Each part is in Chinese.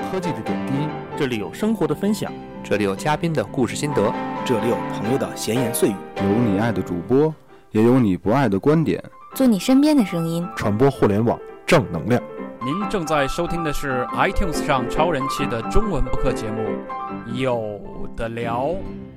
科技的点滴，这里有生活的分享， 这里有嘉宾的故事心得， 这里有朋友的闲言碎语， 有你爱的主播，也有你不爱的观点， 做你身边的声音， 传播互联网正能量。 您正在收听的是 iTunes 上超人气的中文播客节目《有的聊》。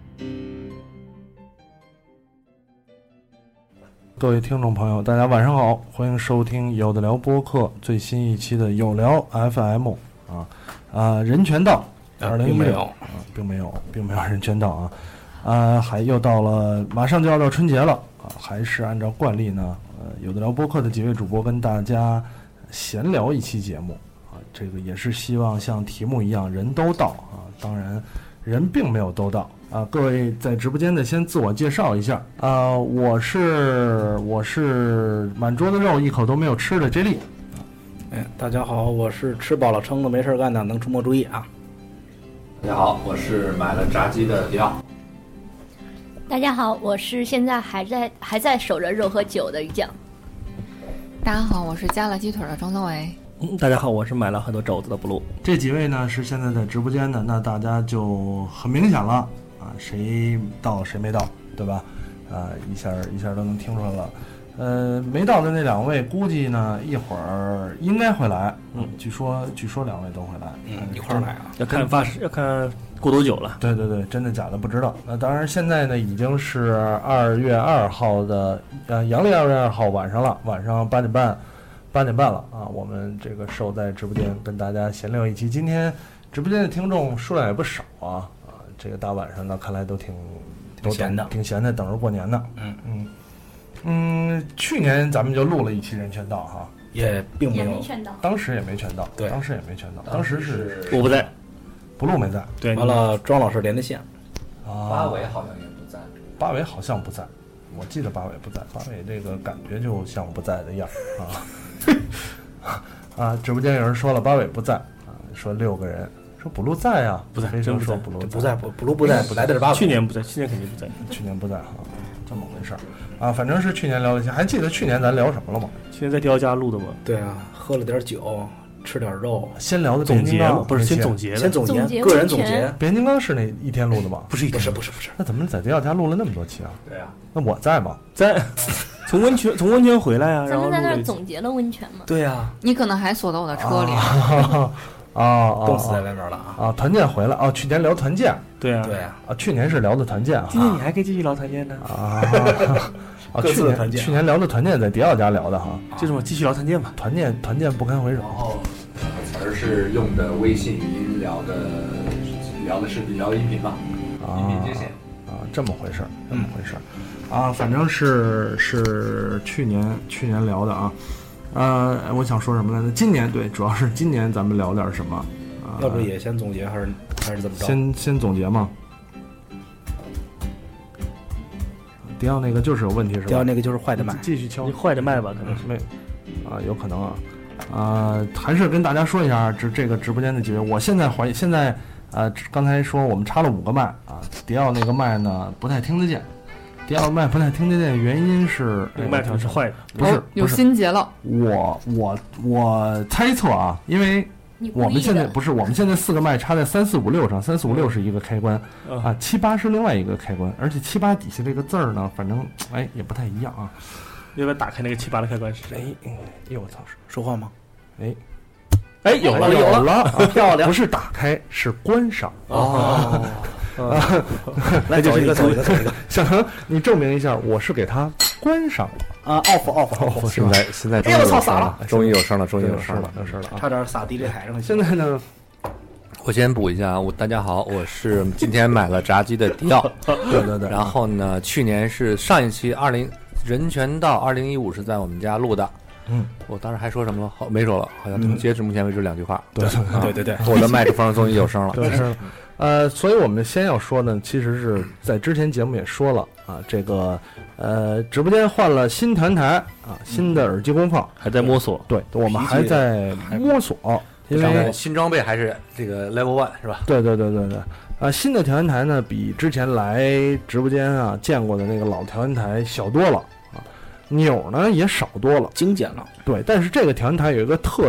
各位听众朋友，大家晚上好，欢迎收听有的聊播客最新一期的有聊 FM 人权道2016并没有人权道还又到了，马上就要到春节了还是按照惯例呢，有的聊播客的几位主播跟大家闲聊一期节目这个也是希望像题目一样人都到当然人并没有都到各位在直播间的先自我介绍一下我是满桌子肉一口都没有吃的 J 莉。 大家好，我是吃饱了撑的没事干的能出没注意啊。 大家好，我是买了炸鸡的迪奥。 大家好，我是现在还在守着肉和酒的于酱。 大家好，我是加了鸡腿的庄宗维。 大家好，我是买了很多肘子的布鲁。 这几位呢是现在在直播间的，那大家就很明显了谁到谁没到，对吧？一下都能听出来了。没到的那两位估计呢一会儿应该会来。据说两位都会来。 一块儿来啊？ 要看过多久了。对， 真的假的不知道。那当然现在呢已经是2月2号的阳历2月2号晚上了，晚上8点半了我们这个守在直播间跟大家闲聊一期。今天直播间的听众数量也不少这个大晚上的看来都挺闲的，等着过年呢。去年咱们就录了一期人权道也并没有， 当时也没全到，对，当时也没全到，当时是我不在， 不录没在， 对，完了庄老师连的线八尾好像也不在， 八尾好像不在，我记得八尾不在，八尾这个感觉就像不在的样直播间有人说了八尾不在说6个人说补录在不在， 真说补录不在，补录不在，不来的是八尾。 去年不在，今年肯定不在， 去年不在这么回事反正是去年聊了一些，还记得去年咱聊什么了吗？ 去年在迪奥家录的吗？ 对喝了点酒，吃点肉， 先聊的总结吗？不是，先总结个人总结。 变形金刚是那一天录的吗？ 不是， 那怎么在迪奥家录了那么多期对那我在吗？ 在。从温泉回来咱们在那儿总结了温泉吗？ 对你可能还锁在我的车里冻死在外面了团建回来去年聊团建， 对去年是聊的团建今年你还可以继续聊团建呢去年聊的团建在迪奥家聊的就这么继续聊团建吧， 团建不堪回首。 然后词儿是用的微信语音聊的视频聊音频嘛，音频接线这么回事反正是去年聊的我想说什么来着？今年主要是今年咱们聊点什么要不也先总结还是怎么着？ 先总结嘛。迪奥那个就是有问题是吧？ 迪奥那个就是坏的麦， 继续敲坏的麦吧，可能是没有可能还是跟大家说一下这个直播间的几位，我现在怀疑现在刚才说我们插了5个麦迪奥那个麦呢不太听得见。迪奥麦不太听得见的原因是那个麦条是坏的， 不是有心结了。 我猜测因为我们现在4个麦插在3、4、5、6上，3、4、5、6是一个开关7、8是另外一个开关，而且7、8底下这个字儿呢，反正也不太一样要不要打开那个7、8的开关是谁？ 我操， 说话吗？ 有了， 漂亮！不是打开，是关上来走一个， 小程，你证明一下，我是给他关上了 off。 现在终于有声了，终于有声了， 差点撒 DJ 台上了。 现在呢， 我先补一下大家好，我是今天买了炸鸡的迪奥。 对。 然后呢，去年是上一期人权道2015是在我们家录的。我当时还说什么了？没说了，好像截止目前为止2句话。 对， 我的麦克风终于有声了。 对，所以我们先要说呢，其实是在之前节目也说了这个直播间换了新团台新的耳机功放还在摸索。 对，我们还在摸索，因为新装备还是这个 Level 1是吧？ 对。新的调音台呢，比之前来直播间见过的那个老调音台小多了钮呢也少多了， 精简了。 对，但是这个调音台有一个特点，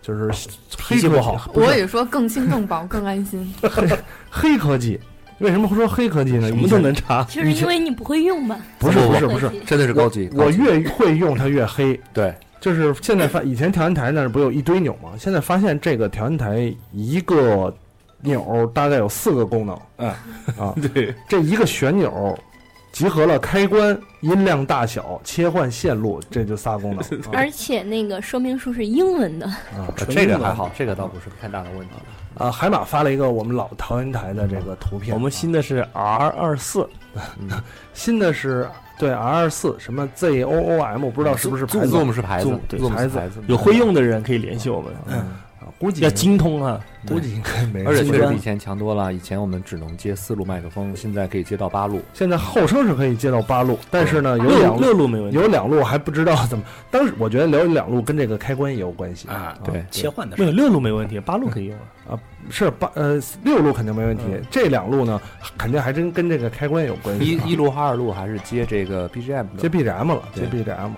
就是脾气不好。 我也说更新更薄更安心。 黑科技，为什么会说黑科技呢？ 什么都能查， 就是因为你不会用吧？ 不是， 真的是高级。 我越会用它越黑。 对， 就是现在以前调音台那不有一堆钮吗？现在发现这个调音台一个钮大概有4个功能。 对， 这一个旋钮集合了开关、音量大小、切换线路，这就仨功能。 而且那个说明书是英文的。 这个还好，这个倒不是太大的问题。 海马发了一个我们老调音台的这个图片。 我们新的是 R24， 新的是对 R24 什么 ZOOM， 不知道是不是牌子？ Zoom 是牌子， 对， 牌子。 有会用的人可以联系我们。 估计要精通啊， 估计应该没。 而且确实比以前强多了。以前我们只能接4路麦克风，现在可以接到8路。 现在后声是可以接到8路，但是呢，有 6路没问题， 有2路还不知道怎么。当时我觉得有2路跟这个开关也有关系啊。 对， 切换的没有6路没问题，8路可以用啊。是6路肯定没问题，这2路呢，肯定还真跟这个开关有关系。 一路和2路还是接这个 BGM， 接 BGM 了，接 BGM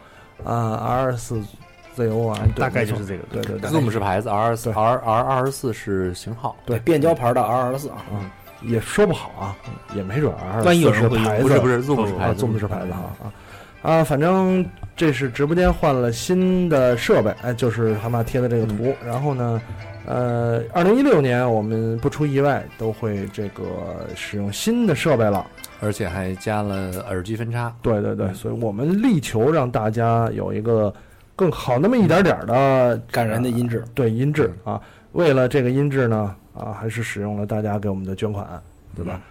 R24。ZO 大概就是这个， 对。 Zoom 是牌子 ，R24是型号， 对，变焦牌的 R24 也说不好啊，也没准万一有人是牌子， 不是 Zoom 是牌子 ，Zoom 是牌子反正这是直播间换了新的设备，就是蛤蟆贴的这个图。然后呢，2016年我们不出意外都会这个使用新的设备了， 而且还加了耳机分叉。 对，所以我们力求让大家有一个更好那么一点点的感人的音质， 对音质为了这个音质呢还是使用了大家给我们的捐款，对吧？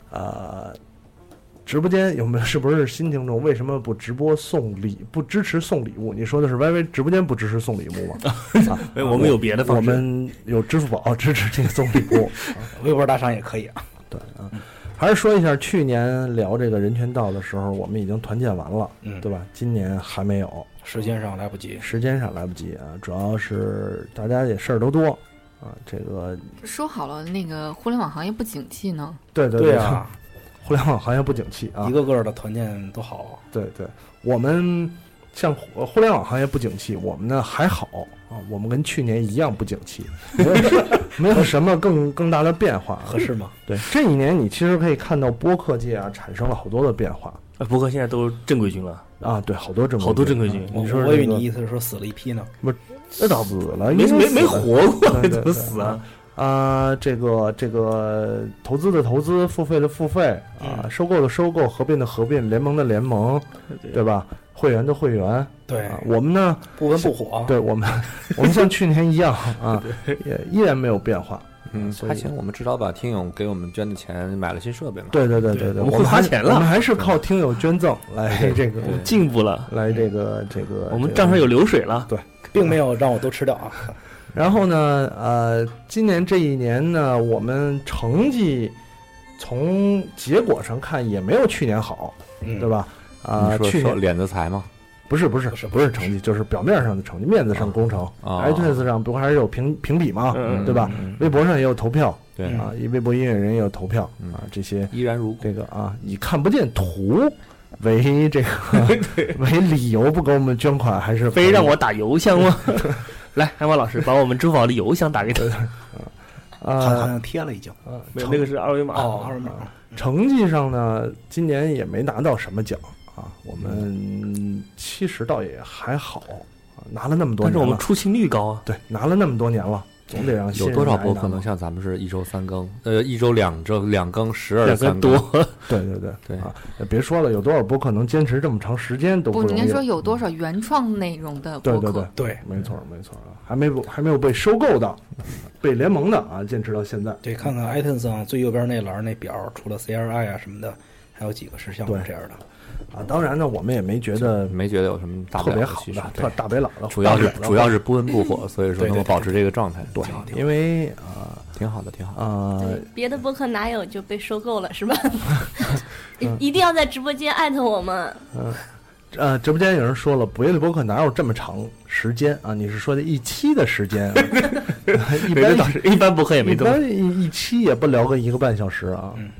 直播间有没有是不是新听众？为什么不直播不支持送礼物？你说的是 YY 直播间不支持送礼物吗？ 我们有别的方式， 我们有支付宝支持这个送礼物， 微博打赏也可以啊。 对还是说一下，去年聊这个人权道的时候，我们已经团建完了，对吧？今年还没有， 时间上来不及主要是大家也事儿都多这个说好了那个互联网行业不景气呢？ 对啊，互联网行业不景气一个个的团建都好。 对，我们像互联网行业不景气，我们呢还好我们跟去年一样不景气，没有什么更大的变化， 合适吗？ 对，这一年你其实可以看到播客界产生了好多的变化。 播客现在都正规军了对，好多正规军。 你说我以为你意思是说死了一批呢？ 不是，那倒不了， 没活过，怎么死这个投资的投资，付费的付费收购的收购，合并的合并，联盟的联盟，对吧？会员的会员， 对， 我们呢不温不火， 对我们像去年一样也依然没有变化。 还行，我们至少把听友给我们捐的钱买了新设备嘛。 对， 我们会花钱了， 我们还是靠听友捐赠来这个进步了， 来这个我们账上有流水了。 对， 并没有让我都吃掉然后呢，今年这一年呢，我们成绩从结果上看也没有去年好，对吧？去年敛的财吗？ 不是成绩，就是表面上的成绩，面子上工程。iTunes 上不还是有评比吗？对吧？微博上也有投票， 对以微博音乐人也有投票这些依然如这个以看不见图为这个为理由不给我们捐款，还是非让我打邮箱吗？来，海马老师把我们支付宝的邮箱打给他。 好像贴了已经， 没有，那个是二维码。 二维码。 成绩上呢，今年也没拿到什么奖我们70倒也还好拿了那么多年了， 但是我们出勤率高对，拿了那么多年了，总得让有多少播客能像咱们是1周3更，1周2更，123更多。 对别说了，有多少播客能坚持这么长时间都不容易。 应该说有多少原创内容的播客？ 对，没错还没有被收购的，被联盟的坚持到现在。 对，看看 iTunes 上最右边那栏那表，除了 CRI 什么的，还有几个是像我这样的。 当然呢，我们也没觉得有什么大不了的， 特别好的，大北佬的， 主要是不温不火，所以说能够保持这个状态。 对，因为挺好的。 别的播客哪有就被收购了是吧？一定要在直播间艾特我们。 直播间有人说了，别的播客哪有这么长时间你是说的一期的时间一般播客也没这么， 一期也不聊个1个半小时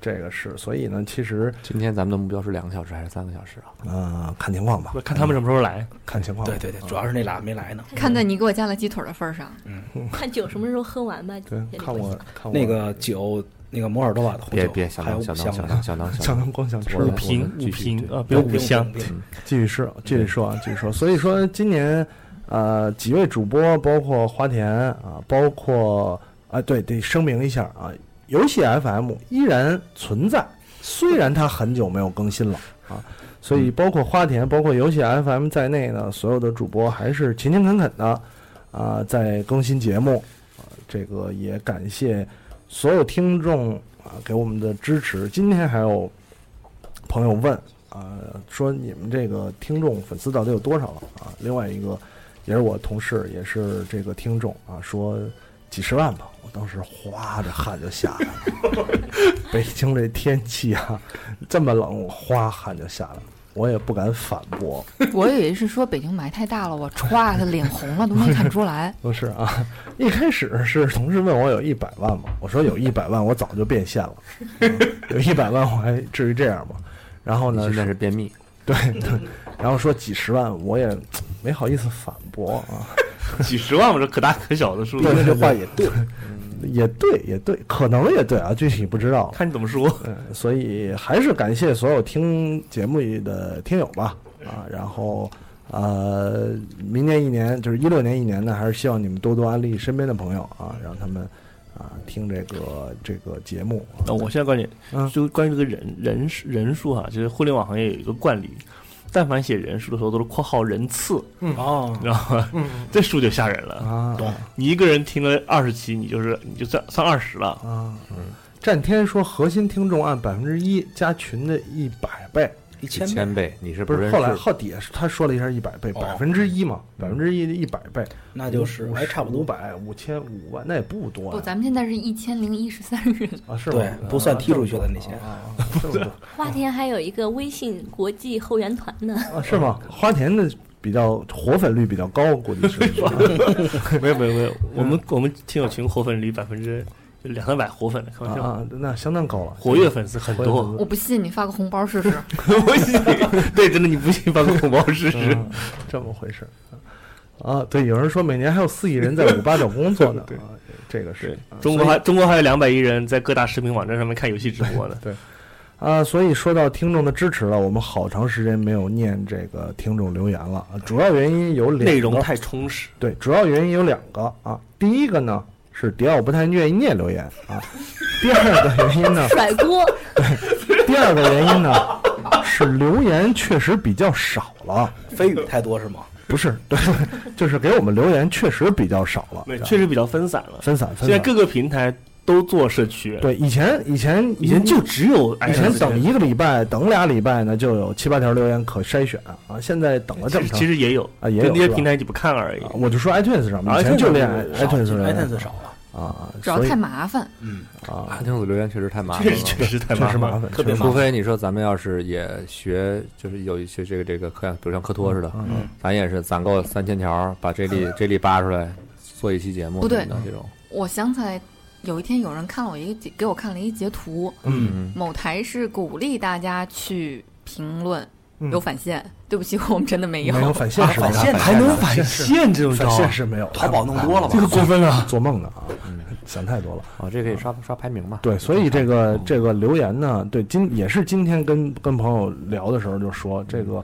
这个是，所以呢，其实今天咱们的目标是2个小时还是3个小时啊？ 看情况吧， 看他们什么时候来， 看情况。 对对对，主要是那俩没来呢。 看在你给我加了鸡腿的份上， 看酒什么时候喝完吧。 对，看我那个酒，那个摩尔多瓦的红酒， 别还有5箱相当光想吃 5瓶啊，别5箱。 继续说。所以说今年几位主播，包括花田啊，包括对，得声明一下啊，游戏 FM 依然存在，虽然它很久没有更新了啊，所以包括花田，包括游戏 FM 在内呢，所有的主播还是勤勤恳恳的在更新节目这个也感谢所有听众给我们的支持。今天还有朋友问说你们这个听众粉丝到底有多少了啊？另外一个也是我同事，也是这个听众说几十万吧。我当时哗着汗就下来了。北京这天气这么冷，哗汗就下来了。我也不敢反驳。 我以为是说北京霾太大了，我歘的脸红了都没看出来。 不是一开始是同事问我有100万吗？我说有100万我早就变现了。有100万我还至于这样吗？然后呢， 现在是便秘。 对，然后说几十万，我也没好意思反驳几十万，我这可大可小的数字。 对，这话也对。也对，可能也对具体不知道， 看你怎么说。 所以还是感谢所有听节目的听友吧然后明年1年就是16年1年呢，还是希望你们多多安利身边的朋友让他们听这个节目。 我现在观点就关于这个人数就是互联网行业有一个惯例。但凡写人数的时候都是括号人次，你知道吗？这数就吓人了你一个人听了20期，你就算20了战天说核心听众按1%加群的100倍 1000倍，你是不是？后来底下他说了一下100倍，1%嘛，1%的100倍， 那就是差不多500、5000、5万，那也不多不，咱们现在是1013人是吧？ 对，不算踢出去的那些花田还有一个微信国际后援团呢是吗？花田的比较活粉率比较高，估计是没有，我们听友群活粉率200-300活粉的，开玩笑那相当高了， 活跃粉丝很多。 我不信，你发个红包试试。 不信，对，真的你不信，发个红包试试。 这么回事对，有人说每年还有4亿人在589工作呢。对，这个是中国还有200亿人在各大视频网站上面看游戏直播呢。 对，所以说到听众的支持了，我们好长时间没有念这个听众留言了主要原因有2个， 内容太充实。 对，主要原因有2个第一个呢是迪奥不太愿意念留言第二个原因呢甩锅。 对，第二个原因呢是留言确实比较少了， 非语太多是吗？ 不是，对，就是给我们留言确实比较少了， 确实比较分散了。 分散。 现在各个平台都做社区。 对，以前就只有以前等1个礼拜、等2礼拜呢，就有7、8条留言可筛选现在等了这么长， 其实也有也有那些平台你不看而已。 我就说 iTunes 上面，以前就练 iTunes 少了。 主要太麻烦。 iTunes 留言确实太麻烦了， 确实太麻烦， 特别麻烦。 除非你说咱们要是也学，就是有一些这个课，比如像科托似的，咱也是攒够3000条，把这里扒出来，做一期节目。 不对， 这种。 我想起来，有一天有人给我看了一截图，某台是鼓励大家去评论。有返现，对不起，我们真的没有。 没有返现， 返现还能返现这种返现是没有， 淘宝弄多了吧？ 这个过分了， 做梦的想太多了这可以刷排名嘛？ 对，所以这个留言呢，对也是今天跟朋友聊的时候就说这个，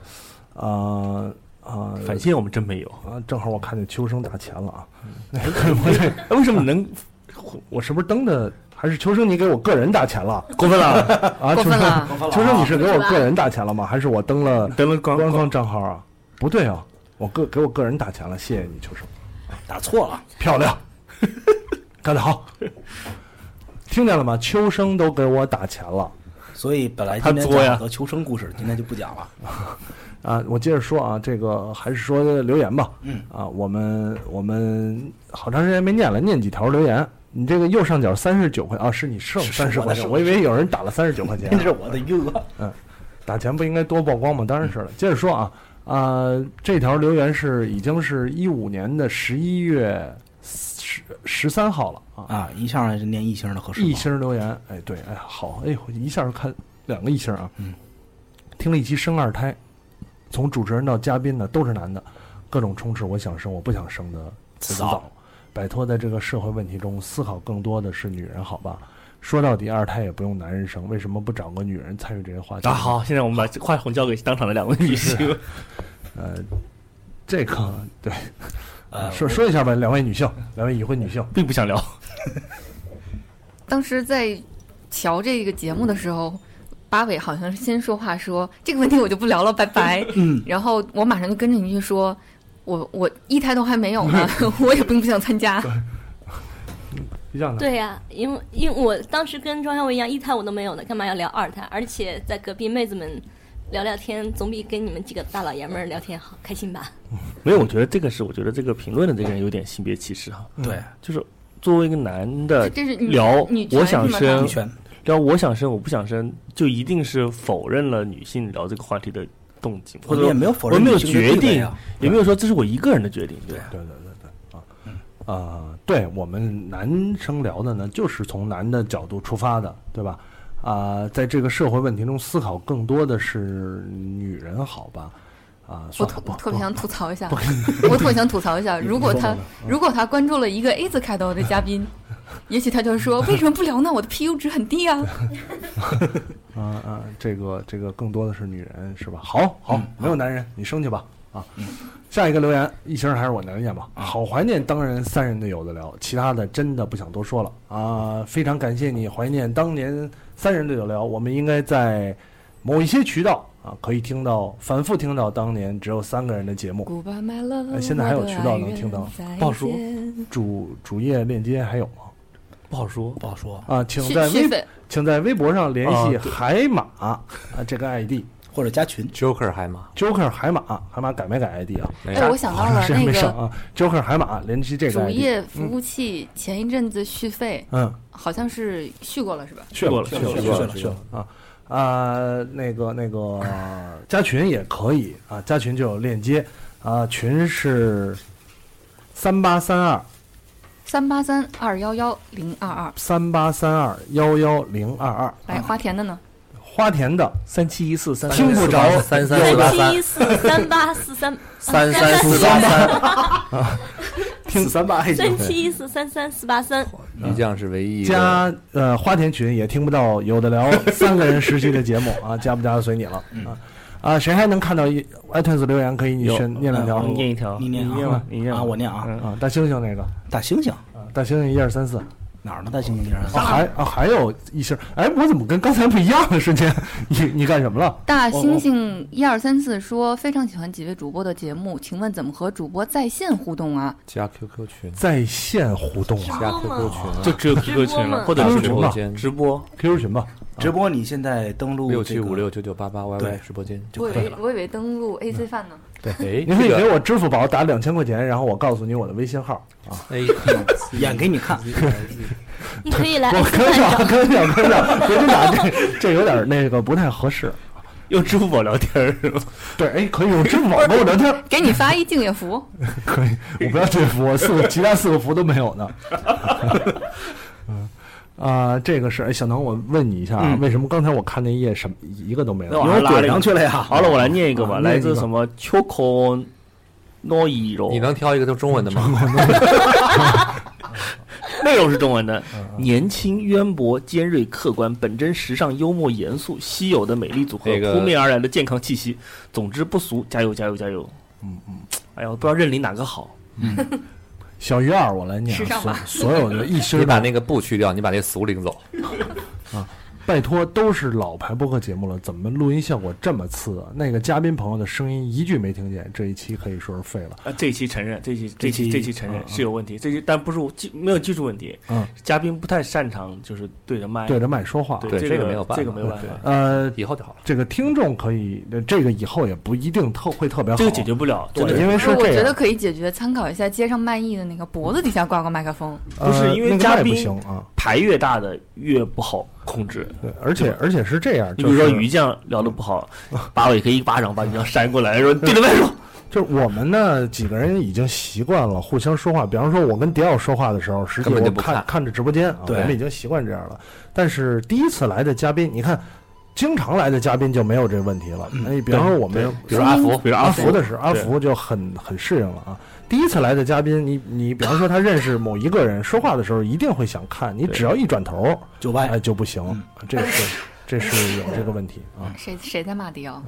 返现我们真没有正好我看见秋生打钱了为什么能？ 我是不是登的？还是秋生你给我个人打钱了？ 过分了过分了！ 秋生你是给我个人打钱了吗？还是我登了官方账号不对我给我个人打钱了，谢谢你秋生。 打错了， 漂亮，干得好。听见了吗？秋生都给我打钱了， 所以本来今天讲的秋生故事，今天就不讲了。 我接着说这个还是说留言吧。我们好长时间没念了，念几条留言。你这个右上角39块是你剩30块钱，我以为有人打了39块钱。 那是我的余额。 打钱不应该多曝光吗？当然是了。接着说这条留言已经是15年的11月 13号了啊！ 一上来就念1星的和 1星留言，哎，对，哎，好，哎，我一下看2个1星啊，听了一期生2胎，从主持人到嘉宾呢都是男的，各种充斥我想生我不想生的辞藻，摆脱在这个社会问题中思考更多的是女人，好吧？说到底，2胎也不用男人生，为什么不找个女人参与这些话题？ 好，现在我们把话筒交给当场的2位女性。 这个对，说一下吧，2位女性，2位已婚女性， 并不想聊。 当时在瞧这个节目的时候，八尾好像是先说话说这个问题我就不聊了，拜拜。然后我马上就跟着你去说，我1胎都还没有呢，我也并不想参加。 对呀，因为我当时跟庄小伟一样，1胎我都没有呢，干嘛要聊2胎？而且在隔壁妹子们聊聊天，总比跟你们几个大老爷们儿聊天好，开心吧？ 没有，我觉得这个评论的这个人有点性别歧视哈。 对， 就是作为一个男的这是聊我想生， 聊我想生我不想生，就一定是否认了女性聊这个话题的动机，或者也没有否认， 我没有决定，也没有说这是我一个人的决定。对。 对，我们男生聊的呢，就是从男的角度出发的，对吧？在这个社会问题中思考更多的是女人，好吧？ 我特别想吐槽一下，我特别想吐槽一下，如果他关注了一个 A 字开头的嘉宾，也许他就说为什么不聊呢？我的 PU 值很低啊。 这个更多的是女人，是吧？好，没有男人，你生去吧。下一个留言1星还是我来念吧。好怀念当人3人的有的聊，其他的真的不想多说了非常感谢你怀念当年3人的有聊，我们应该在某一些渠道可以听到，反复听到当年只有3个人的节目。现在还有渠道能听到？ 不好说。 主页链接还有吗？ 不好说请在微博上联系海马这个 ID。或者加群 Joker 海马海马改没改 ID 啊？ 我想到了那个 Joker 海马联系这个 ID。 主页服务器前一阵子续费，好像是续过了是吧？ 续了那个加群也可以加群就有链接群是3832 383211022 383211022。 来，花田的呢？ 花田的 3714 听不着 3714384333 听 37143343 玉酱是唯一加花田群也听不到有的聊3个人实习的节目加不加随你了谁还能看到iTunes 留言？可以你选念2条， 你念1条， 你念吗？ 你念我念大猩猩那个大猩猩 1、2、3、4。 哪儿呢？大猩猩1、2、3 还有1星。我怎么跟刚才不一样了？瞬间，你干什么了？ 大猩猩1、2、3、4说非常喜欢几位主播的节目，请问怎么和主播在线互动啊？ 加 QQ 群。 在线互动加 QQ 群就只有 QQ 群了，或者是直播间直播 QQ 群吧。 直播你现在登录 67569988YY 直播间就可以了。 我以为登录 AC 饭呢。 对，你可以给我支付宝打2000块钱，然后我告诉你我的微信号演给你看。 你可以来。 我开玩笑，别打这有点那个不太合适。 用支付宝聊天是吧？ 对，可以用支付宝跟我聊天。 给你发一敬业福。 可以，我不要敬业福，其他4个福都没有呢。这个是小能，我问你一下为什么刚才我看那页什么一个都没有？ 因为滚上去了呀。 好了，我来念一个吧，来自什么Choco Noiro。 你能挑一个都中文的吗？ 内容是中文的。年轻、渊博、尖锐、客观、本真、时尚、幽默、严肃，稀有的美丽组合，扑面而来的健康气息。总之不俗，加油加油加油！哎呀，我不知道认领哪个好。 小鱼2，我来念所有的1星。 你把那个不去掉，你把那俗领走拜托，都是老牌播客节目了，怎么录音效果这么次啊？那个嘉宾朋友的声音一句没听见，这一期可以说是废了。 这一期承认，这期承认是有问题，但不是没有技术问题。嘉宾不太擅长就是对着麦说话。 对， 这个没有办法， 这个没有办法。 以后就好了。 这个听众可以，这个以后也不一定会特别好。 这个解决不了， 对，因为是这样。 我觉得可以解决，参考一下街上卖艺的那个脖子底下挂个麦克风。 不是因为嘉宾啊， 牌越大的越不好控制。 对，而且是这样， 你比如说鱼酱聊得不好，8尾可以一巴掌把鱼酱扇过来，说对着麦说， 就是我们呢几个人已经习惯了互相说话，比方说我跟迪奥说话的时候，实际我看着直播间啊，我们已经习惯这样了。但是第一次来的嘉宾，你看经常来的嘉宾就没有这个问题了。比方说我们， 比如阿福的是阿福就很适应了啊。第一次来的嘉宾，你比方说他认识某一个人，说话的时候一定会想看，你只要一转头就歪， 就不行。这是有这个问题啊。 谁在骂迪奥？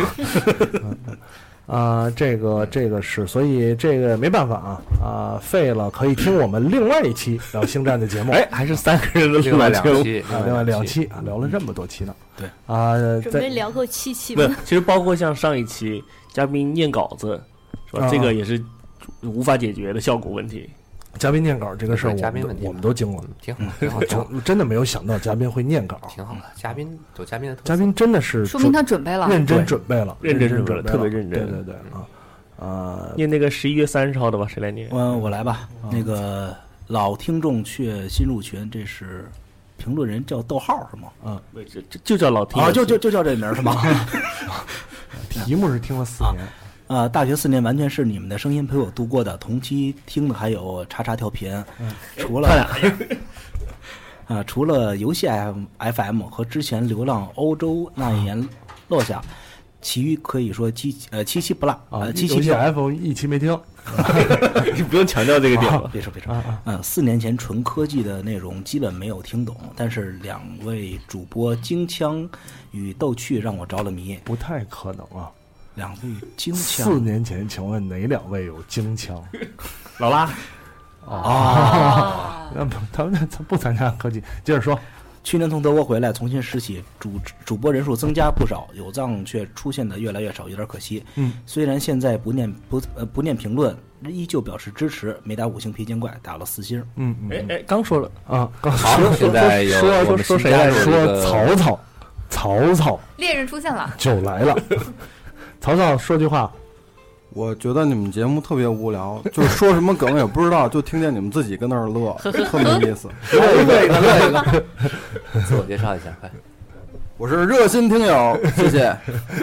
这个是，所以这个没办法啊，废了可以听我们另外一期聊星战的节目。 还是3个人的另外2期另外2期聊了这么多期呢。 对准备聊够7期吧。 其实包括像上一期嘉宾念稿子，是吧？这个也是无法解决的效果问题。 嘉宾念稿这个事儿，我们都惊了， 挺好， 真的没有想到嘉宾会念稿， 挺好的。嘉宾有嘉宾的特色， 嘉宾真的是说明他准备了， 认真准备了， 特别认真。 对念那个11月30号的吧，谁来念？ 我来吧。那个老听众却新入群，这是评论人叫逗号是吗？ 就叫老听啊，就叫这名是吗？ 题目是听了4年。 大学4年完全是你们的声音陪我度过的，同期听的还有叉叉调频，除了游戏 FM 和之前流浪欧洲那一年落下，其余可以说七七不落七七 FM 一期没听， 你不用强调这个点了， 别说，4年前纯科技的内容基本没有听懂，但是2位主播京腔与逗趣让我着了迷， 不太可能啊。 2位京腔 ，4年前，请问哪2位有京腔？ 老拉那他不参加科技。接着说， 去年从德国回来，重新实习，主播人数增加不少，有藏却出现的越来越少，有点可惜。虽然现在不念评论，依旧表示支持，没打5星皮筋怪，打了4星。 刚说了啊， 现在说谁来说曹操猎人出现了， 就来了。曹操说句话， 我觉得你们节目特别无聊，就是说什么梗也不知道，就听见你们自己跟那儿乐，特没意思。 乐一个，自我介绍一下，快。 我是热心听友，谢谢。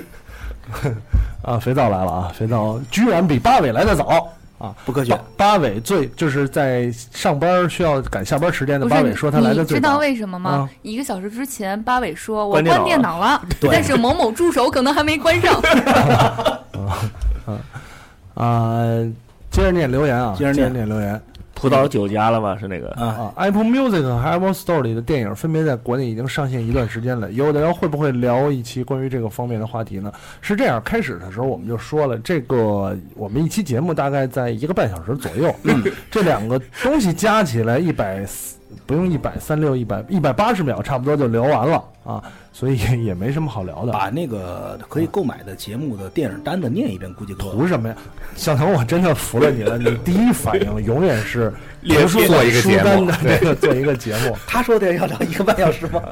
肥皂来了啊！肥皂居然比八尾来得早啊！ 不科学。 八尾就是在上班需要赶下班时间的八尾说他来的最早。 你知道为什么吗？1个小时之前，八尾说我关电脑了，但是某某助手可能还没关上。接着念留言啊！接着念留言。 葡萄酒家了吧？是那个 Apple Music 和 Apple Store 里的电影分别在国内已经上线一段时间了。有的人会不会聊一期关于这个方面的话题呢？是这样，开始的时候我们就说了，这个我们一期节目大概在1个半小时左右，这2个东西加起来不用180秒，差不多就聊完了啊，所以也没什么好聊的。 把那个可以购买的节目的电影单子念一遍，估计够了。 图什么呀？小腾，我真的服了你了，你第一反应永远是做一个节目， 对，做一个节目。 他说的要聊1个半小时吗？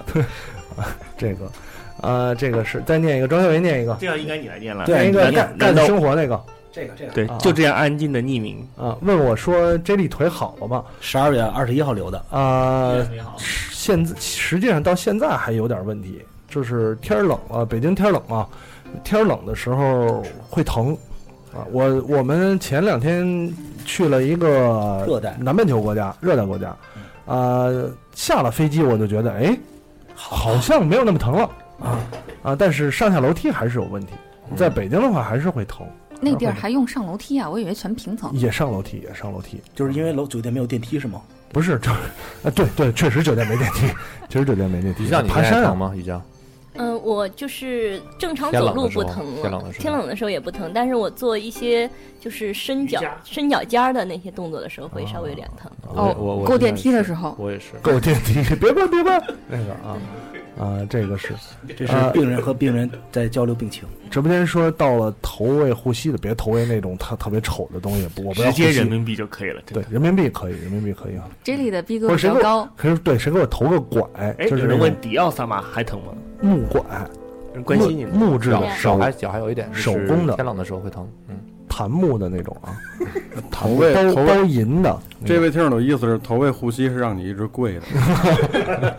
这个是再念一个，张小维念一个， 这样应该你来念了。 念一个干生活那个。 这个对，就这样安静的匿名问我说这里腿好了吗 ？12月21号留的现在实际上到现在还有点问题，就是天冷了，北京天冷啊，天冷的时候会疼啊。我们前2天去了一个南半球国家，热带国家，下了飞机我就觉得好像没有那么疼了但是上下楼梯还是有问题，在北京的话还是会疼。 那地儿还用上楼梯啊？我以为全平层。 也上楼梯， 就是因为酒店没有电梯是吗？ 不是，对，确实酒店没电梯， 于酱，你爬山疼吗？于酱？ 我就是正常走路不疼了，天冷的时候也不疼，但是我做一些就是伸脚尖的那些动作的时候会稍微有点疼。 我够电梯的时候， 我也是够电梯，别关那个这是病人和病人在交流病情。 直播间说到了投喂护膝的，别投喂那种特别丑的东西，我不要。 直接人民币就可以了。 对，人民币可以啊。 这里的逼格比较高。 可是对，谁给我投个拐？就是有人问迪奥萨玛还疼吗？ 木拐， 关心你木质的， 脚还有一点手工的， 天冷的时候会疼。 檀木的那种投喂包银的。 这位听众的意思是投喂护膝是让你一直跪的。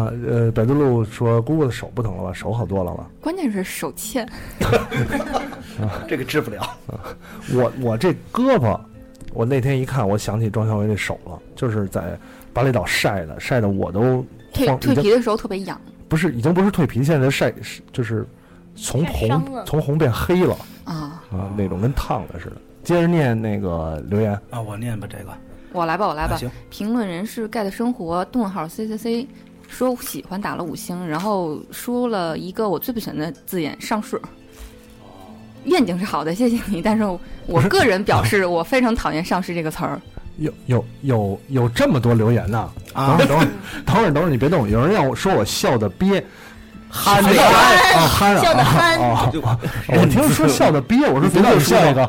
百度路说姑姑的手不疼了吧？手好多了吧？ 关键是手欠。 这个治不了。 我这胳膊，我那天一看，我想起庄小伟这手了，就是在巴厘岛晒的，我都蜕皮的时候特别痒。不是， 已经不是蜕皮，现在晒就是从红变黑了啊，那种跟烫的似的。接着念那个留言啊，我念吧这个。 我来吧。行。评论人是盖的生活.ccc 说喜欢打了5星，然后说了一个我最不喜欢的字眼上市。愿景是好的，谢谢你，但是我个人表示我非常讨厌上市这个词儿。 有这么多留言呢啊！等会儿，你别动，有人让我说我笑的憋。憨笑的憨， 我听说笑的憋，我说别老说那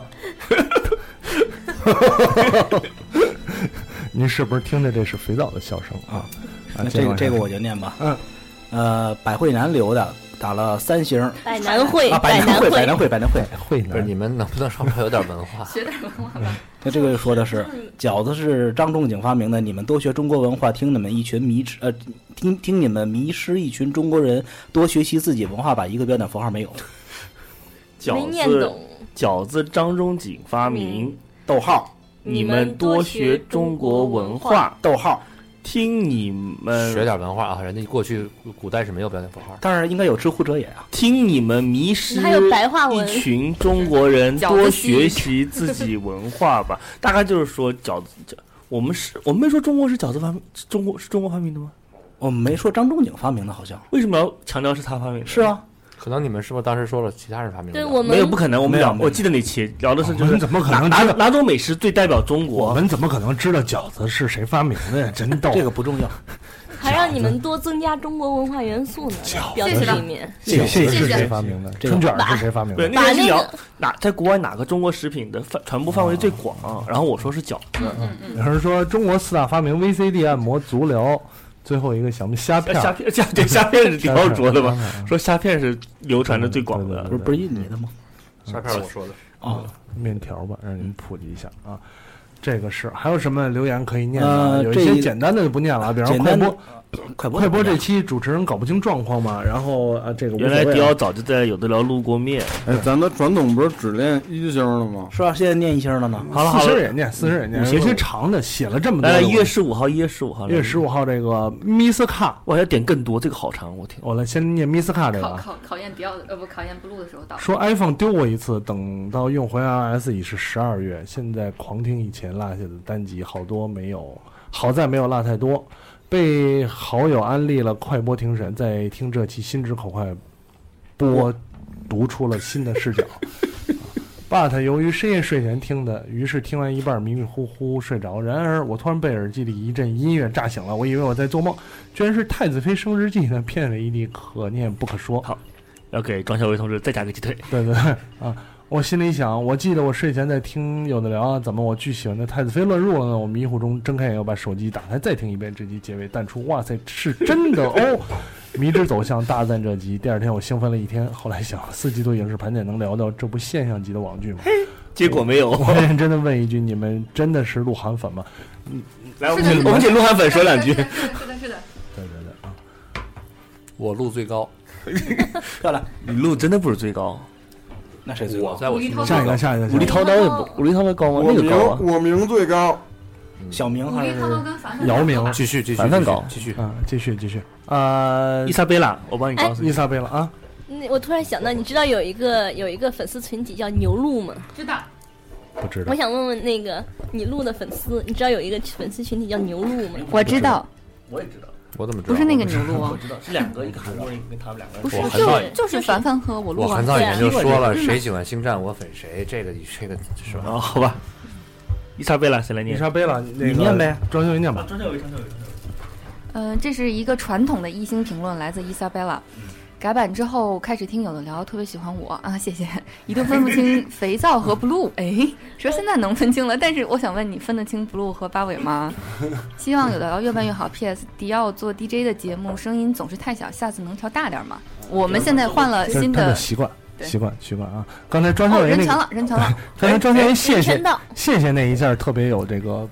个。您是不是听着这是肥皂的笑声啊？ 这个我就念吧。百惠南留的打了3星。 百南汇， 百南汇， 不是你们能不能稍微有点文化？ 学点文化吧。 那这个说的是饺子是张仲景发明的，你们多学中国文化，听你们你们迷失一群中国人，多学习自己文化吧。一个标点符号没有。 没念懂。 饺子张仲景发明， 逗号。 你们多学中国文化， 逗号。 听你们学点文化啊！人家过去古代是没有标点符号， 当然应该有知乎者也啊。 听你们迷失还有白话文， 一群中国人多学习自己文化吧。大概就是说饺子，我们没说中国是饺子发明，中国发明的吗？ 我们没说张仲景发明的，好像。 为什么要强调是他发明的？ 是啊。 可能你们是不是当时说了其他人发明的？ 对，我们没有，不可能。我们聊，我记得那期聊的是就是怎么可能哪种美食最代表中国？ 我们怎么可能知道饺子是谁发明的呀？真逗。 这个不重要， 还让你们多增加中国文化元素呢。标题里面， 谢谢是谁发明的？春卷是谁发明的？ 对，那个聊在国外哪个中国食品的传播范围最广？然后我说是饺子。 有人说中国4大发明 VCD、按摩、足疗。最后一个小虾片是迪奥说的吧？说虾片是流传的最广的， 不是印尼的吗？ 虾片我说的哦，面条吧，让你们普及一下啊。这个是还有什么留言可以念吗？有一些简单的就不念了，比方快播这期主持人搞不清状况嘛，然后这个原来迪奥早就在有的聊录过面。 哎，咱的传统不是只练1星了吗？ 是吧？现在念1星了呢。 好了，40也念，40也念，有些长的写了这么多。 来，1月15号，1月15号这个密斯卡， 我要点更多，这个好长，我天！ 我来先念密斯卡这个。 考验迪奥的考验 blue 的时候到。 说 iPhone 丢过一次，等到用回 iOS 已是12月，现在狂听以前落下的单集，好在没有落太多。被好友安利了快播听审，在听这期心直口快播读出了新的视角。But 由于深夜睡前听的，于是听完一半迷迷糊糊睡着。然而我突然被耳机里一阵音乐炸醒了，我以为我在做梦，居然是太子妃升职记的片尾一地可念不可说。 好，要给庄小伟同志再加个鸡腿。 对啊。我心里想，我记得我睡前在听有的聊，怎么我巨喜欢的太子妃乱入了呢？我迷糊中睁开眼，又把手机打开再听一遍，这集结尾淡出，哇塞，是真的哦！迷之走向大赞这集，第二天我兴奋了一天。后来想，4季度影视盘点能聊到这部现象级的网剧吗？ 结果没有。 我认真的问一句，你们真的是鹿晗粉吗？ 来，我们请鹿晗粉说两句。 是的。 对啊！ 我路最高。 漂亮， 你路真的不是最高。 那谁最高？ 我在我心中下一个， 武力滔刀也不，武力滔刀高吗？那个高啊。 我名最高， 小明还是姚明？ 继续， 凡凡高， 继续。 伊莎贝拉，我帮你告诉你， 伊莎贝拉啊。 我突然想到，你知道有一个粉丝群体叫牛鹿吗？ 知道。 不知道。 我想问问那个你鹿的粉丝，你知道有一个粉丝群体叫牛鹿吗？ 我知道。 我也知道。 我怎么知道？ 不是那个牛鹿啊？ 我知道，是两个，一个韩国人，跟他们两个人。 不是，就是凡凡和我鹿。 我很早以前就说了，谁喜欢星战，我粉谁。这个是吧？ 好吧。伊莎贝拉，谁来念？ 伊莎贝拉， 你念呗。 庄小伟念吧。 庄小伟。 这是一个传统的1星评论，来自伊莎贝拉。改版之后开始听有的聊，特别喜欢我啊，谢谢。一度分不清肥皂和 blue， 说现在能分清了，但是我想问你，分得清 blue 和八尾吗？希望有的聊越办越好。PS， 迪奥做 DJ 的节目声音总是太小，下次能调大点吗？我们现在换了新的习惯啊。刚才庄小伟人强了。 刚才庄小伟谢谢那一下，特别有这个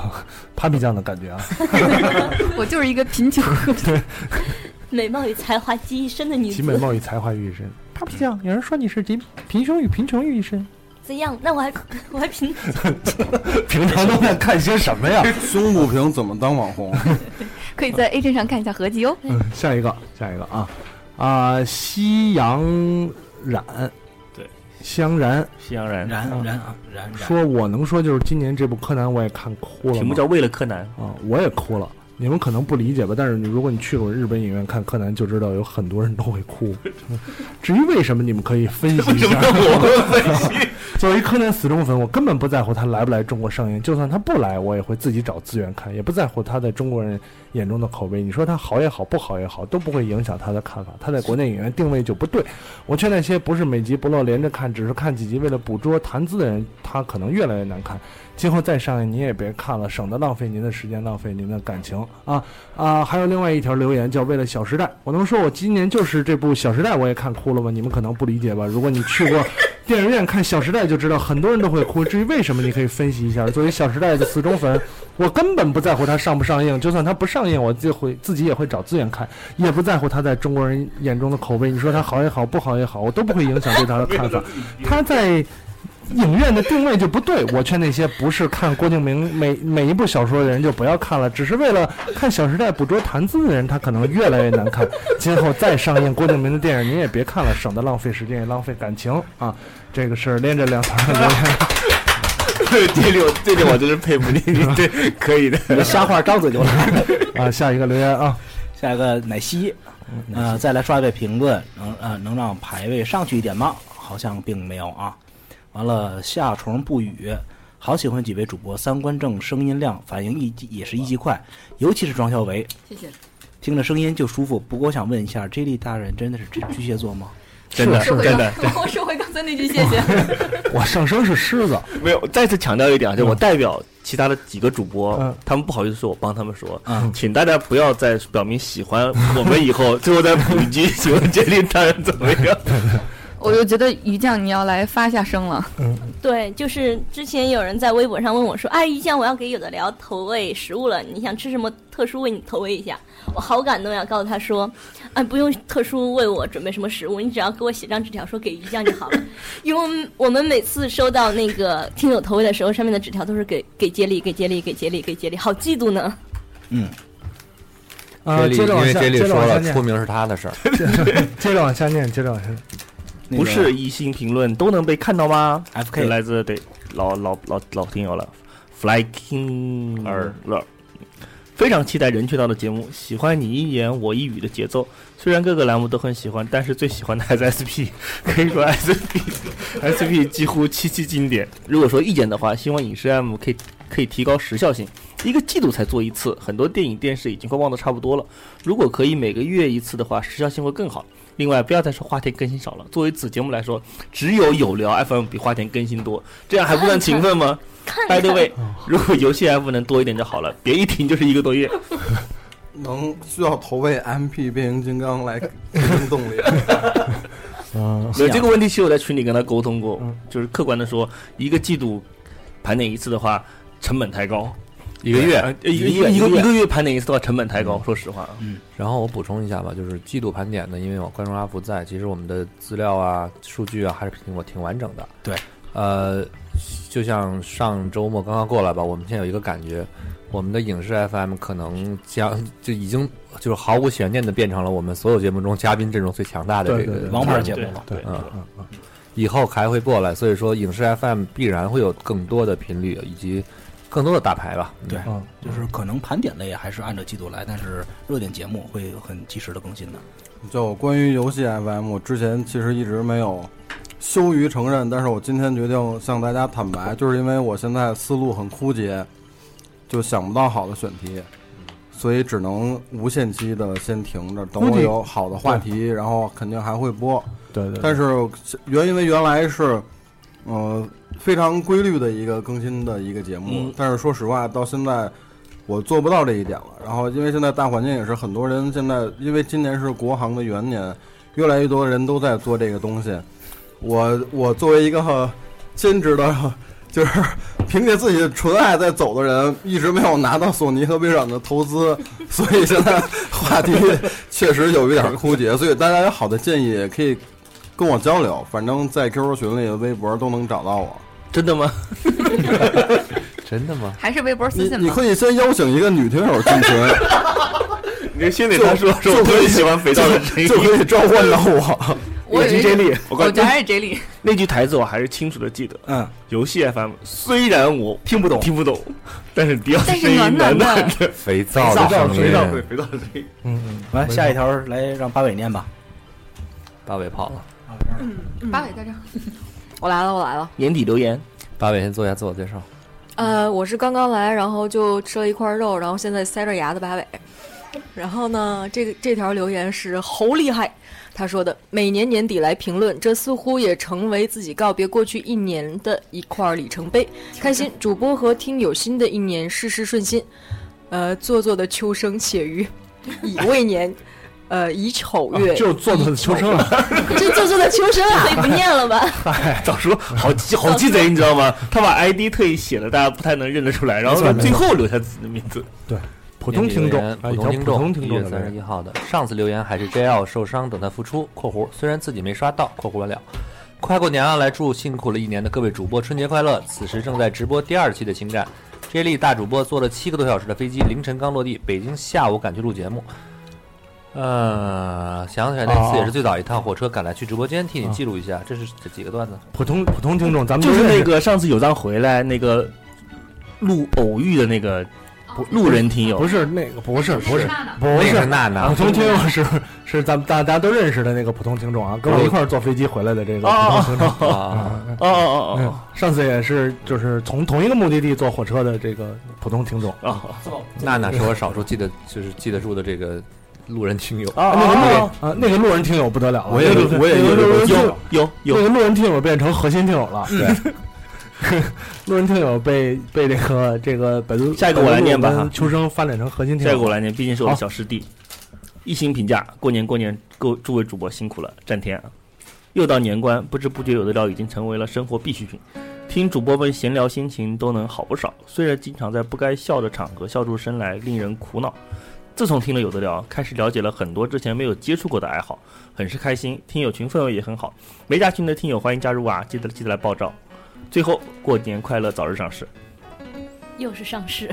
Papi酱的感觉啊。 我就是一个贫穷。 美貌与才华集一身的女子， 其美貌与才华于一身 Papi 酱，有人说你是贫穷与贫穷于一身。 怎样？那我还贫？ 平常都在看些什么呀？ 胸不平怎么当网红？ 可以在 A 站上看一下合集哦。 下一个啊，西洋冉， 对， 西洋冉说，我能说就是今年这部柯南我也看哭了， 题目叫为了柯南啊，我也哭了。你们可能不理解吧，但是如果你去过日本影院看柯南，就知道有很多人都会哭。至于为什么，你们可以分析一下。我分析。作为柯南死忠粉，我根本不在乎他来不来中国上映，就算他不来，我也会自己找资源看，也不在乎他在中国人眼中的口碑。你说他好也好，不好也好，都不会影响他的看法。他在国内影院定位就不对。我劝那些不是每集不漏连着看，只是看几集为了捕捉谈资的人，他可能越来越难看。今后再上映，你也别看了，省得浪费您的时间，浪费您的感情啊！还有另外一条留言叫为了小时代，我能说我今年就是这部小时代我也看哭了吗？你们可能不理解吧，如果你去过电影院看小时代就知道很多人都会哭，至于为什么你可以分析一下。作为小时代的死忠粉，我根本不在乎它上不上映，就算它不上映，我自己也会找资源看，也不在乎它在中国人眼中的口碑。你说它好也好，不好也好，我都不会影响对它的看法。它在影院的定位就不对，我劝那些不是看郭敬明每一部小说的人就不要看了，只是为了看《小时代》捕捉谈资的人，他可能越来越难看。今后再上映郭敬明的电影，您也别看了，省得浪费时间也浪费感情啊！这个是连着两条的留言。这里我真是佩服你，对，可以的。 你瞎话张嘴就来啊！下一个留言啊， 下一个奶昔，再来刷一位评论，能让排位上去一点吗？好像并没有啊。完了，夏虫不语，好喜欢几位主播，三观正，声音亮，反应也是一级快，尤其是庄小维， 谢谢。 听着声音就舒服。不过我想问一下，J 莉大人真的是巨蟹座吗？ 真的。 我收回刚才那句谢谢。 我上升是狮子。 没有，再次强调一点，就我代表其他的几个主播，他们不好意思说，我帮他们说，请大家不要再表明喜欢我们以后，最后再补一句，请问J 莉大人怎么样？ 我就觉得于酱你要来发一下声了。 对，就是之前有人在微博上问我说，哎，于酱我要给有的聊投喂食物了，你想吃什么特殊为你投喂一下？我好感动呀，告诉他说，不用特殊为我准备什么食物，你只要给我写张纸条说给于酱就好了。因为我们每次收到那个听友投喂的时候，上面的纸条都是给接力，好嫉妒呢。 接着往下， 因为接力说了出名是他的事儿。 接着往下念。 不是一星评论都能被看到吗 ？FK 来自对老听友了 ，Fly King 2，非常期待人权道的节目，喜欢你一言我一语的节奏。虽然各个栏目都很喜欢，但是最喜欢的还是 SP， 可以说 SP 几乎七经典。如果说意见的话，希望影视 M 可以提高时效性，一个季度才做一次，很多电影电视已经快忘得差不多了。如果可以每个月一次的话，时效性会更好。另外，不要再说花田更新少了。作为子节目来说，只有聊 FM 比花田更新多，这样还不算勤奋吗？By the way， 如果游戏 F 能多一点就好了，别一停就是1个多月。 需要投喂 MP 变形金刚来提升动力。 这个问题其实我在群里跟他沟通过，就是客观的说，一个季度盘点一次的话，成本太高。一个月盘点一次的话，成本太高，说实话。 然后我补充一下吧，就是季度盘点呢，因为我关注阿福在，其实我们的资料啊、数据啊还是挺完整的。 对， 就像上周末刚刚过来吧，我们现在有一个感觉，我们的影视 FM 可能就已经就是毫无悬念的变成了我们所有节目中嘉宾阵容最强大的这个王牌节目了。 对，以后还会过来，所以说影视 FM 必然会有更多的频率以及更多的大牌吧。 对，就是可能盘点类还是按照季度来，但是热点节目会很及时的更新的。 就关于游戏 FM， 我之前其实一直没有羞于承认，但是我今天决定向大家坦白，就是因为我现在思路很枯竭，就想不到好的选题，所以只能无限期的先停着，等我有好的话题，然后肯定还会播。 对。 但是因为原来是非常规律的一个更新的一个节目，但是说实话到现在我做不到这一点了。然后因为现在大环境也是很多人现在因为今年是国行的元年，越来越多人都在做这个东西。我作为一个兼职的，就是凭借自己的纯爱在走的人，一直没有拿到索尼和微软的投资，所以现在话题确实有一点枯竭。所以大家有好的建议也可以跟我交流，反正在 QQ 群里、微博都能找到我。 真的吗？ 真的吗？ 还是微博私信吧。 你可以先邀请一个女听友进群， 你就先给他说我特别喜欢肥皂的声音， 就可以召唤到我。 我以为 J 莉， 我家是 J 莉。 那句台词我还是清楚的记得。游戏 FM 虽然我听不懂，但是迪奥的声音暖暖的， 肥皂的声音， 肥皂的声音。 来下一条来让八尾念吧。 八尾跑了。 八尾在这儿。 我来了。 年底留言， 八尾先做一下自我介绍。 我是刚刚来，然后就吃了一块肉，然后现在塞着牙的八尾。然后呢，这条留言是猴厉害。他说的，每年年底来评论，这似乎也成为自己告别过去一年的一块里程碑。开心，主播和听友新的一年事事顺心。做作的秋生且于乙未年，乙丑月， 就做作的秋生了， 这做作的秋生啊， 可以不念了吧？ 早说好鸡贼，你知道吗？他把 ID 特意写了，大家不太能认得出来，然后最后留下自己的名字。 对。普通听众 1月31号的上次留言还是 JL 受伤等他复出括弧虽然自己没刷到括弧完了，快过年了，来祝辛苦了一年的各位主播春节快乐。此时正在直播第2期的星战 J 莉大主播坐了7个多小时的飞机，凌晨刚落地，北京下午赶去录节目。想起来那次也是最早一趟火车赶来去直播间替你记录一下。这是几个段子？ 普通听众，咱们就是那个上次有藏回来那个录偶遇的那个路人听友， 不是那个，不是娜娜， 普通听友是咱们大家都认识的那个普通听众啊，跟我一块儿坐飞机回来的这个普通听众。上次也是就是从同一个目的地坐火车的这个普通听众啊。 娜娜是我少数记得住的这个路人听友那个路人听友不得了了， 我也有那个路人听友变成核心听友了，对。路人听友被这个百度下一个我来念吧， 秋生发展成核心听友。 下一个我来念，毕竟是我的小师弟。一星评价：过年，诸位主播辛苦了，战天啊！又到年关，不知不觉有的聊已经成为了生活必需品。听主播们闲聊，心情都能好不少。虽然经常在不该笑的场合笑出声来，令人苦恼。自从听了有的聊，开始了解了很多之前没有接触过的爱好，很是开心。听友群氛围也很好，没加群的听友欢迎加入啊！记得来报照。最后，过年快乐，早日上市。 又是上市。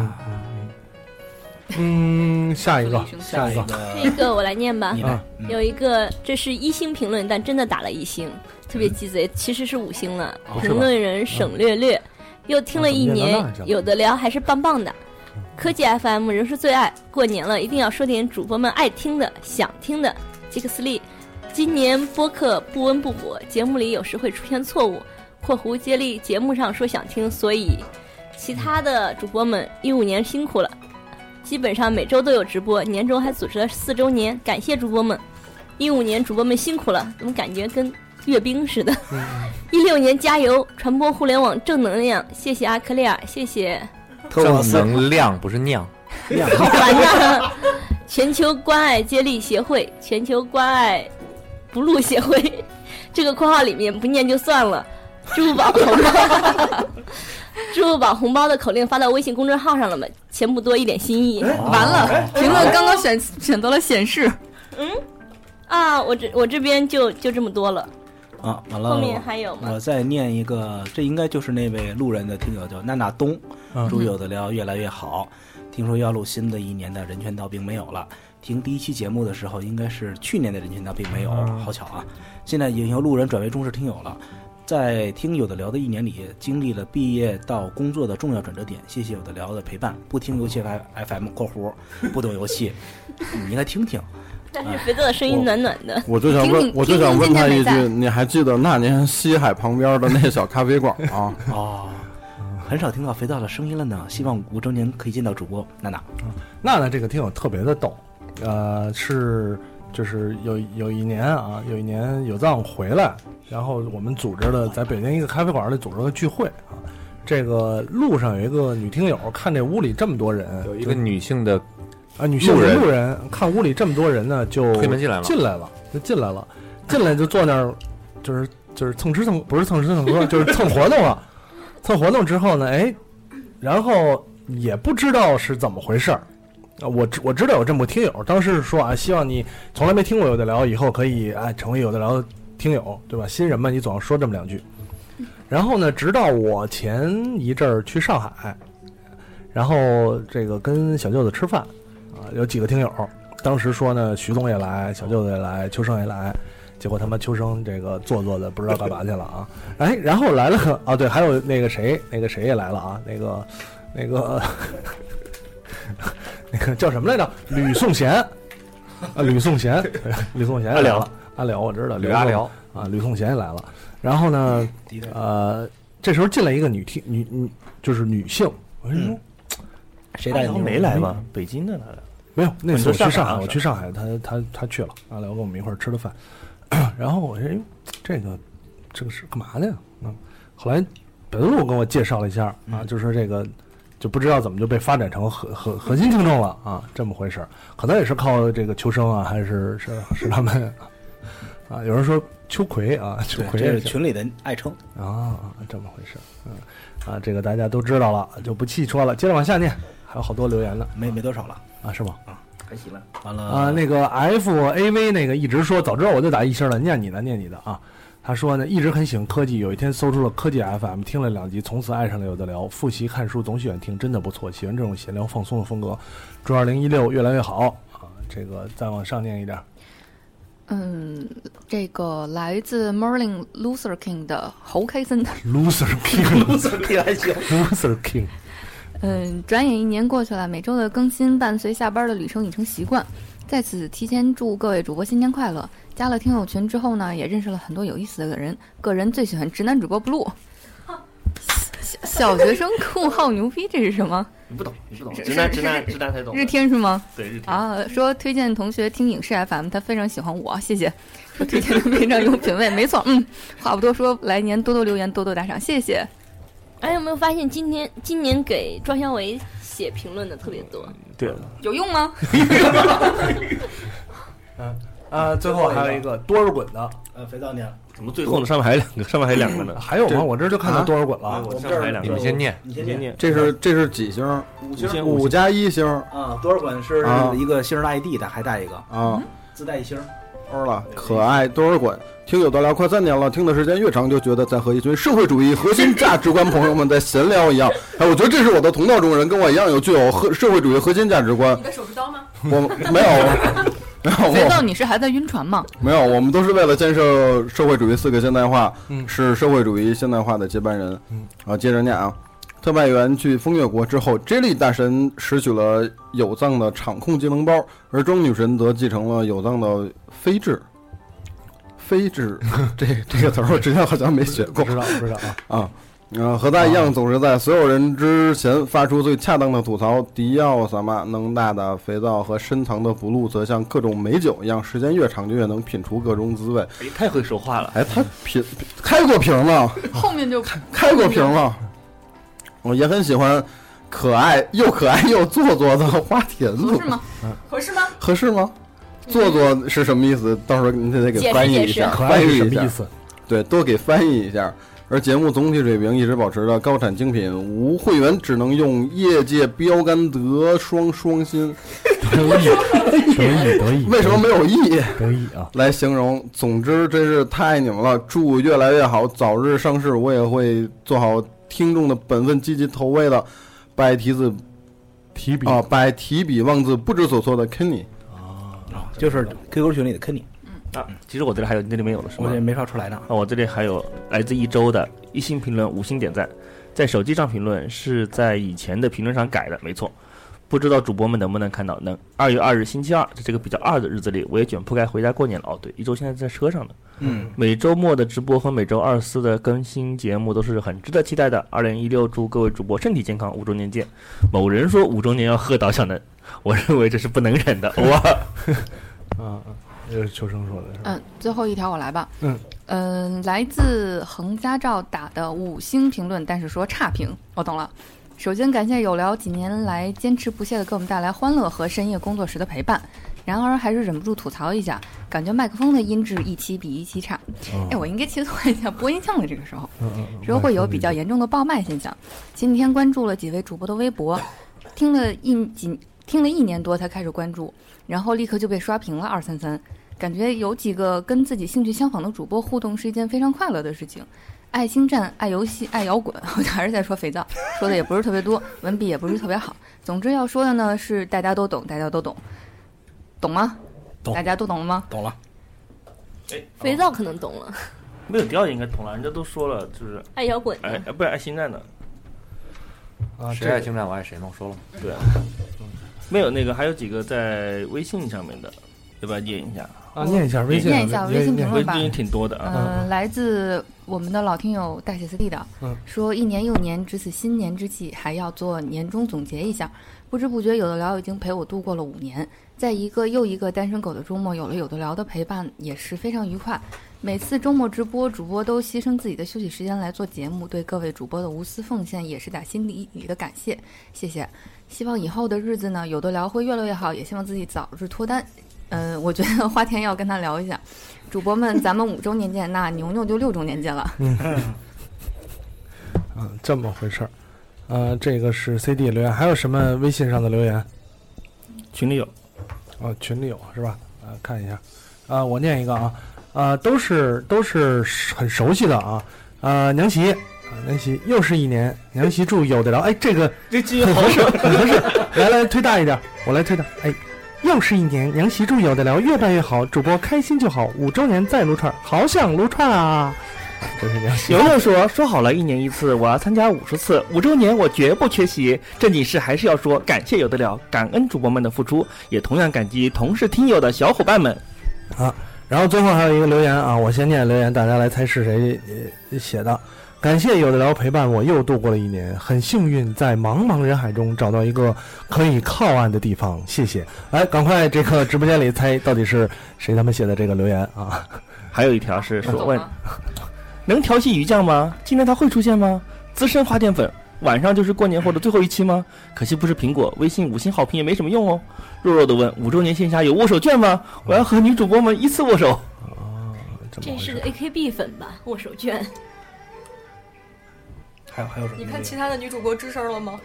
下一个， 这个我来念吧。有一个，这是1星评论，但真的打了1星，特别鸡贼，其实是5星了。评论人省略略，又听了1年，有的聊还是棒棒的。科技 FM 仍是最爱，过年了一定要说点主播们爱听的、想听的。杰克斯利，今年播客不温不火，节目里有时会出现错误。括弧接力节目上说想听，所以其他的主播们15年辛苦了，基本上每周都有直播，年终还组织了4周年，感谢主播们。15年主播们辛苦了，怎么感觉跟阅兵似的？16年加油，传播互联网正能量，谢谢阿克利尔，谢谢正能量不是酿， 好烦呐！全球关爱接力协会，全球关爱不录协会，这个括号里面不念就算了。支付宝红包，支付宝红包的口令发到微信公众号上了吗？钱不多，一点心意。 完了，评论刚刚选择了显示。 我这边就这么多了。 完了。 后面还有吗？ 我再念一个，这应该就是那位路人的听友叫娜娜东，祝有的聊越来越好。听说要录新的一年的人权道并没有了。听第1期节目的时候，应该是去年的人权道并没有，好巧啊！现在已经由路人转为忠实听友了。在听有的聊的1年里，经历了毕业到工作的重要转折点，谢谢有的聊的陪伴。不听游戏 FM 括弧不懂游戏，你应该听听。 但是肥皂的声音暖暖的。 我就想问他一句，你还记得那年西海旁边的那小咖啡馆吗？ 很少听到肥皂的声音了呢。希望5周年可以见到主播娜娜。 娜娜这个听友特别的逗，就是有一年有藏回来，然后我们组织了在北京一个咖啡馆里组织了聚会啊。这个路上有一个女听友，看这屋里这么多人， 有一个女性的路人看屋里这么多人呢，就推门进来了， 进来就坐那儿，就是不是蹭吃蹭喝，就是蹭活动了。蹭活动之后呢，然后也不知道是怎么回事儿。我知道有这么个听友，当时说希望你从来没听过有的聊，以后可以成为有的聊听友，对吧？新人嘛，你总要说这么两句。然后呢，直到我前一阵儿去上海，然后这个跟小舅子吃饭啊，有几个听友，当时说呢，徐总也来，小舅子也来，秋生也来，结果他妈秋生这个做的不知道干嘛去了啊！哎，然后来了啊，对，还有那个谁也来了啊，那个那个叫什么来着？吕颂贤啊，吕颂贤也来了，阿辽我知道， 吕阿辽啊，吕颂贤也来了。然后呢，这时候进来一个就是女性，哎呦， 谁带你没来吧？北京的来了。 没有，那次我去上海，他去了，阿辽跟我们一块儿吃的饭，然后我说，哎，这个是干嘛的呀？后来北德路跟我介绍了一下啊，就说这个就不知道怎么就被发展成核心听众了啊，这么回事，可能也是靠这个秋生啊，还是他们啊，有人说秋葵啊，秋葵这是群里的爱称啊，这么回事，这个大家都知道了，就不细说了，接着往下念，还有好多留言呢， 没多少了。 啊，是吗？ 啊，还行了。完了啊，那个 FAV 那个一直说，早知道我就打1星了，念你的啊。他说呢，一直很喜欢科技，有一天搜出了科技 FM， 听了2集，从此爱上了有的聊。复习看书总喜欢听，真的不错，喜欢这种闲聊放松的风格。祝2016越来越好啊！这个再往上念一点。 这个来自 Merlin Luther King 的侯开森的 Luther King 还行 Luther King。 转眼1年过去了，每周的更新伴随下班的旅程已成习惯。在此提前祝各位主播新年快乐！加了听友群之后呢，也认识了很多有意思的人。个人最喜欢直男主播 Blue。小学生括号牛逼，这是什么？ 你不懂，直男才懂。 日天是吗？ 对，日天啊。说推荐同学听影视 FM， 他非常喜欢我，谢谢。说推荐的非常有品位，没错。话不多说，来年多多留言，多多打赏，谢谢。 哎，有没有发现今年给庄小维写评论的特别多？ 对了， 有用吗？ 最后还有一个多尔衮的肥皂念了， 怎么最后呢？上面还有两个呢？ 还有吗？我这就看到多尔衮了。 我上面还有两个， 你先念， 这是几星？5加1星啊。多尔衮是一个星的 ID 的，还带一个啊， 自带1星。 了，可爱多尔衮。听友到聊快3年了，听的时间越长，就觉得在和一群社会主义核心价值观朋友们在闲聊一样。哎，我觉得这是我的同道中人，跟我一样具有社会主义核心价值观。 你的手术刀吗？ 我没有。 肥皂，你是还在晕船吗？ 没有，我们都是为了建设社会主义4个现代化，是社会主义现代化的接班人。接着念啊。特派员去风月国之后 ，J 莉大神拾取了有藏的场控技能包，而庄女神则继承了有藏的飞智。这个词儿我之前好像没学过， 不知道啊。 和他一样，总是在所有人之前发出最恰当的吐槽。迪奥萨玛能大的肥皂和深藏的补露，则像各种美酒一样，时间越长就越能品出各种滋味。 太会说话了。 他开过瓶了， 后面就开过瓶了。我也很喜欢可爱又做作的花田子。合适吗？做作是什么意思？到时候你得给翻译一下。翻译什么意思？ 对，多给翻译一下。而节目总体水平一直保持着高产精品，无会员只能用业界标杆得双薪。 得意， 为什么没有意？ 得意啊！ 来形容。总之，真是太爱你们了，祝越来越好，早日上市。我也会做好听众的本分，积极投喂的。拜提笔忘字不知所措的 Kenny 就是 QQ 群里的 Kenny。 其实我这里还有，你这里没有了是吗？ 我这没发出来呢。 我这里还有来自1周的1星评论，5星点赞。在手机上评论是在以前的评论上改的，没错。不知道主播们能不能看到？能。2月2日星期二，在这个比较二的日子里，我也卷铺盖回家过年了。对，1周现在在车上的。每周末的直播和每周24的更新节目都是很值得期待的。2016，祝各位主播身体健康，5周年见。某人说5周年要喝倒小能，我认为这是不能忍的。哇！ 这是秋生说的。 最后一条我来吧。来自横家照打的5星评论，但是说差评。我懂了。首先感谢有聊几年来坚持不懈地给我们带来欢乐和深夜工作时的陪伴，然而还是忍不住吐槽一下，感觉麦克风的音质一期比一期差。我应该切换一下播音腔了，这个时候说会有比较严重的爆麦现象。前几天关注了几位主播的微博，听了1年多才开始关注，然后立刻就被刷屏了233。 感觉有几个跟自己兴趣相仿的主播互动是一件非常快乐的事情。爱星战、爱游戏、爱摇滚，我还是在说肥皂，说的也不是特别多，文笔也不是特别好。总之要说的呢是大家都懂，大家都懂，懂吗？ 懂， 大家都懂了吗？ 懂了。 肥皂可能懂了， 没有调应该懂了，人家都说了，就是爱摇滚， 不是爱星战的啊，谁爱星战我爱谁嘛，我说了， 对，没有那个还有几个在微信上面的，要不要念一下？ 念一下微信， 念一下微信评论吧， 微信挺多的啊。 来自我们的老听友大写4D 的，说一年又年，值此新年之际，还要做年终总结一下。不知不觉有的聊已经陪我度过了5年，在一个又一个单身狗的周末，有了有的聊的陪伴，也是非常愉快。每次周末直播，主播都牺牲自己的休息时间来做节目，对各位主播的无私奉献也是打心底里的感谢，谢谢。希望以后的日子呢，有的聊会越来越好，也希望自己早日脱单。我觉得花田要跟他聊一下，主播们，咱们5周年见，那牛牛就6周年见了。 这么回事儿。这个是 CD 留言，还有什么微信上的留言？ 群里有， 群里有是吧？看一下，我念一个啊，都是很熟悉的啊，娘媳。娘媳又是一年，娘媳祝有的聊，这句很合适，很合适。来推大一点，我来推大。又是一年，娘媳祝有的聊越办越好，主播开心就好。5周年再撸串，好想撸串啊！这是娘媳。 有友说好了1年1次，我要参加50次，5周年我绝不缺席。正经事还是要说，感谢有的聊，感恩主播们的付出，也同样感激同是听友的小伙伴们。 然后最后还有一个留言啊，我先念留言，大家来猜是谁写的。感谢有的聊陪伴我又度过了1年，很幸运在茫茫人海中找到一个可以靠岸的地方，谢谢。来，赶快这个直播间里猜到底是谁他们写的这个留言啊？ 还有一条是说问，能调戏鱼酱吗？今天他会出现吗？资深花店粉，晚上就是过年后的最后一期吗？可惜不是苹果，微信5星好评也没什么用哦。弱弱的问，5周年线下有握手券吗？我要和女主播们依次握手。 这是个 AKB 粉吧？握手券。 还有什么？ 你看其他的女主播吱声了吗？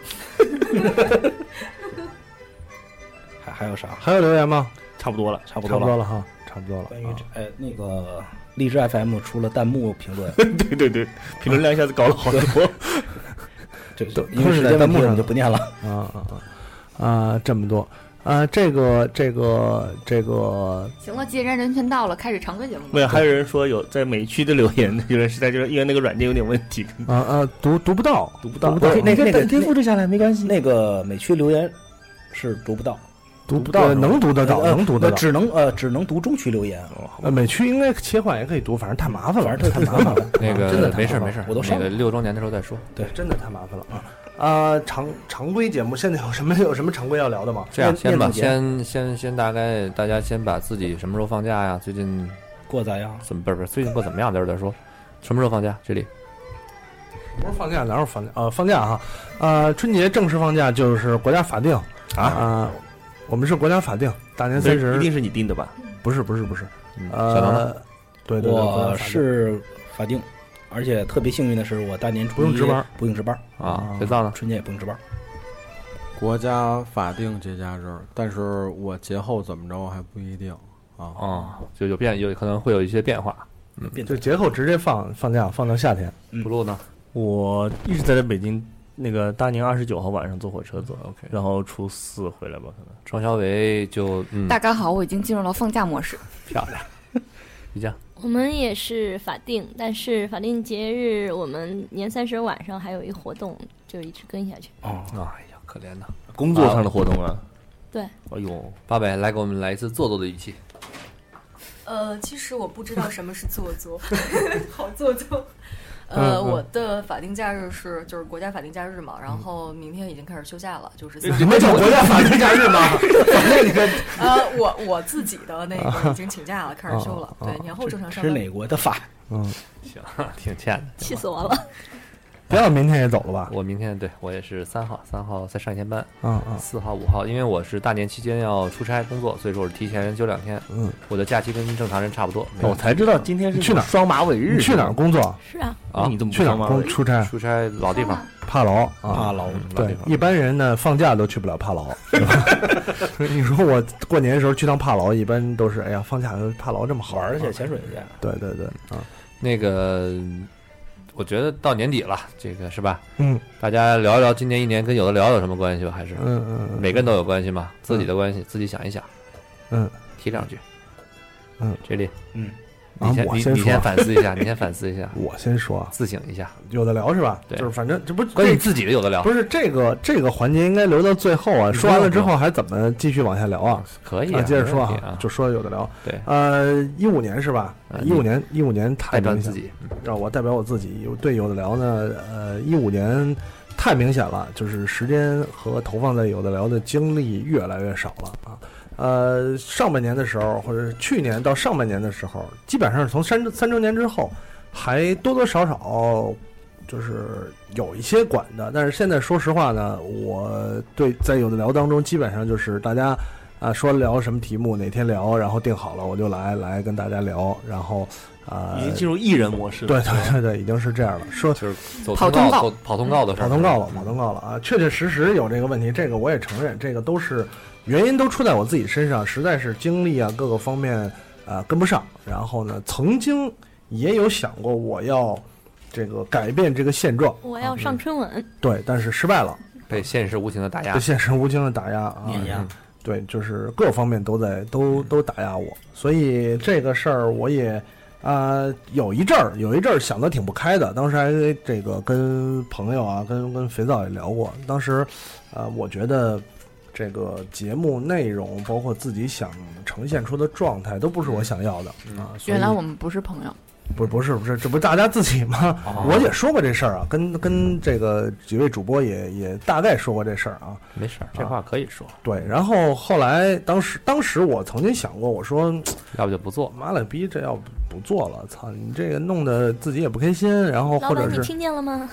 还有啥？ 还有留言吗？ 差不多了哈，差不多了。 关于那个荔枝 FM 出了弹幕评论， 对，评论量一下子高了好多。 这个因为是在弹幕上就不念了这么多。这个， 行了，既然人权到了，开始常规节目。 没有，还有人说有在美区的留言，有人实在就是因为那个软件有点问题。 读不到。 那个可以复制下来，没关系。 那个美区留言是读不到， 能读得到，能读得到， 只能读中区留言。 美区应该切换也可以读，反正太麻烦了，太麻烦了。 那个真的没事， 我都上那个6周年的时候再说。 对，真的太麻烦了常规节目现在有什么常规要聊的吗？ 这样先大概大家先把自己什么时候放假呀？最近过咋样？ 不是最近过怎么样？待会儿再说。什么时候放假？这里不是放假，哪有放假？放假哈，春节正式放假就是国家法定我们是国家法定，大年30 一定是你定的吧？ 不是， 小唐呢？ 对， 我是法定。而且特别幸运的是，我大年初一不用值班啊。肥皂呢？ 春节也不用值班。 国家法定节假日，但是我节后怎么着还不一定就有可能会有一些变化。 就节后直接放假，放到夏天。 不录呢？ 我一直在北京，那个大年29号晚上坐火车走 ，OK， 然后初4回来吧，可能。 庄小伟就大家好，我已经进入了放假模式， 漂亮。你讲。 我们也是法定，但是法定节日我们年30晚上还有一个活动，就一直跟下去。 哎呀，可怜呐！ 工作上的活动啊。 对。 哎呦， 八北来给我们来一次做作的语气。 其实我不知道什么是做作，好做作。我的法定假日就是国家法定假日嘛，然后明天已经开始休假了，就是你们叫国家法定假日吗？ 我自己的那个已经请假了，开始休了。对，年后正常上班。 是哪国的法？ 行，挺欠的， 气死我了。 别老明天也走了吧？ 我明天对我也是3号再上一天班，4号5号，因为我是大年期间要出差工作，所以说我是提前休2天。我的假期跟正常人差不多。 我才知道今天是去哪双马尾日， 你去哪儿工作？ 是啊， 你怎么去哪儿出差？ 出差老地方， 帕劳帕劳。 对，一般人呢放假都去不了帕劳。你说我过年的时候去趟帕劳，一般都是哎呀放假帕劳这么好玩去潜水去。 对那个。我觉得到年底了，这个是吧？ 大家聊一聊今年一年跟有的聊有什么关系吧？还是每个人都有关系嘛？自己的关系自己想一想，提两句，这里，你先反思一下，你先反思一下， 我先说， 自省一下， 有的聊是吧？ 对， 就是反正这不关于自己的有的聊， 不是这个环节应该留到最后啊。说完了之后还怎么继续往下聊啊？ 可以接着说啊，就说有的聊。 对 ，15年是吧？15年太明显，自己让我代表我自己对有的聊呢。15年太明显了，就是时间和投放在有的聊的精力越来越少了啊。上半年的时候，或者去年到上半年的时候，基本上是从3周年之后，还多多少少就是有一些管的。但是现在说实话呢，我对在有的聊当中，基本上就是大家说聊什么题目，哪天聊，然后定好了我就来跟大家聊，然后已经进入艺人模式了。 对，已经是这样了。说就是跑通告的事儿， 跑通告了啊！确实有这个问题，这个我也承认，这个都是。原因都出在我自己身上，实在是精力各个方面跟不上。然后呢，曾经也有想过我要这个改变这个现状， 我要上春晚。 对，但是失败了， 被现实无情的打压， 碾压。对，就是各方面都打压我，所以这个事儿我也有一阵儿想得挺不开的。当时还这个跟朋友跟肥皂也聊过。当时我觉得。这个节目内容包括自己想呈现出的状态都不是我想要的原来我们不是朋友， 不是，这不是大家自己吗？我也说过这事儿啊，跟这个几位主播也大概说过这事儿啊。 没事儿，这话可以说。 对，然后后来当时我曾经想过，我说要不就不做， 妈了逼，这要不做了，操你这个弄得自己也不开心，然后或者是老板你听见了吗？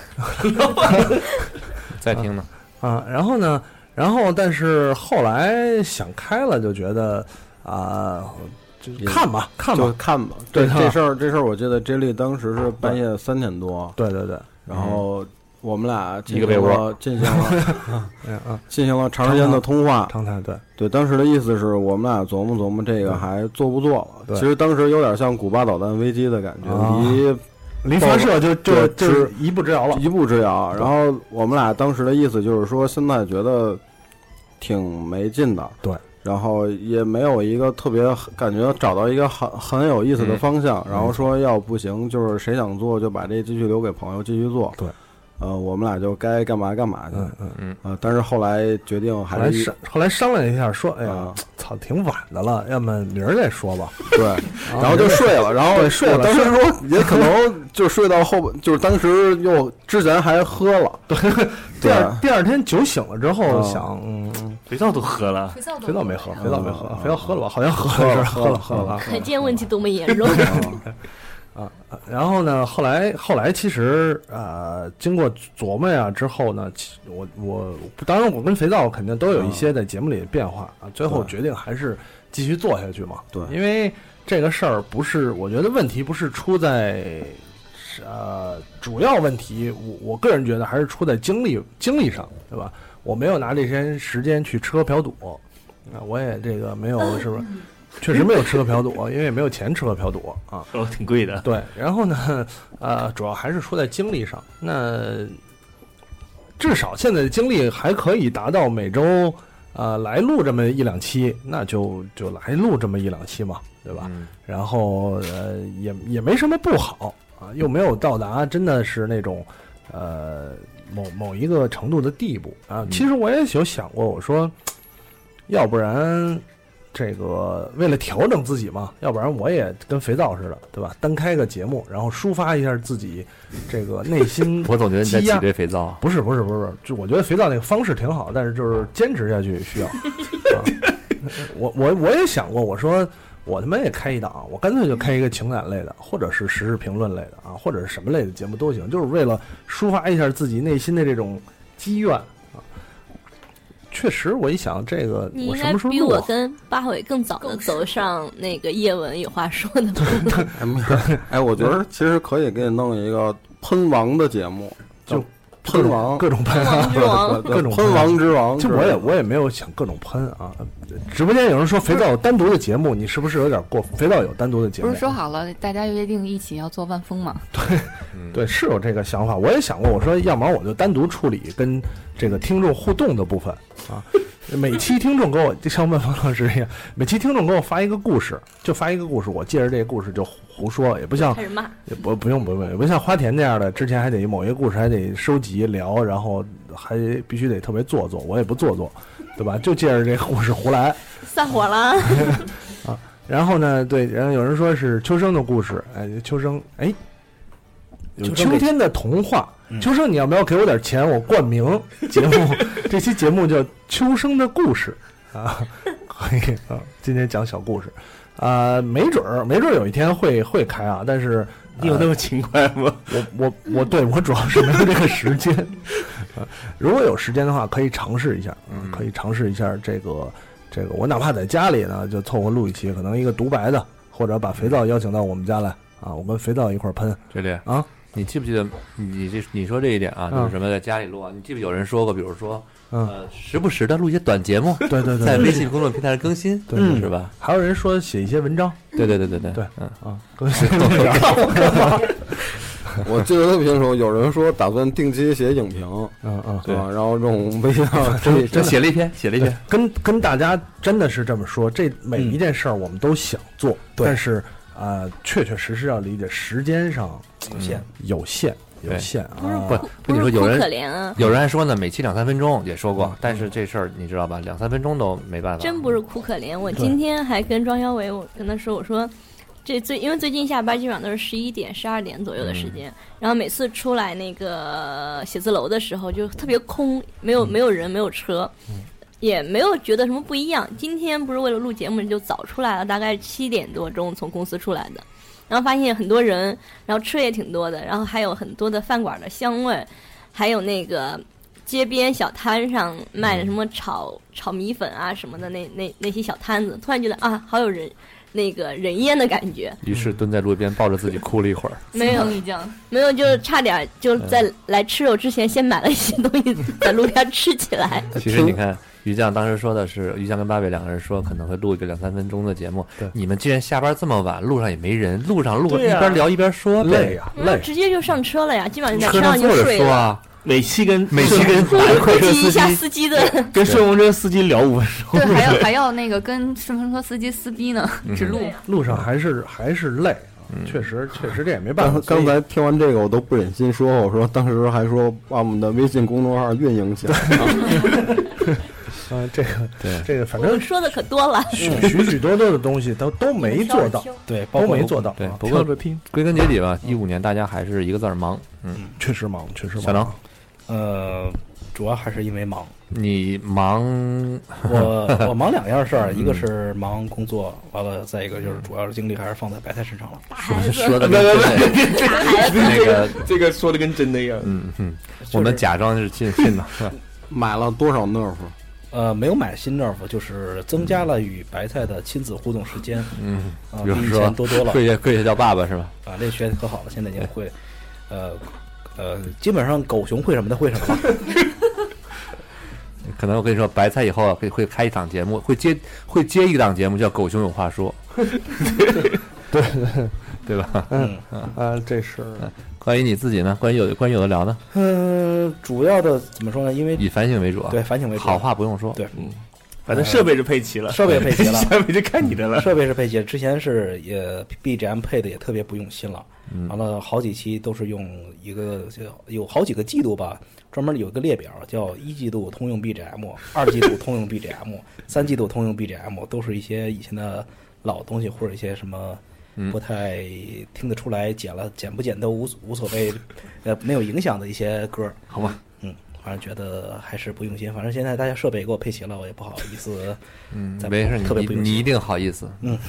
在听呢然后，但是后来想开了，就觉得就看吧。 对，这事儿，我记得 J 莉当时是半夜3点多。 对。 然后我们俩一个被窝进行了长时间的通话。 长谈对，当时的意思是我们俩琢磨这个还做不做了。其实当时有点像古巴导弹危机的感觉， 离发射就是一步之遥了， 然后我们俩当时的意思就是说，现在觉得挺没劲的， 对， 然后也没有一个特别感觉找到一个很有意思的方向，然后说要不行，就是谁想做就把这继续留给朋友继续做， 对。 我们俩就该干嘛干嘛去。但是后来决定后来商量一下，说，哎呀，操，挺晚的了，要么明儿再说吧。 对，然后就睡了，然后睡了。 当时说也可能就睡到后，就是当时又之前还喝了。 对，第二天酒醒了之后想， 肥皂都喝了， 肥皂没喝，肥皂喝了吧？好像喝了。 可见问题多么严重。 然后呢？后来其实经过琢磨呀之后呢，我当然我跟肥皂肯定都有一些在节目里的变化最后决定还是继续做下去嘛。 对， 因为这个事儿不是，我觉得问题不是出在主要问题，我个人觉得还是出在精力上，对吧？我没有拿这些时间去吃喝嫖赌，我也这个没有，是不是？确实没有吃喝嫖赌，因为也没有钱吃喝嫖赌挺贵的。 对，然后呢，主要还是出在精力上。那至少现在的精力还可以达到每周来录这么1-2期，那就来录这么1-2期嘛，对吧？然后也没什么不好又没有到达真的是那种某一个程度的地步其实我也有想过，我说要不然。这个为了调整自己嘛，要不然我也跟肥皂似的，对吧？单开个节目，然后抒发一下自己这个内心。 我总觉得你在挤兑肥皂。 不是，就我觉得肥皂那个方式挺好，但是就是坚持下去需要。我也想过，我说我他妈也开一档，我干脆就开一个情感类的，或者是时事评论类的啊，或者是什么类的节目都行，就是为了抒发一下自己内心的这种积怨啊。确实，我一想这个， 你应我什么时候该比我跟八尾更早的走上那个叶文有话说的路。 哎，我觉得其实可以给你弄一个喷王的节目，就喷王， 各种喷啊，各种喷王之王。 就我也没有想各种喷啊。直播间有人说肥皂有单独的节目，你是不是有点过分？肥皂有单独的节目， 不是说好了大家约定一起要做万丰吗？ 对，是有这个想法。我也想过，我说要不然我就单独处理跟这个听众互动的部分啊。每期听众给我就像万峰老师一样，每期听众给我发一个故事，就发一个故事，我借着这个故事就胡说，也不像开始骂， 也不用，也不像花田那样的，之前还得某一个故事还得收集聊，然后还必须得特别做作，我也不做作，对吧？就借着这个故事胡来， 散伙了啊。然后呢，对，然后有人说是秋生的故事，哎，秋生，哎，有秋天的童话。秋生，你要不要给我点钱？我冠名节目，这期节目叫《秋生的故事》啊，可以啊。今天讲小故事，没准儿有一天会开啊。但是你有那么勤快吗？ 我对我主要是没有这个时间。如果有时间的话，可以尝试一下，可以尝试一下这个。我哪怕在家里呢，就凑合录一期，可能一个独白的，或者把肥皂邀请到我们家来啊，我跟肥皂一块儿喷。 这里啊。 你记不记得你说这一点啊，就是什么在家里录啊？你记不有人说过，比如说时不时的录一些短节目， 对， 在微信公众平台上更新， 对， 是吧？ 还有人说写一些文章， 对， 更新文章。 我记得特别清楚，有人说打算定期写影评，对吧？然后用微信号这写了一篇， 跟大家真的是这么说，这每一件事儿我们都想做，但是确实要理解时间上有限啊！ 不跟你说，有人可怜啊， 有人还说呢，每期2-3分钟也说过，但是这事儿你知道吧？2-3分钟都没办法， 真不是苦可怜。我今天还跟庄小伟，我跟他说，我说因为最近下班基本上都是11点、12点左右的时间，然后每次出来那个写字楼的时候就特别空，没有人，没有车。也没有觉得什么不一样。今天不是为了录节目就早出来了，大概7点多钟从公司出来的，然后发现很多人，然后车也挺多的，然后还有很多的饭馆的香味，还有那个街边小摊上卖的什么炒米粉啊什么的那些小摊子，突然觉得啊，好有人烟的感觉。 于是蹲在路边抱着自己哭了一会儿。 没有，就差点就在来吃肉之前先买了一些东西在路边吃起来。 其实你看。于酱当时说的是，于酱跟八尾两个人说可能会录一个2-3分钟的节目。对，你们既然下班这么晚，路上也没人，路上一边聊一边说， 累呀，累， 直接就上车了呀，基本上在车上就睡了。 啊， 每期跟打快车一下司机的， 跟顺风车司机聊5分钟。 对，还要那个跟顺风车司机撕逼呢，指路上还是累。确实这也没办法。 刚才听完这个，我都不忍心说，我说当时还说把我们的微信公众号运营起来。 这个反正说的可多了， 许多的东西都没做到，对，都没做到。 对，不过归根结底吧，15年大家还是一个字儿忙。 确实忙。 小张， 主要还是因为忙。 你忙？ 我忙2样事儿，一个是忙工作，完了再一个就是主要是精力还是放在白菜身上了。 说的那个这个说的跟真的一样。 我们假装是信的。 买了多少 nerf？ 没有买新 nerf，就是增加了与白菜的亲子互动时间。 比如说比以前多了。 跪下叫爸爸是吧？ 练学可好了，现在已经会，基本上狗熊会什么的会什么了。 可能我跟你说，白菜以后会开一档节目，会接一档节目叫《狗熊有话说》。对吧？ 这是关于你自己呢？关于有的聊呢？ 主要的怎么说呢？因为以反省为主啊。 对，反省为主。 好话不用说。 对， 反正设备是配齐了， 下面就看你的了。 设备是配齐，之前是也 BGM 配的也特别不用心了。完了好几期都是用有好几个季度吧，专门有一个列表，叫1季度通用 BGM，2季度通用 BGM，3季度通用 BGM， 都是一些以前的老东西或者一些什么不太听得出来，剪不剪都无所谓，没有影响的一些歌， 好吧？ 反正觉得还是不用心。反正现在大家设备给我配齐了，我也不好意思。 没事， 特别不用心， 你一定好意思。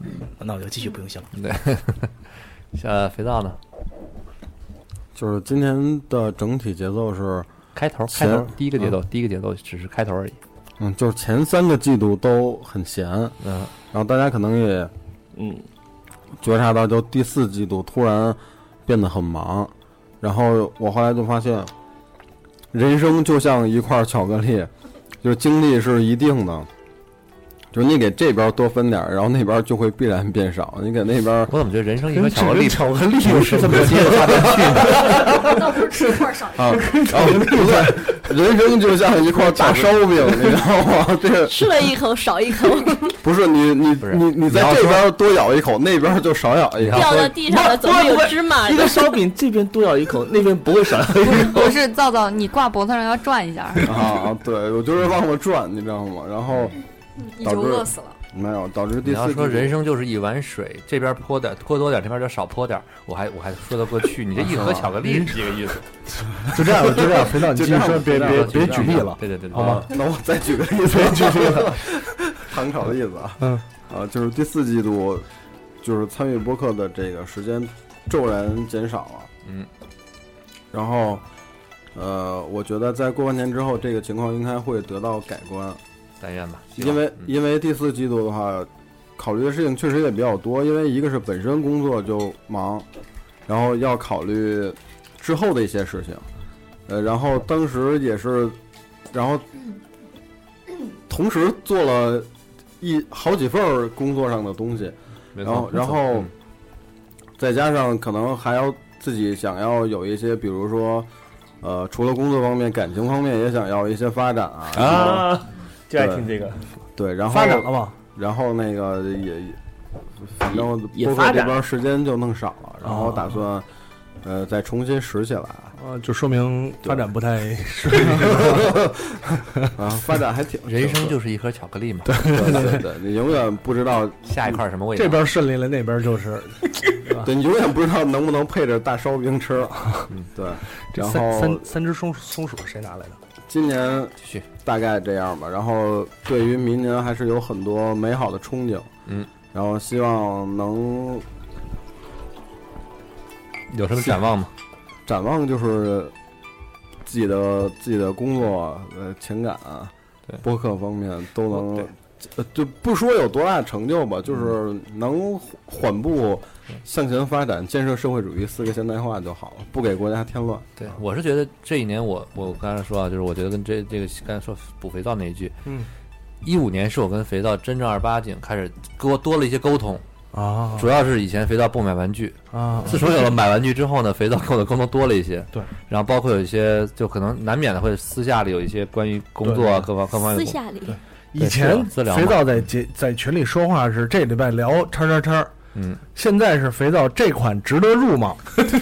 那我就继续不用想了。 对，肥皂呢？ 就是今天的整体节奏是开头第一个节奏只是开头而已。 就是前3个季度都很闲，然后大家可能也觉察到，就第4季度突然变得很忙，然后我后来就发现，人生就像一块巧克力，就是精力是一定的。就是你给这边多分点，然后那边就会必然变少。你给那边， 我怎么觉得人生一颗巧克力是这么接着发展去？ 那不是吃一块少啊？不对，人生就像一块大烧饼，你知道吗？这个吃了一口少一口。 不是你在这边多咬一口，那边就少咬一口。 掉到地上的总会有芝麻。 一个烧饼这边多咬一口，那边不会少咬一口。 不是皂皂，你挂脖子上要转一下。 啊，对，我就是往我转，你知道吗？然后。 你就饿死了。 没有，导致第4。 你要说人生就是一碗水，这边泼多点，这边就少泼点，我还说得过去。你这一盒巧克力是这个意思？ 就这样，肥皂，你继续说，别举例了。 对， 好吧，那我再举个例子，唐朝的意思啊。就是第4季度，就是参与播客的这个时间骤然减少了。然后，我觉得在过完年之后，这个情况应该会得到改观。 但愿吧， 因为第4季度的话，考虑的事情确实也比较多。因为一个是本身工作就忙，然后要考虑之后的一些事情，然后当时也是，然后同时做了好几份工作上的东西，然后再加上可能还要自己想要有一些，比如说除了工作方面，感情方面也想要一些发展啊。 就爱听这个， 对，然后发展了嘛， 然后那个也，反正也发展， 这边时间就弄少了，然后打算再重新拾起来。 就说明发展不太顺啊，发展还挺。 人生就是一盒巧克力嘛， 对，你永远不知道下一块什么味道， 这边顺利了，那边就是， 对你永远不知道能不能配着大烧饼吃。对，然后三只松鼠谁拿来的？ 今年大概这样吧，然后对于明年还是有很多美好的憧憬，然后希望能有什么展望吗？ 展望就是自己的工作、情感、播客方面都能，就不说有多大成就吧，就是能缓步向前发展，建设社会主义4个现代化就好了，不给国家添乱。 对，我是觉得这一年我刚才说啊，就是我觉得跟这个刚才说补肥皂那一句，15年是我跟肥皂真正儿八经开始给我多了一些沟通啊， 主要是以前肥皂不买玩具啊， 自从有了买玩具之后呢，肥皂跟我的沟通多了一些。 对， 然后包括有一些就可能难免的会私下里有一些关于工作啊各方面私下里。 以前肥皂在群里说话是这礼拜聊叉叉叉。现在是肥皂这款值得入吗？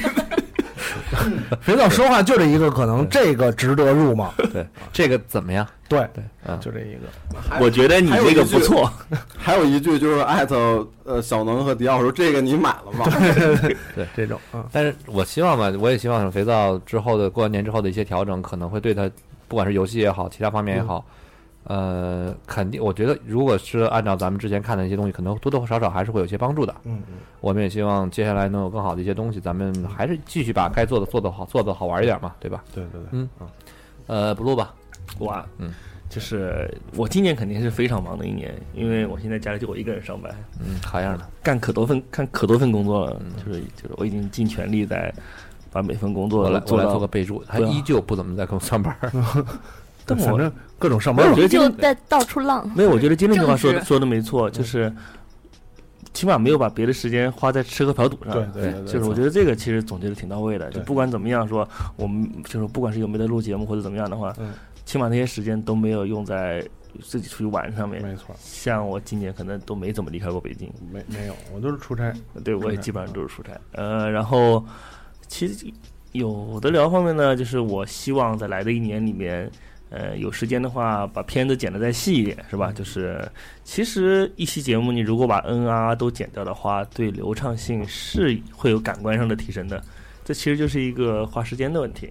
肥皂说话就这一个可能，这个值得入吗？ 对，这个怎么样？ 对， 就这一个。 我觉得你这个不错。 还有一句就是艾特小能和迪奥说这个你买了吗？ 对， 这种。 但是我希望吧，我也希望肥皂之后的过完年之后的一些调整，可能会对它不管是游戏也好，其他方面也好。肯定，我觉得如果是按照咱们之前看的一些东西，可能多多少少还是会有些帮助的。我们也希望接下来能有更好的一些东西，咱们还是继续把该做的做得好，做得好玩一点嘛，对吧？ 对。 不录吧， 哇，就是我今年肯定是非常忙的一年，因为我现在家里就我一个人上班， 好样的， 干可多份工作了，就是我已经尽全力在把每份工作我来做个备注，他依旧不怎么在跟我上班。 但反正各种上班， 我觉得就在到处浪。 没有，我觉得今天这话说的没错，就是起码没有把别的时间花在吃喝嫖赌上。 对， 就是我觉得这个其实总结的挺到位的。就不管怎么样说，我们就是不管是有没有录节目或者怎么样的话，起码那些时间都没有用在自己出去玩上面。 没错， 像我今年可能都没怎么离开过北京。 没有，我都是出差。 对，我也基本上都是出差。然后其实有的聊方面呢，就是我希望在来的一年里面。有时间的话，把片子剪得再细一点，是吧？就是其实一期节目，你如果把都剪掉的话，对流畅性是会有感官上的提升的。这其实就是一个花时间的问题。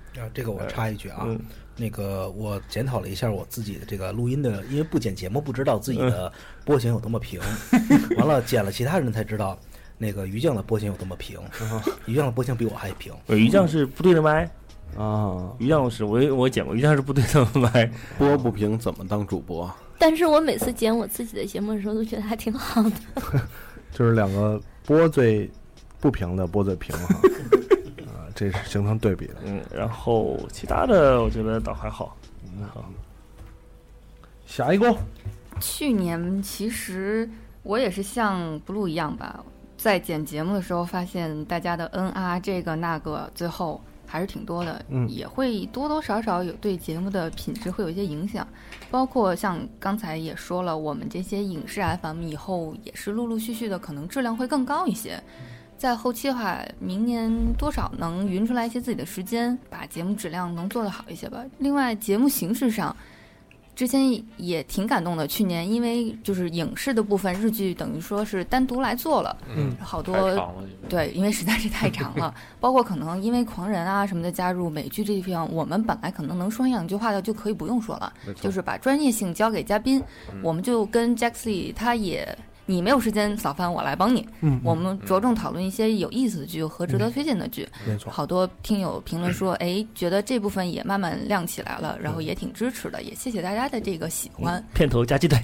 这个我插一句啊，那个我检讨了一下我自己的这个录音的，因为不剪节目不知道自己的波形有多么平，完了剪了其他人才知道那个于酱的波形有多么平，于酱的波形比我还平。 于酱是不对的麦啊，于酱是我剪过，于酱是不对的麦， 波不平怎么当主播？ 但是我每次剪我自己的节目的时候都觉得还挺好的。 就是两个波最不平的波最平哈。这是形成对比的， 然后其他的我觉得倒还好，好。 下一个， 去年其实我也是像 Blue 一样吧，在剪节目的时候发现大家的这个那个最后还是挺多的，也会多多少少有对节目的品质会有一些影响，包括像刚才也说了，我们这些影视 FM 以后也是陆陆续续的可能质量会更高一些。在后期的话，明年多少能匀出来一些自己的时间，把节目质量能做得好一些吧。另外，节目形式上，之前也挺感动的。去年因为就是影视的部分，日剧等于说是单独来做了，好多对，因为实在是太长了。包括可能因为狂人啊什么的加入，美剧这地方我们本来可能能说两句话的就可以不用说了，就是把专业性交给嘉宾。我们就跟 Jaxie 他也。你没有时间扫饭，我来帮你。我们着重讨论一些有意思的剧和值得推荐的剧。 没错， 好多听友评论说，觉得这部分也慢慢亮起来了，然后也挺支持的，也谢谢大家的这个喜欢。 片头加鸡腿。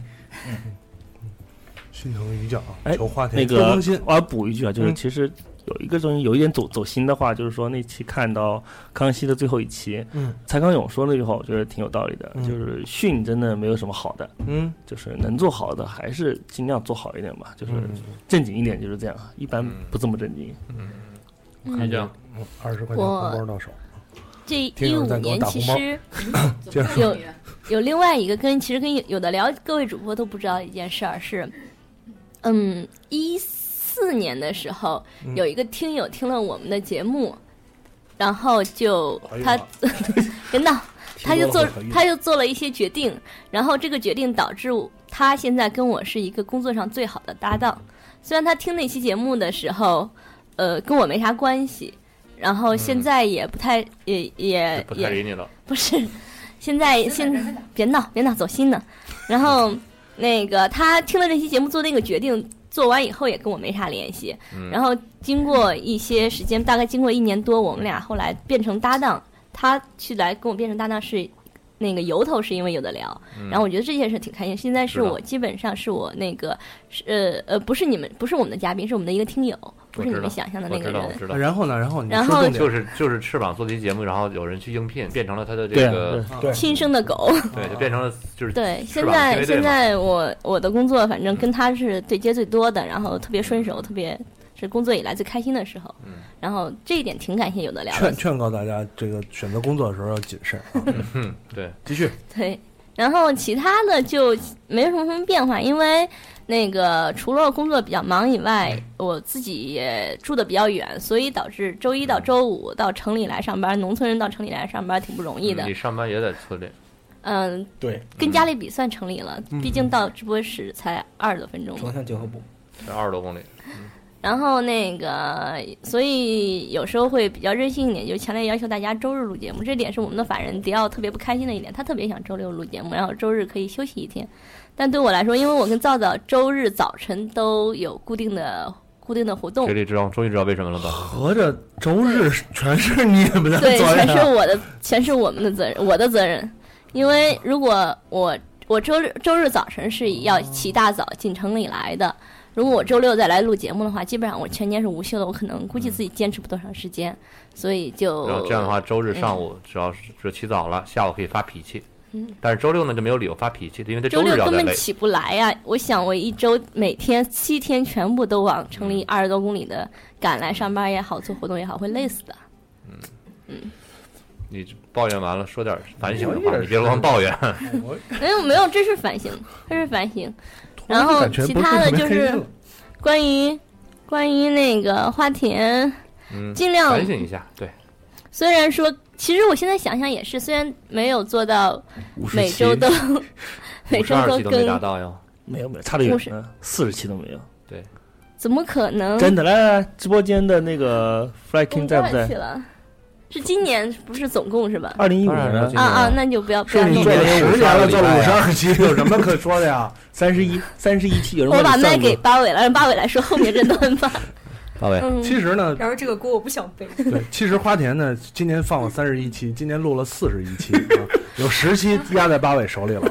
心疼于酱啊！求花田那个我要补一句啊，就是其实有一个东西有一点走心的话，就是说那期看到康熙的最后一期，蔡康永说那句话，我觉得挺有道理的，就是训真的没有什么好的，就是能做好的还是尽量做好一点吧，就是正经一点就是这样，一般不这么正经。 看这样，20块钱红包到手。 这15年其实有另外一个跟有的聊各位主播都不知道的一件事儿是，14年的时候，有一个听友听了我们的节目，然后就他别闹，他就做了一些决定，然后这个决定导致他现在跟我是一个工作上最好的搭档。虽然他听那期节目的时候，跟我没啥关系，然后现在也不太也不太理你了， 不是，现在别闹走心呢，然后。那个他听了这期节目做那个决定，做完以后也跟我没啥联系。然后经过一些时间，大概经过1年多，我们俩后来变成搭档。他去来跟我变成搭档是那个由头是因为有的聊，然后我觉得这件事挺开心。现在是我基本上是我那个不是我们的嘉宾，是我们的一个听友，不是你们想象的那个人。 我知道。 然后呢？ 然后就是翅膀做这期节目，然后有人去应聘，变成了他的这个亲生的狗。 对，就变成了就是对。现在我的工作反正跟他是对接最多的，然后特别顺手，特别是工作以来最开心的时候。然后这一点挺感谢有的聊的。 劝告大家，这个选择工作的时候要谨慎。 对， 继续。 对，然后其他的就没什么变化，因为那个除了工作比较忙以外，我自己也住的比较远，所以导致周一到周五到城里来上班，农村人到城里来上班挺不容易的。 你上班也在村里。 对，跟家里比算城里了，毕竟到直播室才20多分钟。 城乡结合部， 才20多公里。 然后那个，所以有时候会比较任性一点，就强烈要求大家周日录节目。这点是我们的法人迪奥特别不开心的一点，他特别想周六录节目，然后周日可以休息一天。但对我来说，因为我跟皂皂周日早晨都有固定的活动。 终于知道为什么了吧？ 合着周日全是你们的责任。 对，全是我们的责任，我的责任。因为如果我周日早晨是要起大早进城里来的。如果我周六再来录节目的话，基本上我全年是无休的，我可能估计自己坚持不多长时间，所以就然后这样的话，周日上午只要是起早了，下午可以发脾气。但是周六呢就没有理由发脾气，因为周六根本起不来呀。我想我一周每天7天全部都往城里20多公里的赶来上班也好，做活动也好，会累死的。 你抱怨完了，说点反省的话，你别光抱怨。 没有，这是反省。然后其他的就是关于那个花田，尽量反省一下。对， 虽然说，其实我现在想想也是，虽然没有做到每周都更， 没达到呀， 没有，差得远，40期都没有。 对， 怎么可能？ 真的来，直播间的那个 Fly King 在不在？ 是今年不是总共是吧 ？2015年啊，那就不要是你做了10年了，做了52期，有什么可说的呀 ？31期有人我把麦给八尾了，让八尾来说后面这段吧。 八尾， 其实呢， 然后这个锅我不想背。 对，其实花田呢，今年放了31期，今年录了41期，有10期压在八尾手里了。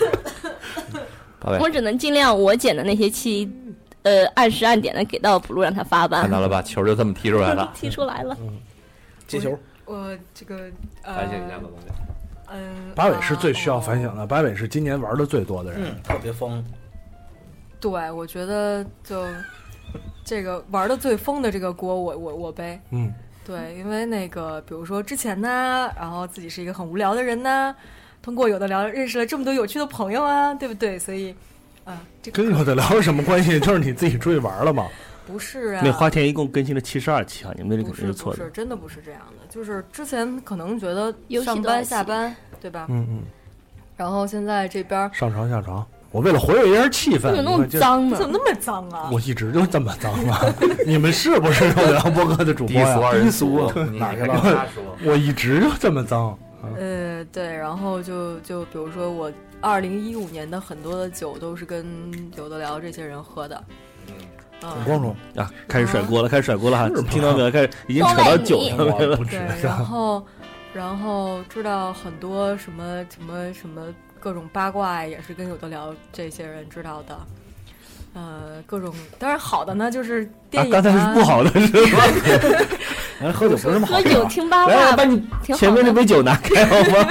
我只能尽量我剪的那些期，按时按点的给到补录让他发吧。 看到了吧，球就这么踢出来了， 踢出来了。 接球。 我这个反省一下吧， 八尾是最需要反省的，八尾是今年玩的最多的人， 特别疯。 对，我觉得就这个玩的最疯的这个锅我背。对，因为那个比如说之前呢，然后自己是一个很无聊的人呢，通过有的聊认识了这么多有趣的朋友啊，对不对？所以这个跟有的聊有什么关系？就是你自己出去玩了嘛。 不是啊， 那花田一共更新了72期啊，你们这肯定是错的。 不是，真的不是这样的。就是之前可能觉得上班下班，对吧？然后现在这边上床下床，我为了活跃一下气氛， 怎么那么脏呢？ 怎么那么脏啊？ 我一直就这么脏啊！你们是不是有聊播客的主播呀？ 低俗， 哪个了？我一直就这么脏。 对，然后就比如说我2015年的很多的酒都是跟有的聊这些人喝的。 很光荣啊！开始甩锅了哈！听到没有？开始已经扯到酒上面了。 对，然后知道很多什么各种八卦也是跟有的聊这些人知道的。各种当然好的呢，就是电影。 刚才是不好的是吧？ 喝酒不是那么好。 喝酒听八卦， 来把你前面那杯酒拿开好吗？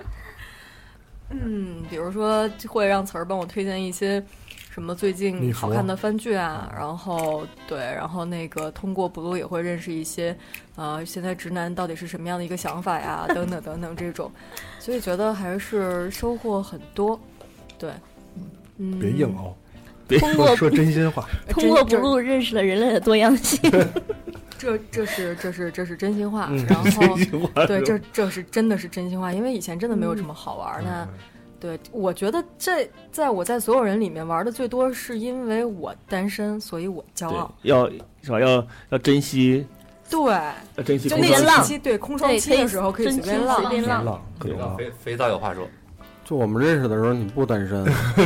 比如说会让词儿帮我推荐一些。什么最近好看的番剧啊，然后那个通过补录也会认识一些，现在直男到底是什么样的一个想法呀，等等等等这种，所以觉得还是收获很多。对， 别硬哦， 别说真心话。 通过补录认识了人类的多样性。 这是真心话，然后对，这是真的是真心话，因为以前真的没有这么好玩呢。对，我觉得我在所有人里面玩的最多，是因为我单身，所以我骄傲。 要珍惜， 对， 要珍惜就那浪期，对空窗期的时候可以随便浪， 随便浪。 肥皂有话说， 就我们认识的时候你不单身，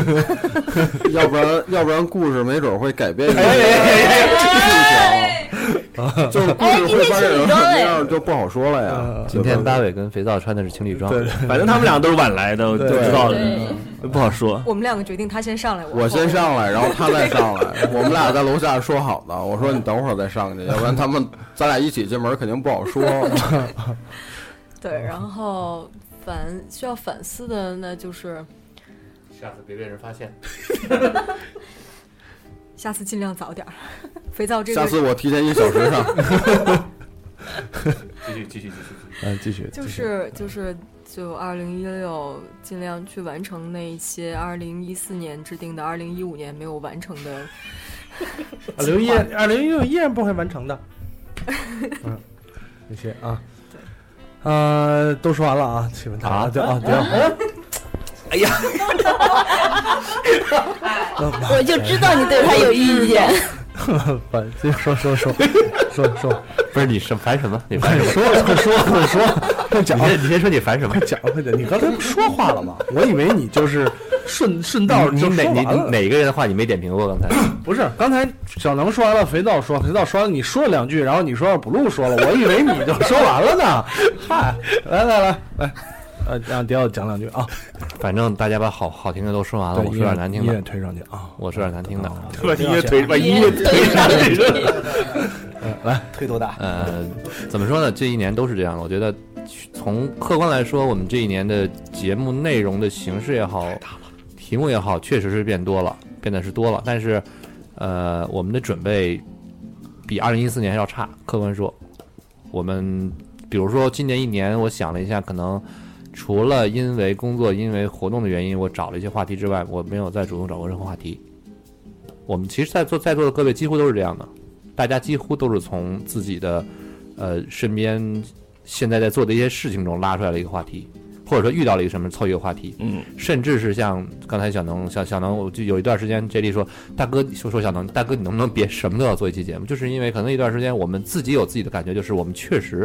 要不然故事没准会改变一就是故事会发展成什么样就不好说了呀。 今天八尾跟肥皂穿的是情侣装， 对，反正他们俩都是晚来的，我知道了，不好说。 我们两个决定他先上来， 我先上来，然后他再上来。我们俩在楼下说好的，我说你等会儿再上去，要不然咱俩一起进门肯定不好说。 对，然后需要反思的那就是下次别被人发现。 下次尽量早点。肥皂这个， 下次我提前1小时上。 继续。 就2016尽量去完成那一些2014年制定的2015年没有完成的。 2016依然不会完成的。这些啊。都说完了啊，气氛大对。 哎呀， 我就知道你对他有意见。 说， 不是你烦什么？你烦什么？ 说，讲。 你先说你烦什么？ 快讲，你刚才不说话了吗？我以为你就是顺道你哪个人的话你没点评过？刚才不是，刚才小能说完了，肥皂说了，你说了2句，然后你说补录说了，我以为你就说完了呢。嗨，来。让迪奥讲2句啊！ 反正大家把好听的都说完了，我说点难听的。 音乐推上去啊！ 我说点难听的。 把音乐推上去。 来， 推多大？ 怎么说呢？这一年都是这样的。我觉得从客观来说，我们这一年的节目内容的形式也好，题目也好，确实是变得是多了。但是，我们的准备比2014年还要差。客观说，我们比如说今年1年，我想了一下，可能。除了因为工作、因为活动的原因，我找了一些话题之外，我没有再主动找过任何话题。我们其实在座的各位几乎都是这样的，大家几乎都是从自己的身边现在在做的一些事情中拉出来了一个话题，或者说遇到了一个什么凑一个话题，甚至是像刚才小能，我就有一段时间 J D 说，大哥说小能，大哥你能不能别什么都要做一期节目，就是因为可能一段时间我们自己有自己的感觉，就是我们确实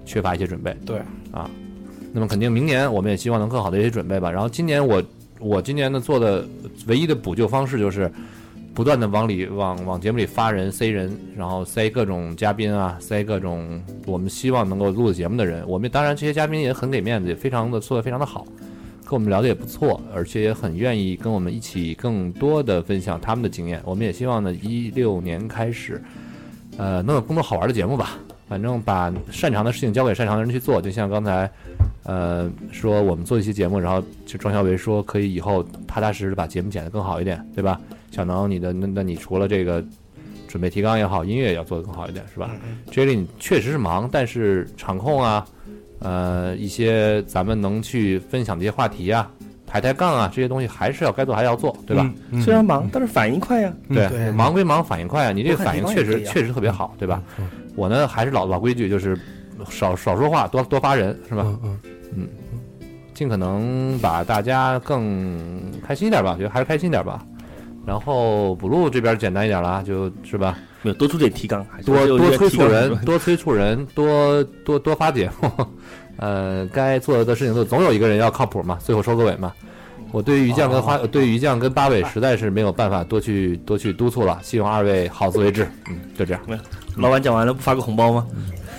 缺乏一些准备。 对啊，那么肯定明年我们也希望能更好的一些准备吧。然后今年我今年呢做的唯一的补救方式就是不断的往节目里发人塞人，然后塞各种嘉宾啊，塞各种我们希望能够录节目的人。我们当然这些嘉宾也很给面子，也非常的做得非常的好，跟我们聊的也不错，而且也很愿意跟我们一起更多的分享他们的经验。我们也希望呢16年开始能有更多好玩的节目吧。反正把擅长的事情交给擅长的人去做，就像刚才说我们做一期节目，然后就庄小维说可以以后踏踏实实的把节目剪得更好一点，对吧？小能你的那你除了这个准备提纲也好，音乐也要做得更好一点，是吧？J 莉你确实是忙，但是场控啊一些咱们能去分享的一些话题啊，抬杠啊，这些东西还是要该做还要做，对吧？ 虽然忙，但是反应快呀。 对，忙归忙，反应快啊！你这个反应确实特别好，对吧？我呢还是老规矩，就是少说话，多发人，是吧？尽可能把大家更开心一点吧，觉得还是开心一点吧。然后补录这边简单一点了，就是吧？ 没有多出点提纲， 多催促人，多催促人，多发节目。该做的事情总有一个人要靠谱嘛，最后收个尾嘛。我对于于酱跟八尾实在是没有办法多去督促了，希望二位好自为之。就这样。 老板讲完了不发个红包吗？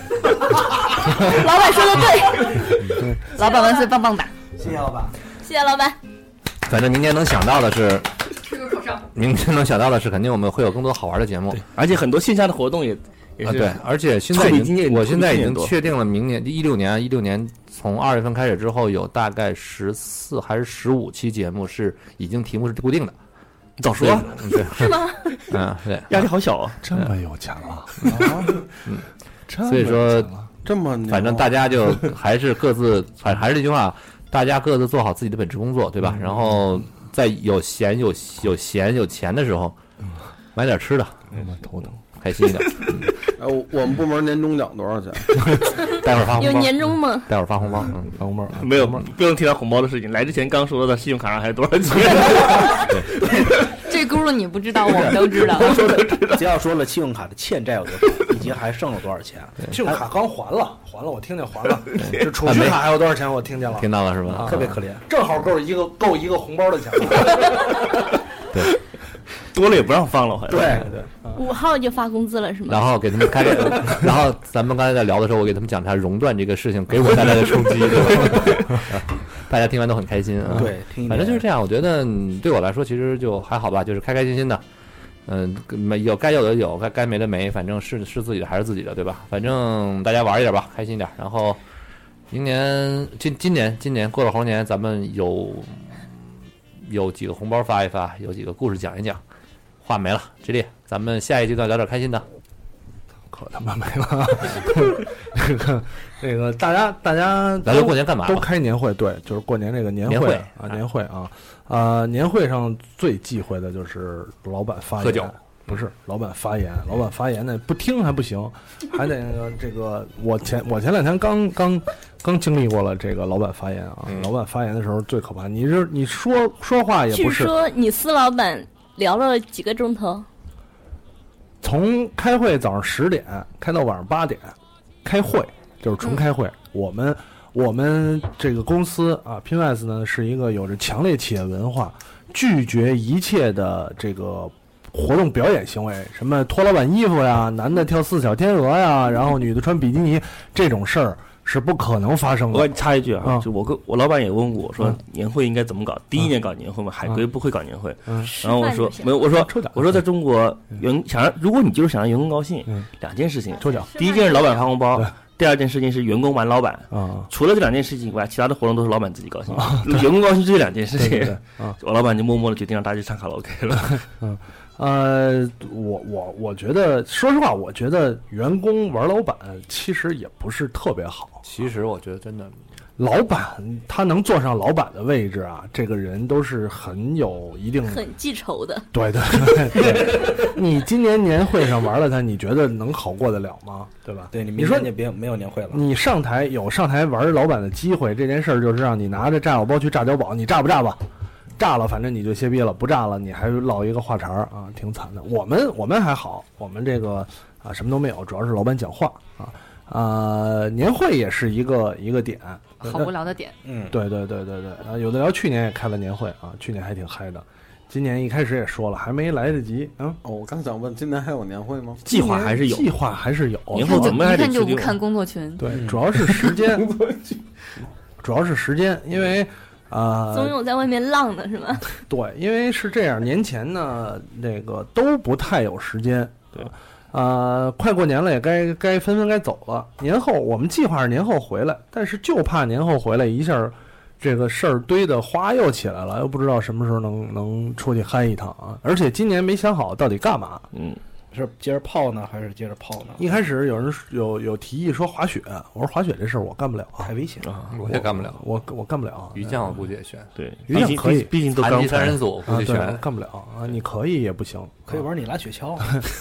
老板说的对， 老板万岁，棒棒哒！ 谢谢老板， 谢谢老板。 反正明年能想到的是， 吃个口哨。 明年能想到的是，肯定我们会有更多好玩的节目， 而且很多线下的活动也是对，而且现在我现在已经确定了，明年16年从2月份开始之后，有大概14还是15期节目是已经题目是固定的。 你早说啊！ 对， 是吗？ 对， 压力好小啊， 这么有钱了。 所以说这么， 反正大家就还是各自，还是这句话，大家各自做好自己的本职工作，对吧？然后在有钱的时候，买点吃的， 头疼， 开心一点。 我们部门年终奖多少钱？ 待会儿发红包。 有年终吗？ 待会儿发红包， 发红包。 没有，不用提到红包的事情。来之前刚说的信用卡上还有多少钱？ 这轱辘你不知道，我们都知道。 只要说了信用卡的欠债有多少，以及还剩了多少钱。 信用卡刚还了，我听见还了。这储蓄卡还有多少钱？我听见了。 听到了是吧？ 特别可怜， 正好够一个红包的钱了。 对。 多了也不让放了，好像。 对 ，5号就发工资了是吗？ 然后给他们然后咱们刚才在聊的时候，我给他们讲他熔断这个事情给我带来的冲击，对吧？大家听完都很开心啊。 对， 反正就是这样。我觉得对我来说其实就还好吧，就是开开心心的。有该有的有，该没的没，反正是自己的还是自己的，对吧？反正大家玩一点吧，开心一点。然后明年今年过了猴年，咱们有几个红包发一发，有几个故事讲一讲。话没了，这里咱们下一阶段聊点开心的。 可他妈没了。这个大家咱就过年干嘛？ 都开年会，对，就是过年这个年会啊，年会啊，年会上最忌讳的就是老板发言， 喝酒不是老板发言，老板发言呢不听还不行，还得这个我前2天刚经历过了这个老板发言啊，老板发言的时候最可怕，你说话也不是。 据说你司老板聊了几个钟头？ 从开会早上10点开到晚上8点，开会就是纯开会。我们这个公司啊 ，Pinwise 呢是一个有着强烈企业文化，拒绝一切的这个活动表演行为，什么脱老板衣服呀，男的跳4小天鹅呀，然后女的穿比基尼这种事儿。是不可能发生的。 我插一句啊，就我老板也问过我说年会应该怎么搞？第一年搞年会嘛，海归不会搞年会。然后我说没有，我说在中国如果你就是想让员工高兴，2件事情， 抽奖。 第一件是老板发红包，第2件事情是员工玩老板。除了这2件事情以外，其他的活动都是老板自己高兴。员工高兴就这2件事情。我老板就默默的决定让大家去唱卡拉 OK 了。 我觉得，说实话，我觉得员工玩老板其实也不是特别好。 其实我觉得真的， 老板他能坐上老板的位置啊，这个人都是很有一定很记仇的。 对。你今年年会上玩了他，你觉得能好过得了吗？对吧？ 对，你说你别没有年会了， 你上台玩老板的机会，这件事儿就是让你拿着炸药包去炸碉堡，你炸不炸吧？炸了，反正你就歇逼了；不炸了，你还落一个话茬啊，挺惨的。我们还好，我们这个啊什么都没有，主要是老板讲话啊。 年会也是一个点， 好无聊的点。 对，有的聊去年也开了年会啊，去年还挺嗨的。今年一开始也说了，还没来得及。 我刚想问，今年还有年会吗？ 计划还是有， 年后怎么还得一看就不看工作群？ 对，主要是时间，因为总有在外面浪的是吗？ 对，因为是这样，年前呢，这个都不太有时间。 对， 快过年了，也该纷纷该走了。年后我们计划是年后回来，但是就怕年后回来一下，这个事儿堆的哗又起来了，又不知道什么时候能出去嗨一趟啊！而且今年没想好到底干嘛。 是接着泡呢，还是接着泡呢？ 一开始有人有提议说滑雪，我说滑雪这事儿我干不了， 太危险啊！我也干不了， 我干不了。 鱼酱我估计也选， 对， 鱼酱可以， 毕竟都刚 3人组估计选， 干不了啊！你可以也不行， 可以玩你拉雪橇。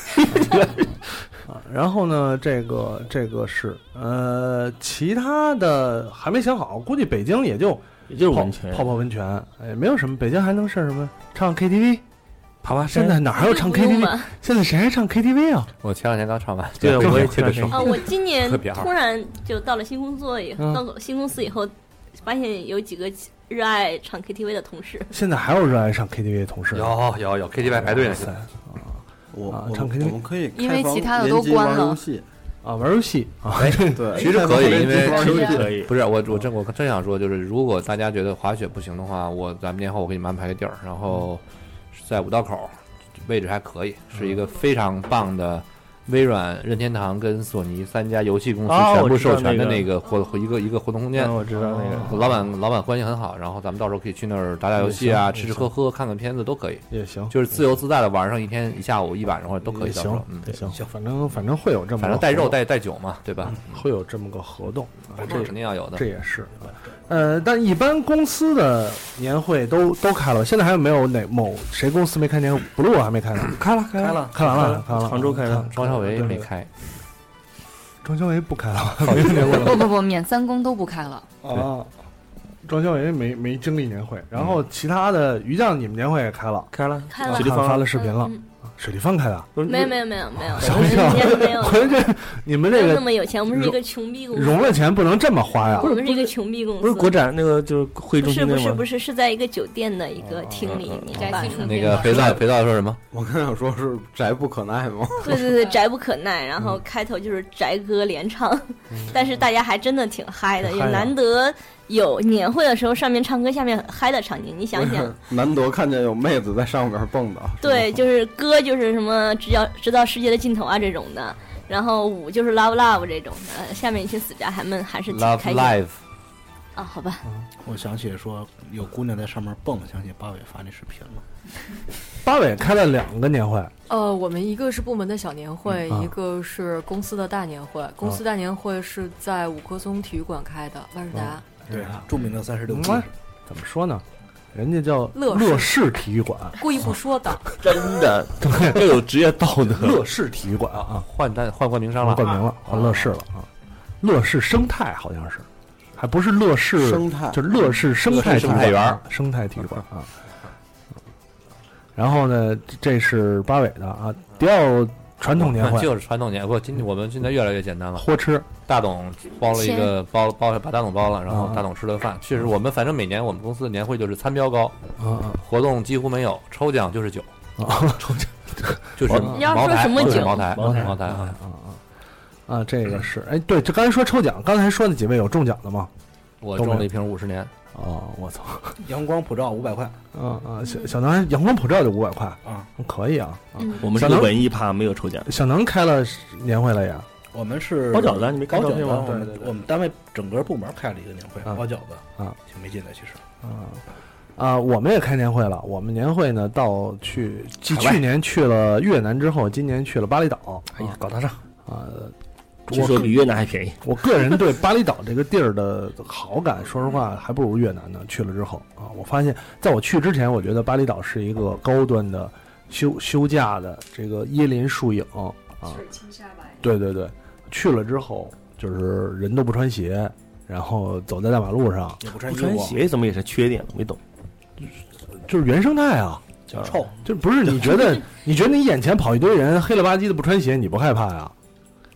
然后呢，这个是其他的还没想好，估计北京也就是温泉， 泡温泉，没有什么。北京还能是什么？唱 KTV。 爬山， 现在哪还有唱 KTV？现在谁还唱 KTV 啊？ 我前2天刚唱完。 对，我也听着说。 我今年突然就到了新工作以后，到新公司以后，发现有几个热爱唱 KTV 的同事。 现在还有热爱唱 KTV 的同事？ 有 KTV 排队呢。 我唱 KTV， 我们可以因为其他的都关了。 玩游戏啊， 对， 其实可以，因为可以。 不是我真想说，就是如果大家觉得滑雪不行的话，咱们年后我给你们安排个地儿，然后在五道口，位置还可以，是一个非常棒的微软、任天堂跟索尼3家游戏公司全部授权的那个一个活动空间。 我知道那个老板关系很好，然后咱们到时候可以去那儿打游戏啊，吃喝看看片子都可以， 也行， 就是自由自在的玩上一下午1晚上或者都可以。 行，反正会有这么， 反正带肉带酒嘛，对吧？ 会有这么个活动， 这肯定要有的， 这也是。但一般公司的年会都开了，现在还有没有谁公司没开年会？Blue 还没开呢？ 开了， 开完了。 常州开了， 庄小维没开， 庄小维不开了。 不，免3公都不开了啊。庄小维没经历年会，然后其他的鱼酱你们年会也开了，水立方发了视频了。水立方开的？ 没有， 吓我一跳， 没有。 你们这个那么有钱，我们是一个穷逼公司。 融了钱不能这么花呀！ 我们是一个穷逼公司。 不是国展那个就是会中心不是，是在一个酒店的一个厅里面办的。 那个肥皂说什么？ 我刚想说是宅不可耐吗？ 对，宅不可耐。然后开头就是宅歌连唱，但是大家还真的挺嗨的，也难得有年会的时候上面唱歌下面嗨的场景。你想想， 难得看见有妹子在上面蹦的。 对，就是歌就是什么直到世界的尽头啊这种的，然后舞就是 Love Love 这种的，下面一群死宅还们还是挺开心。 Love Live 啊，好吧。 我想起说有姑娘在上面蹦，想起八尾发那视频了。 八尾开了2个年会。 我们一个是部门的小年会，一个是公司的大年会。公司大年会是在五棵松体育馆开的，万事达。 对，著名的36故事。 怎么说呢？人家叫乐视体育馆， 故意不说的， 真的要有职业道德。 乐视体育馆啊， 换冠名商了， 冠名了，换乐视了啊。乐视生态好像是，还不是乐视生态， 就是乐视生态园， 生态体育馆啊。然后呢，这是八尾的啊，第二传统年会就是传统年会。我们现在越来越简单了， 豁吃。 大董包了一个包，把大董包了，然后大董吃了饭。确实，我们反正每年我们公司的年会就是餐标高，活动几乎没有，抽奖就是酒，抽奖就是茅台，就是茅台啊， 这个是对，这刚才说抽奖，刚才说那几位有中奖的吗？ 我中了一瓶50年。 哦，我操！ 阳光普照500块， 小能阳光普照就500块啊， 可以啊。 我们是个文艺趴，没有抽奖。 小能开了年会了呀？ 我们是包饺子，你没看包饺子吗？ 我们单位整个部门开了一个年会，包饺子啊， 挺没劲的其实。 我们也开年会了。我们年会呢，去年去了越南之后，今年去了巴厘岛。 哎呀，搞大上啊！ 据说比越南还便宜。 我个人对巴厘岛这个地儿的好感，说实话还不如越南呢。去了之后啊，我发现在我去之前，我觉得巴厘岛是一个高端的休假的这个椰林树影啊。 青沙白。 对对对，去了之后就是人都不穿鞋，然后走在大马路上也不穿鞋，怎么也是缺点？没懂， 就是原生态啊。 脚臭， 就不是你觉得你眼前跑一堆人黑了吧唧的不穿鞋，你不害怕呀？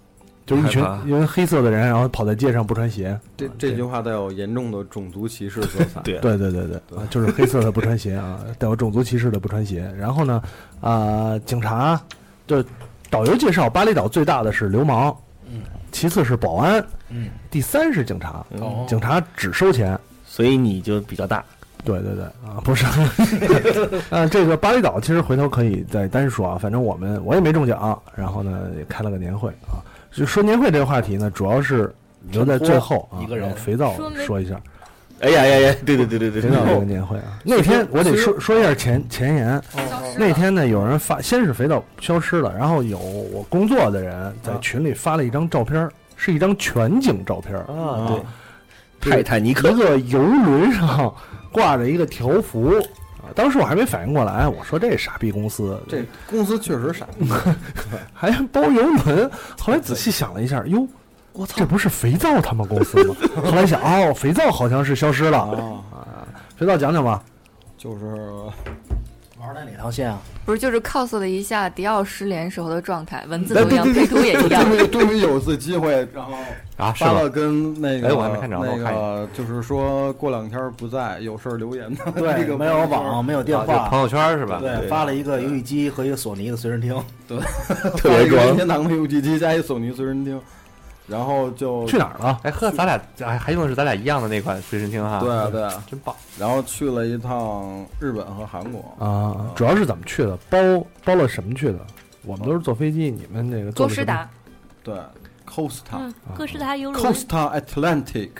就是一群黑色的人，然后跑在街上不穿鞋。 这句话带有严重的种族歧视色彩。 对，就是黑色的不穿鞋啊，带有种族歧视的不穿鞋。然后呢，警察就导游介绍，巴厘岛最大的是流氓，其次是保安，第三是警察。警察只收钱， 所以你就比较大。 对啊，不是，这个巴厘岛其实回头可以再单说啊，反正我也没中奖，然后呢也开了个年会啊。就说年会这个话题呢，主要是留在最后啊，让肥皂说一下。 哎呀，对， 肥皂这个年会啊，那天我得说一下前言。那天呢，有人先是肥皂消失了，然后有我工作的人在群里发了一张照片，是一张全景照片啊，对。 泰坦尼克一个游轮上挂着一个条幅啊，当时我还没反应过来，我说这傻逼公司， 这公司确实傻逼， 还包游轮。后来仔细想了一下，哟，我操，这不是肥皂他们公司吗？后来想，肥皂好像是消失了肥皂讲讲吧， 就是玩的哪条线啊？ 不是，就是 cos 了一下迪奥失联时候的状态，文字都一样，配图也一样。 终于有一次机会，然后发了跟那个我还没看着， 那个就是说过2天不在，有事留言的。 对，没有网，没有电话， 朋友圈是吧？ 对，发了一个游戏机和一个索尼的随身听， 对，特别装。任天堂的游戏机加一索尼随身听。然后就去哪儿了？ 哎呵，咱俩还用的是咱俩一样的那款随身听哈。 对， 真棒。 然后去了一趟日本和韩国啊，主要是怎么去的？包了什么去的？我们都是坐飞机，你们那个坐师达。 对 ，Costa， 哥斯达游轮 ，Costa Atlantic，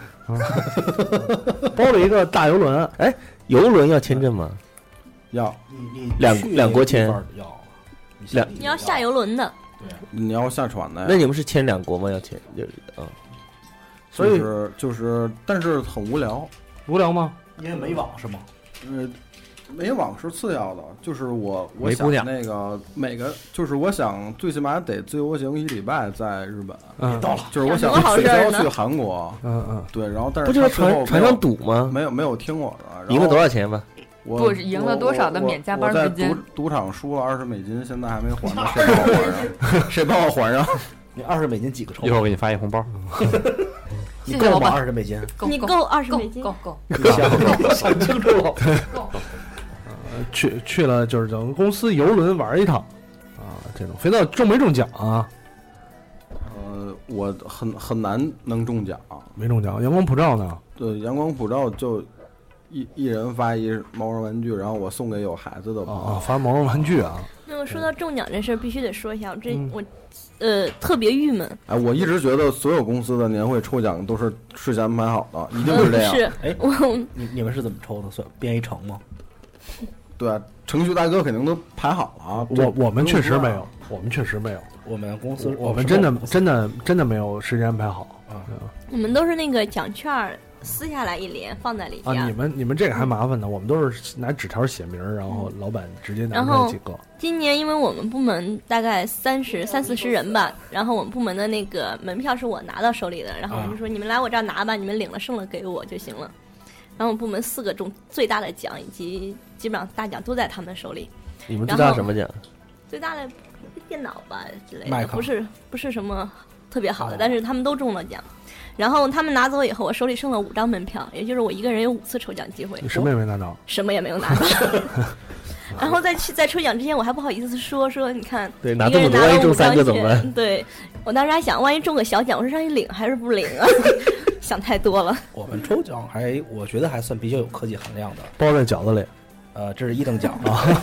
包了一个大游轮。 哎，游轮要签证吗？ 要， 你两国签要， 你要下游轮的。 你要下船的呀？ 那你们是签2国吗？要签所以就是，但是很无聊。 无聊吗？ 因为没网是吗？ 没网是次要的，就是我想那个每个，就是我想最起码得自由行1礼拜在日本。 到了， 就是我想取消去韩国。对，然后但是不就是船上赌吗？ 没有听我的。 赢了多少钱吧？ 不是赢了多少的免加班时间？ 我在赌场输了$20，现在还没还呢。谁帮我还上？ 你$20几个抽？ 一会儿我给你发一红包。 你够吗？$20， 你够$20， 够。 想清楚了。 够。 去了就是等公司游轮玩一趟啊，这种肥皂中没中奖啊？ 我很难能中奖， 没中奖。阳光普照呢？ 对，阳光普照就。一人发一毛绒玩具，然后我送给有孩子的朋友。 发毛绒玩具啊！ 那我说到中奖这事儿，必须得说一下，我特别郁闷。 哎，我一直觉得所有公司的年会抽奖都是事先安排好的，一定是这样。 是， 哎，你们是怎么抽的？算编一程吗？ 对，程序大哥肯定都排好了啊。 我们确实没有，我们公司我们真的没有时间安排好啊。 我们都是那个奖券撕下来一联放在里边啊！你们这个还麻烦呢，我们都是拿纸条写名，然后老板直接拿出来几个。 今年因为我们部门大概30-40人吧，然后我们部门的那个门票是我拿到手里的，然后我就说你们来我这儿拿吧，你们领了剩了给我就行了。然后我们部门4个中最大的奖以及基本上大奖都在他们手里。 你们最大什么奖？ 最大的电脑吧之类的，不是什么特别好的，但是他们都中了奖。然后他们拿走以后，我手里剩了5张门票，也就是我一个人有5次抽奖机会。 你什么也没拿到？ 什么也没有拿到。然后在抽奖之前，我还不好意思说你看， 对，拿这么多，万一中3个怎么办？ 对，我当时还想，万一中个小奖，我说让你领还是不领啊？想太多了。 我们抽奖我觉得还算比较有科技含量的， 包在饺子里。 这是1等奖啊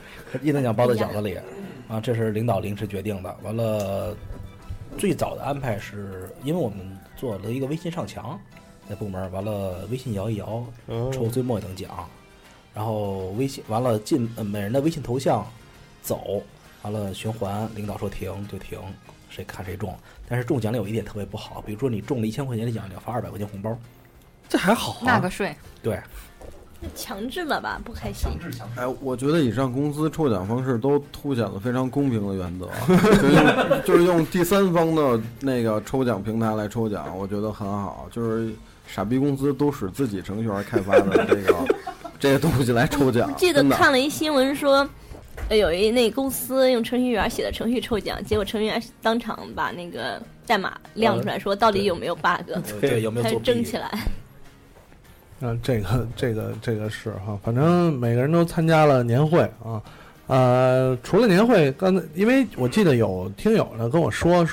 ，1等奖包在饺子里啊，这是领导临时决定的。完了，最早的安排是因为我们做了一个微信上墙，在部门，完了微信摇一摇，抽最末1等奖，然后微信完了进每人的微信头像走，完了循环，领导说停就停，谁看谁中。但是中奖里有一点特别不好，比如说你中了1000块钱的奖，你要发200块钱红包，这还好啊， 纳个税。 对， 强制了吧，不开心。 哎，我觉得以上公司抽奖方式都凸显了非常公平的原则，就是用第三方的那个抽奖平台来抽奖，我觉得很好。就是傻逼公司都使自己程序员开发的这个东西来抽奖。 记得看了一新闻说， 有一那公司用程序员写的程序抽奖，结果程序员当场把那个代码亮出来，说到底有没有 bug， 对，有没有作弊， 争起来。 这个是哈，反正每个人都参加了年会啊。除了年会，刚才因为我记得有听友呢跟我说，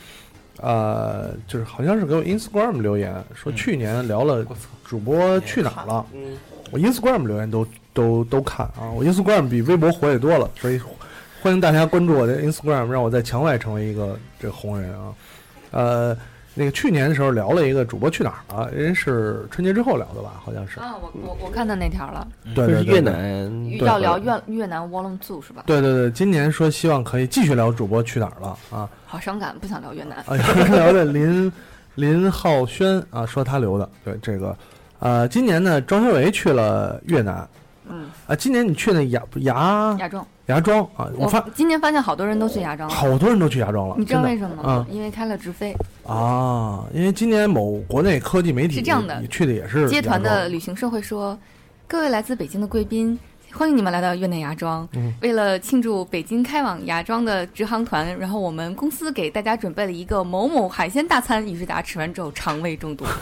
就是好像是给我 Instagram 留言说去年聊了主播去哪儿了，我 Instagram 留言都看啊，我 Instagram 比微博活跃多了，所以欢迎大家关注我的 Instagram， 让我在墙外成为一个这个红人啊。那个去年的时候聊了一个主播去哪儿了，人是春节之后聊的吧，好像是啊，我看到那条了， 对， 越南要聊越南 Volume 2是吧？ 对，今年说希望可以继续聊主播去哪儿了啊， 好伤感，不想聊越南啊，聊的林浩轩啊，说他留的，对这个，今年呢，庄小维去了越南，今年你去那芽庄啊， 我今年发现好多人都去芽庄了， 好多人都去芽庄了， 你知道为什么吗？因为开了直飞啊，因为今年某国内科技媒体是这样的， 你去的也是接团的旅行社会说，各位来自北京的贵宾，欢迎你们来到越南芽庄。为了庆祝北京开往芽庄的直航团，然后我们公司给大家准备了一个某某海鲜大餐，于是大家吃完之后肠胃中毒。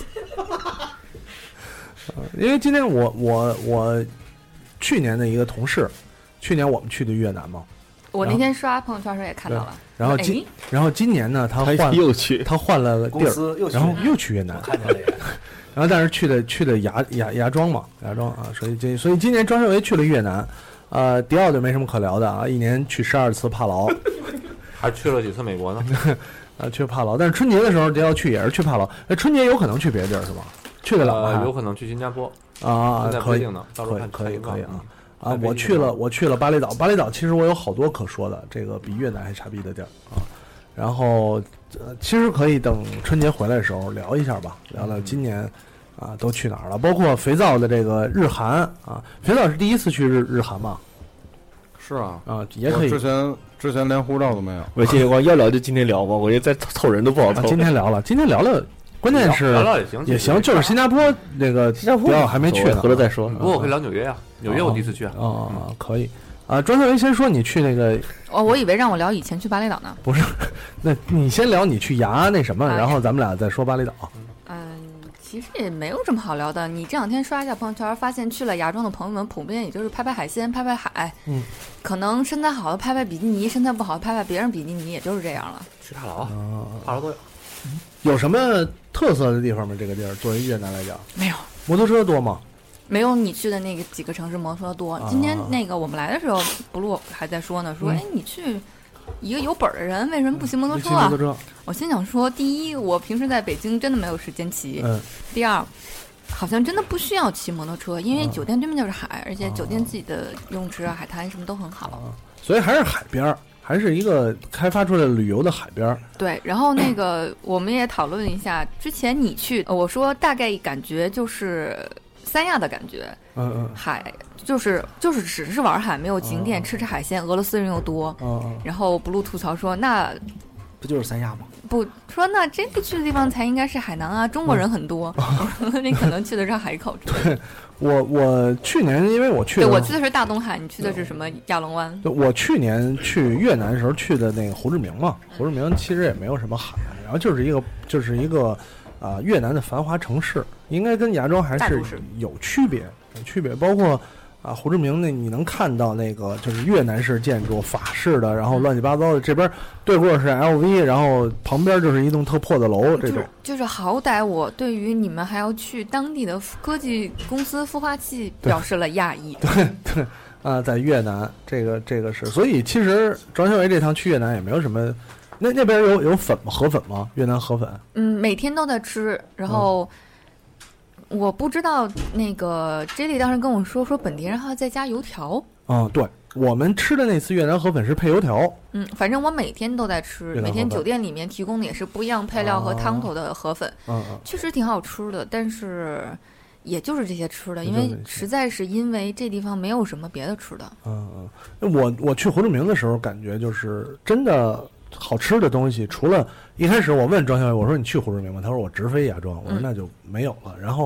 因为今天我去年的一个同事，去年我们去的越南嘛， 我那天刷朋友圈时候也看到了。 然后今年呢，他换了个地儿，然后又去越南， 看见了也。 然后但是去的芽庄嘛，芽庄啊，所以今年庄小维去了越南，迪奥就没什么可聊的啊，一年去12次帕劳， 还去了几次美国呢？ 去帕劳，但是春节的时候迪奥去也是去帕劳，春节有可能去别的地儿是吧？去得了吗？ 有可能去新加坡啊，可以啊，我去了巴厘岛，巴厘岛其实我有好多可说的，这个比越南还傻逼的地儿啊。然后其实可以等春节回来的时候聊一下吧，聊聊今年啊都去哪儿了，包括肥皂的这个日韩啊，肥皂是第一次去日韩嘛？ 是啊， 也可以。 之前连护照都没有。 我今天要聊就今天聊吧，我觉得再凑人都不好凑。 今天聊了，关键是也行，就是新加坡那个迪奥还没去呢， 回来再说。 不过我可以聊纽约啊，纽约我第一次去啊。 可以啊。庄小维先说你去那个， 我以为让我聊以前去巴厘岛呢。 不是，那你先聊你去芽那什么，然后咱们俩再说巴厘岛。 其实也没有这么好聊的。你这两天刷一下朋友圈，发现去了芽庄的朋友们，普遍也就是拍拍海鲜、拍拍海。可能身材好的拍拍比基尼，身材不好的拍拍别人比基尼，也就是这样了。 去帕劳啊，帕劳都有。 有什么特色的地方吗？这个地儿作为越南来讲， 没有。 摩托车多吗？ 没有你去的那个几个城市摩托车多。今天那个我们来的时候，不录还在说呢，说你去一个有本的人，为什么不骑摩托车啊？我心想说，第一，我平时在北京真的没有时间骑；第二，好像真的不需要骑摩托车，因为酒店对面就是海，而且酒店自己的泳池啊、海滩什么都很好， 所以还是海边儿。还是一个开发出来旅游的海边。 对，然后那个我们也讨论一下，之前你去，我说大概感觉就是三亚的感觉，海就是只是玩海，没有景点，吃海鲜，俄罗斯人又多，然后 Blue 吐槽说那不就是三亚吗？ 不说那这个去的地方才应该是海南啊，中国人很多，你可能去的是海口。 对，我去年因为我去的是大东海，你去的是什么亚龙湾？ 我去年去越南的时候去的那个胡志明嘛，胡志明其实也没有什么海，然后就是一个越南的繁华城市，应该跟芽庄还是有区别，包括。胡志明那你能看到那个就是越南式建筑，法式的，然后乱七八糟的，这边对过是 LV， 然后旁边就是一栋特破的楼，这种就是好歹我对于你们还要去当地的科技公司孵化器表示了讶异。 对在越南这个是，所以其实庄小维这趟去越南也没有什么，那边有粉吗？河粉吗？越南河粉？ 每天都在吃，然后。我不知道那个 J 当时跟我说本地人还要再加油条。对， 我们吃的那次越南河粉是配油条。 反正我每天都在吃，每天酒店里面提供的也是不一样配料和汤头的河粉，确实挺好吃的，但是也就是这些吃的，因为实在是因为这地方没有什么别的吃的。 我去胡志明的时候感觉就是真的。好吃的东西，除了一开始我问庄小维，我说你去胡志明吗？他说我直飞芽庄，我说那就没有了。然后，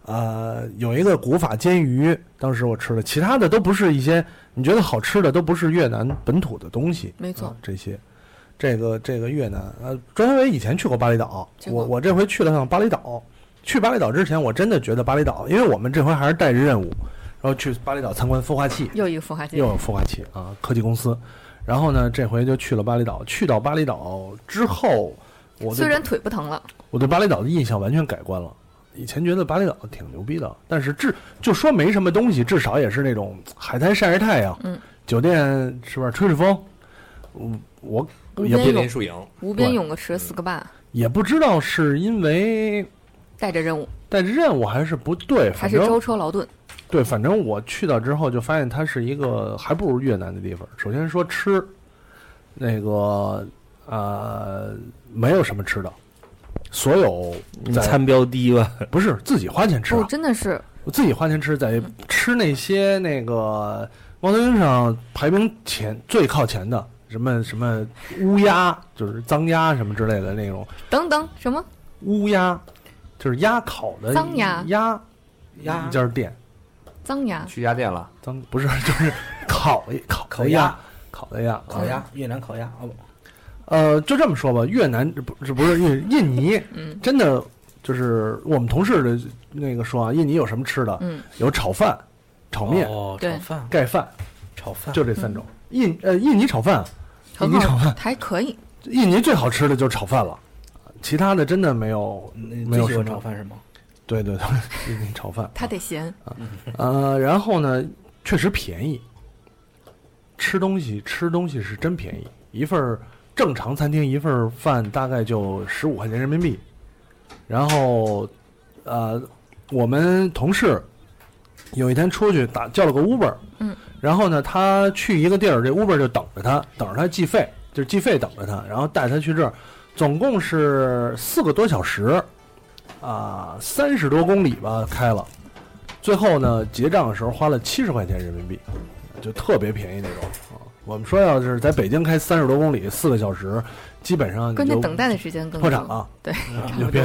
有一个古法煎鱼，当时我吃的，其他的都不是一些你觉得好吃的，都不是越南本土的东西。 没错， 这些，这个越南，庄小伟以前去过巴厘岛，我这回去了趟巴厘岛。去巴厘岛之前，我真的觉得巴厘岛，因为我们这回还是带着任务，然后去巴厘岛参观孵化器， 又一个孵化器， 又有孵化器啊，科技公司。然后呢，这回就去了巴厘岛。去到巴厘岛之后， 虽然腿不疼了， 我对巴厘岛的印象完全改观了。以前觉得巴厘岛挺牛逼的，但是就说没什么东西，至少也是那种海滩晒晒太阳，酒店是不是吹吹风？我也不林树影， 无边泳个池4个坝， 也不知道是因为带着任务还是不对， 还是舟车劳顿。 对，反正我去到之后就发现它是一个还不如越南的地方。首先说吃，那个没有什么吃的，所有餐标低吧？ 不是自己花钱吃哦，真的是我自己花钱吃，在吃那些那个猫头鹰上排名最靠前的什么乌鸦，就是脏鸭什么之类的那种。 等什么乌鸦？就是鸭烤的脏鸭一家店， 脏鸭去鸭店了？ 不是，就是烤的鸭， 越南烤鸭。 就这么说吧，越南不是印尼，真的就是我们同事的那个说啊，印尼有什么吃的？有炒饭、炒面、 炒饭、 盖饭、 炒饭， 就这3种。印尼炒饭， 还可以。 印尼最好吃的就是炒饭了。其他的真的没有什么炒饭是吗？ 对，印尼炒饭它得咸然后呢，确实便宜。吃东西是真便宜，一份正常餐厅一份饭大概就15块钱人民币。然后我们同事有一天出去叫了个 Uber，然后呢他去一个地儿，这 Uber 就等着他计费，就是计费等着他，然后带他去这儿。总共是4个多小时，30多公里吧开了，最后呢结账的时候花了70块钱人民币，就特别便宜那种啊。我们说要是在北京开30多公里4个小时，基本上关键等待的时间更破产了。 对， 就别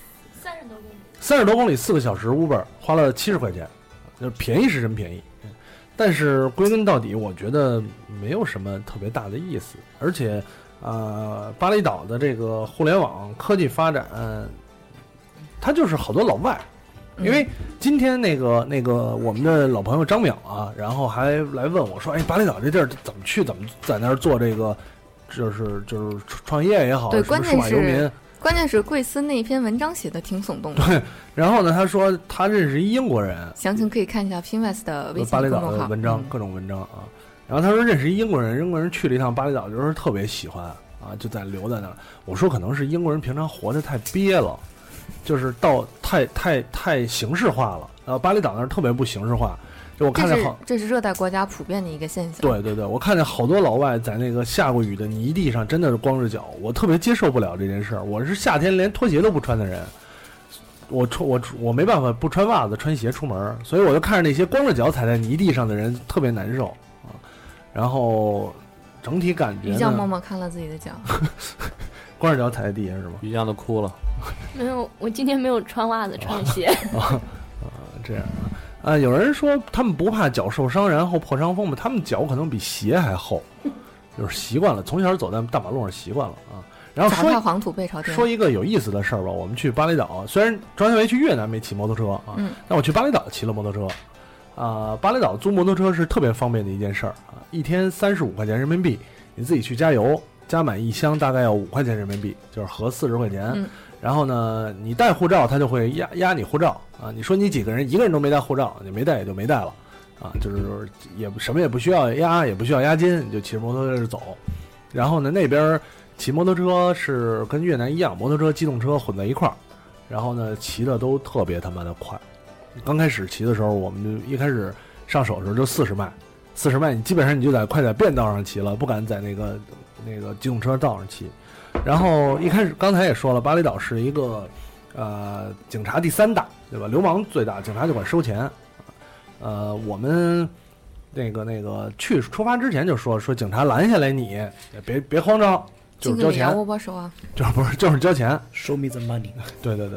30多公里4个小时 Uber 花了70块钱，就便宜是真便宜，但是归根到底，我觉得没有什么特别大的意思，而且。巴厘岛的这个互联网科技发展，它就是好多老外，因为今天那个我们的老朋友张淼啊，然后还来问我说，巴厘岛这地儿怎么去，怎么在那儿做这个，就是创业也好， 对， 什么数码游民。 关键是贵司那篇文章写的挺耸动的。 对，然后呢，他说他认识一英国人， 详情可以看一下 Pinwest 的微信巴厘岛的文章，各种文章啊。然后他说认识一英国人去了一趟巴厘岛，就是特别喜欢啊，就在留在那儿。我说可能是英国人平常活得太憋了，就是到太形式化了。巴厘岛那儿特别不形式化，就我看见这是热带国家普遍的一个现象。 对，我看见好多老外在那个下过雨的泥地上，真的是光着脚，我特别接受不了这件事儿。我是夏天连拖鞋都不穿的人。我没办法不穿袜子穿鞋出门，所以我就看着那些光着脚踩在泥地上的人特别难受啊。然后整体感觉， 于酱默默看了自己的脚， 光着脚踩在地上是吗？ 于酱都哭了。 没有，我今天没有穿袜子，穿鞋。 这样有人说他们不怕脚受伤，然后破伤风嘛？他们脚可能比鞋还厚，就是习惯了，从小走在大马路上习惯了啊。然后黄土背朝天。 说一个有意思的事儿吧，我们去巴厘岛，虽然庄小维去越南没骑摩托车啊，但我去巴厘岛骑了摩托车。巴厘岛租摩托车是特别方便的一件事儿啊，一天35块钱人民币，你自己去加油，加满1箱大概要5块钱人民币，就是合40块钱。然后呢，你带护照，他就会压你护照啊。你说你几个人，一个人都没带护照，你没带也就没带了啊，就是也什么也不需要压，也不需要押金，你就骑着摩托车走。然后呢，那边骑摩托车是跟越南一样，摩托车、机动车混在一块儿，然后呢，骑的都特别他妈的快。刚开始骑的时候，我们就一开始上手的时候就40迈，你基本上你就快在便道上骑了，不敢在那个机动车道上骑。然后一开始刚才也说了，巴厘岛是一个警察第3大，对吧？流氓最大，警察就管收钱。我们那个出发之前就说警察拦下来你别慌张，就是交钱。 握把手啊， 就是交钱 ，Show me the money。 对，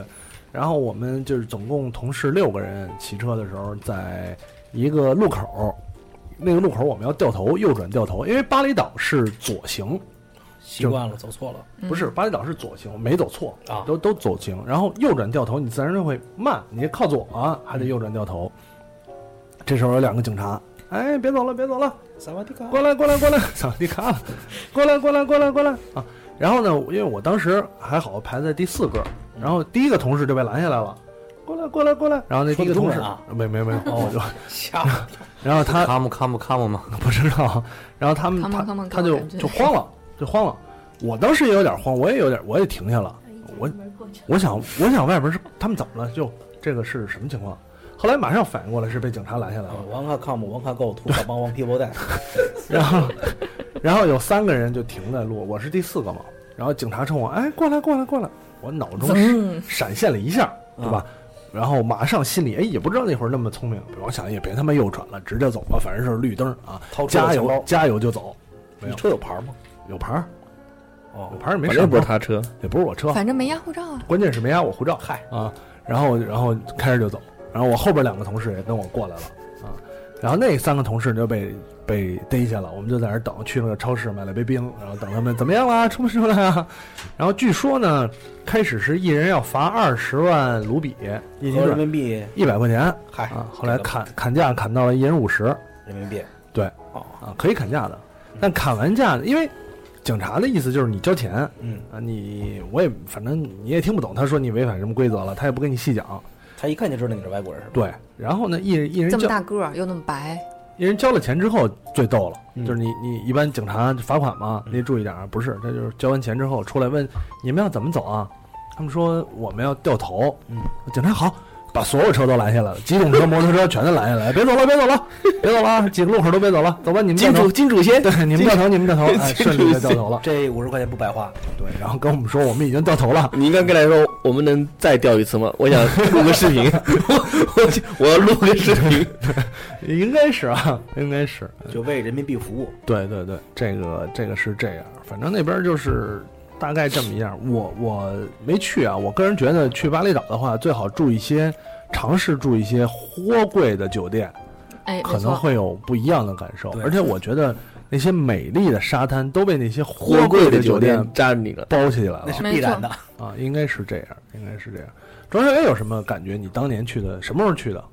然后我们就是总共同事6个人骑车的时候，在一个路口，那个路口我们要掉头，右转掉头，因为巴厘岛是左行， 习惯了走错了， 不是巴厘岛是左行，没走错啊， 都左行，然后右转掉头，你自然就会慢，你靠左还得右转掉头。这时候有2个警察，哎，别走了，别走了， 萨瓦迪卡， 过来，萨瓦迪卡了，过来啊！然后呢，因为我当时还好排在第4个，然后第1个同事就被拦下来了，过来，然后那第1个同事没有，我就吓， 然后他卡姆吗？ 不知道，然后他就慌了，我当时也有点慌，我也停下了，我想外边是他们怎么了？就这个是什么情况？后来马上反应过来是被警察拦下来了。 王卡 com 王卡 go 图小帮王 people 带， 然后有3个人就停在路，我是第4个嘛。然后警察冲我，哎，过来，我脑中闪现了一下，对吧？然后马上心里也不知道那会儿那么聪明，我想也别他妈右转了，直接走吧，反正是绿灯啊，加油就走。 你车有牌吗？ 有牌。 哦， 有牌没事， 反正不是他车， 也不是我车， 反正没压护照啊。 关键是没压我护照，嗨啊！然后开着就走。然后我后边2个同事也跟我过来了啊，然后那3个同事就被逮下了，我们就在那儿等，去那个超市买了杯冰，然后等他们怎么样了，出不出来啊？然后据说呢，开始是一人要罚20万卢比， 人民币 100块钱， 嗨啊，后来砍价砍到了1人50 人民币， 对，啊，可以砍价的，但砍完价，因为警察的意思就是你交钱，我也反正你也听不懂，他说你违反什么规则了，他也不跟你细讲。 他一看就知道你是外国人，是吧？ 对，然后呢，一人这么大个儿又那么白， 一人交了钱之后最逗了，就是你一般警察罚款嘛，你得注意点啊，不是，他就是交完钱之后出来问你们要怎么走啊？他们说我们要掉头，警察好，把所有车都拦下来了，机动车、摩托车全都拦下来，别走了，几个路口都别走了，走吧，你们金主先， 对，你们掉头，哎，顺利的掉头了， 这50块钱不白花。 对，然后跟我们说我们已经掉头了， 你应该跟他说我们能再掉一次吗？我想录个视频，我要录个视频， 应该是就为人民币服务。 对，这个是这样，反正那边就是大概这么样。我没去啊，我个人觉得去巴厘岛的话，最好尝试住一些货柜的酒店，可能会有不一样的感受。而且我觉得那些美丽的沙滩都被那些货柜的酒店占领了， 包起来了， 那是必然的啊，应该是这样。庄小爷有什么感觉？你当年去的什么时候去的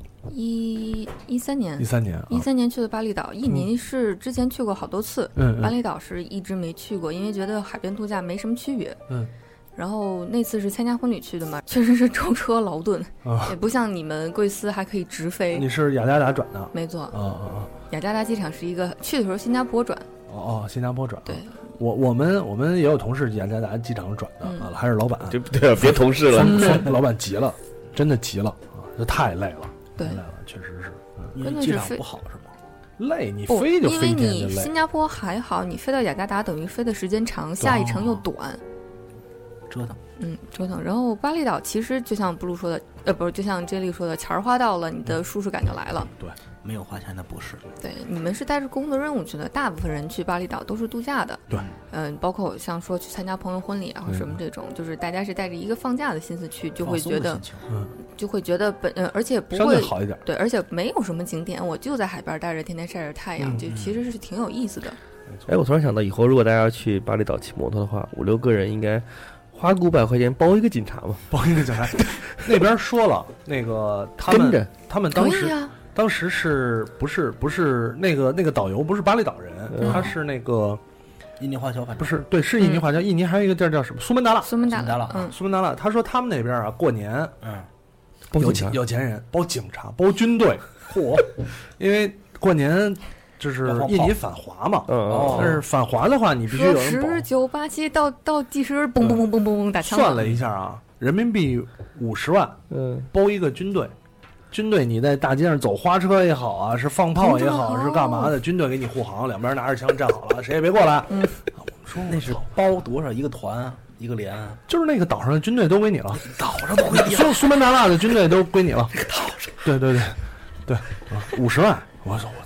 ？13年 ，13 年去的巴厘岛。印尼是之前去过好多次，巴厘岛是一直没去过，因为觉得海边度假没什么区别。然后那次是参加婚礼去的嘛，确实是舟车劳顿，也不像你们贵司还可以直飞。 你是雅加达转的？ 没错。雅加达机场是一个去的时候新加坡转。 新加坡转。 对。 我们也有同事雅加达机场转的还是老板。 对，别同事了， 老板急了，真的急了啊！这太累了， 对， 太累了，确实是。 因为机场不好是吗？ 累，你飞就飞一天就累。 因为你新加坡还好，你飞到雅加达等于飞的时间长，下一程又短。折腾。然后巴厘岛其实就像布鲁说的，不是，就像 J 莉说的，钱儿花到了，你的舒适感就来了。 对，没有花钱的不是。 对，你们是带着工作任务去的，大部分人去巴厘岛都是度假的。 对， 包括像说去参加朋友婚礼啊或什么这种，就是大家是带着一个放假的心思去，就会觉得，而且不会好一点。 对，而且没有什么景点，我就在海边待着，天天晒着太阳，就其实是挺有意思的。 我突然想到，以后如果大家要去巴厘岛骑摩托的话，5-6个人应该花个500块钱包一个警察嘛， 包一个警察。那边说了，那个他们当时是不是那个导游不是巴厘岛人，他是那个印尼华侨， 不是，对，是印尼华侨。印尼还有一个地儿叫什么？苏门答腊。 苏门答腊。他说他们那边啊，过年，有钱人包警察，包军队，因为过年。就是印尼反华嘛，但是反华的话，你必须有人保。 1987到计时，嘣嘣嘣嘣嘣打枪。 算了一下啊，人民币50万，包一个军队。军队你在大街上走花车也好啊，是放炮也好，是干嘛的？军队给你护航，两边拿着枪站好了，谁也别过来。我们说那是包多少一个团一个连？ 就是那个岛上的军队都归你了， 岛上都归你了， 所有苏门答腊的军队都归你了。这个岛上，对，50万，我说我操。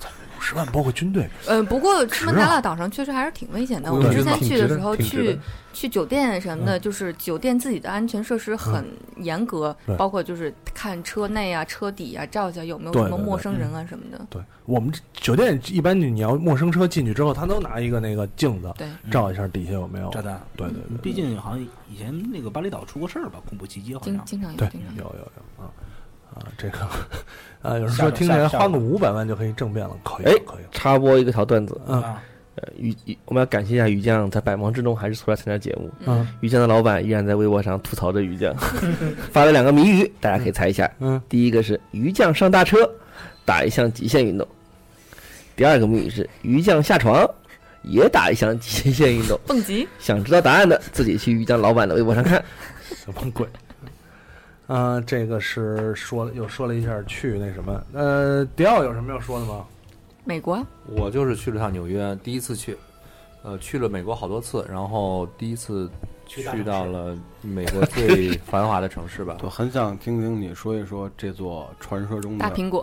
10万，包括军队。 不过出门答腊岛上确实还是挺危险的。我们之前去的时候去酒店什么的，就是酒店自己的安全设施很严格，包括就是看车内啊、车底啊，照一下有没有什么陌生人啊什么的。 对，我们酒店一般你要陌生车进去之后，他都拿一个那个镜子，照一下底下有没有炸弹。对，毕竟好像以前那个巴厘岛出过事儿吧，恐怖袭击好像经常有， 对，有这个有人说听起来花个500万就可以政变了，可以。 插播一个小段子我们要感谢一下于酱，在百忙之中还是出来参加节目。于酱的老板依然在微博上吐槽着于酱，发了2个谜语，大家可以猜一下。第一个是于酱上大车，打一项极限运动；第二个谜语是于酱下床，也打一项极限运动， 蹦极。 想知道答案的，自己去于酱老板的微博上看。 什么鬼？这个是又说了一下去那什么。迪奥有什么要说的吗？ 美国， 我就是去了趟纽约，第一次去，去了美国好多次，然后第一次去到了美国最繁华的城市吧。 我很想听听你说一说这座传说中的大苹果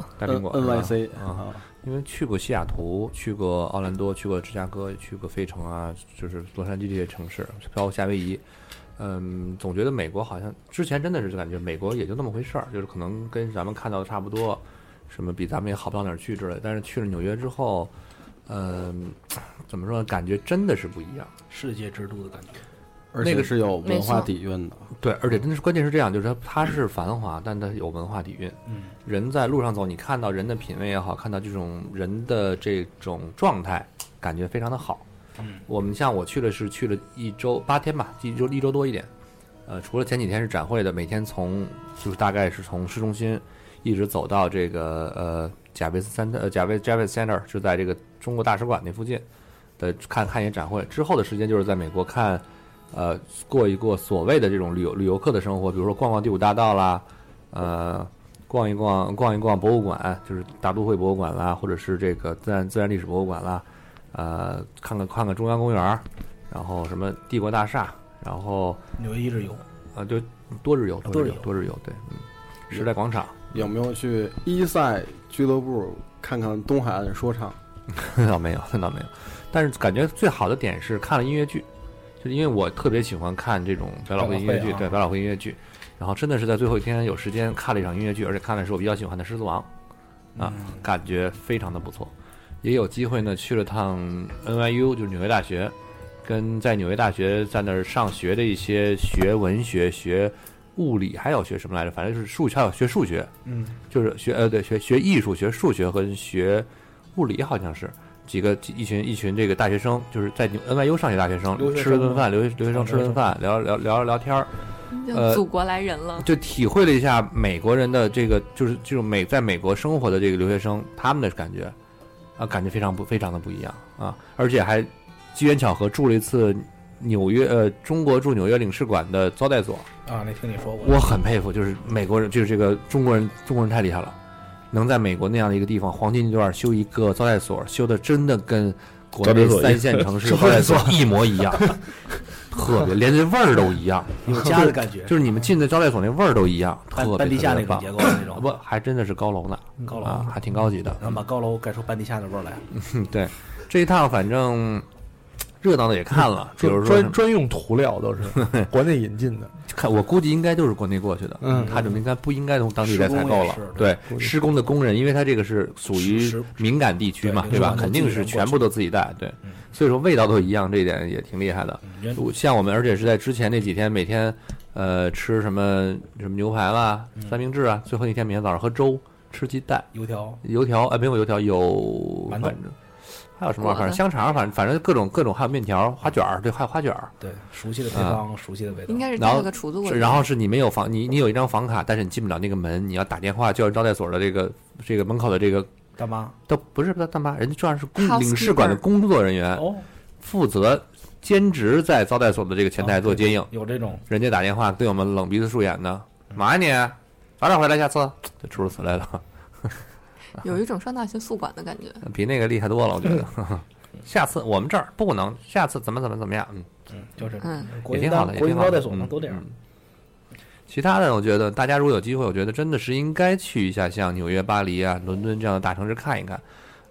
NYC 因为去过西雅图，去过奥兰多，去过芝加哥，去过费城啊，就是洛杉矶这些城市，包括夏威夷。总觉得美国好像之前真的是感觉美国也就那么回事儿，就是可能跟咱们看到的差不多，什么比咱们也好不到哪儿去之类。但是去了纽约之后，怎么说呢？感觉真的是不一样， 世界之都的感觉， 而且是有文化底蕴的。 对，而且真的是关键是这样，就是它是繁华，但它有文化底蕴。人在路上走，你看到人的品味也好，看到这种人的这种状态，感觉非常的好。我们像我去了1周8天吧，一周多一点。除了前几天是展会的，每天就是大概是从市中心一直走到这个Javits Center， 就在这个中国大使馆那附近的看一些展会。之后的时间就是在美国看过一过所谓的这种旅游客的生活，比如说逛逛第5大道啦，逛一逛博物馆，就是大都会博物馆啦，或者是这个自然历史博物馆啦。看看中央公园，然后什么帝国大厦，然后纽约一日游就多日游，对，时代广场。 有没有去伊赛俱乐部看看东海岸说唱？ 那倒没有。但是感觉最好的点是看了音乐剧，就是因为我特别喜欢看这种百老汇音乐剧，对，百老汇音乐剧。然后真的是在最后一天有时间看了一场音乐剧，而且看的是我比较喜欢的《狮子王》，感觉非常的不错。也有机会呢，去了趟 NYU， 就是纽约大学，跟在纽约大学在那儿上学的一些学文学、学物理，还有学什么来着？反正就是还有学数学，就是学艺术、学数学和学物理，好像是一群这个大学生，就是在 NYU 上学大学生吃了顿饭，留学生吃了顿饭，聊天儿。 祖国来人了， 就体会了一下美国人的这个，就是这种在美国生活的这个留学生他们的感觉。感觉非常的不一样啊！而且还机缘巧合住了一次纽约中国驻纽约领事馆的招待所啊，那听你说过。我很佩服，就是美国人，就是这个中国人太厉害了，能在美国那样的一个地方黄金地段修一个招待所，修的真的跟国内3线城市招待所一模一样，特别连这味儿都一样， 有家的感觉。 就是你们进的招待所那味儿都一样， 半地下那种结构那种。 不，还真的是高楼呢， 高楼还挺高级的。 然后把高楼盖出半地下的味儿来。 对，这一趟反正热闹的也看了，比如说专用涂料都是国内引进的。 看我估计应该都是国内过去的，他就不应该从当地来采购了。对，施工的工人，因为他这个是属于敏感地区嘛，对吧？肯定是全部都自己带，对。所以说味道都一样，这一点也挺厉害的。像我们，而且是在之前那几天，每天吃什么牛排啦、三明治啊，最后一天每天早上喝粥，吃鸡蛋、油条没有油条，有反正还有什么？反正香肠，反正各种，还有面条、花卷儿，对，还有花卷儿。 对，熟悉的配方，熟悉的味道。 应该是带了个厨子过去。 然后是你没有房，你有一张房卡，但是你进不了那个门，你要打电话叫招待所的这个门口的这个大妈， 都不是大妈，人家这样是领事馆的工作人员，负责兼职在招待所的这个前台做接应。 有这种， 人家打电话对我们冷鼻子竖眼的，嘛呀你，早点回来，下次就诸如此类的。 有一种上大学宿管的感觉， 比那个厉害多了，我觉得。下次我们这儿不能，下次怎么样？ 就是也挺好的，也挺好的。 招待所都这样。 其他的，我觉得大家如果有机会，我觉得真的是应该去一下像纽约、巴黎啊、伦敦这样的大城市看一看。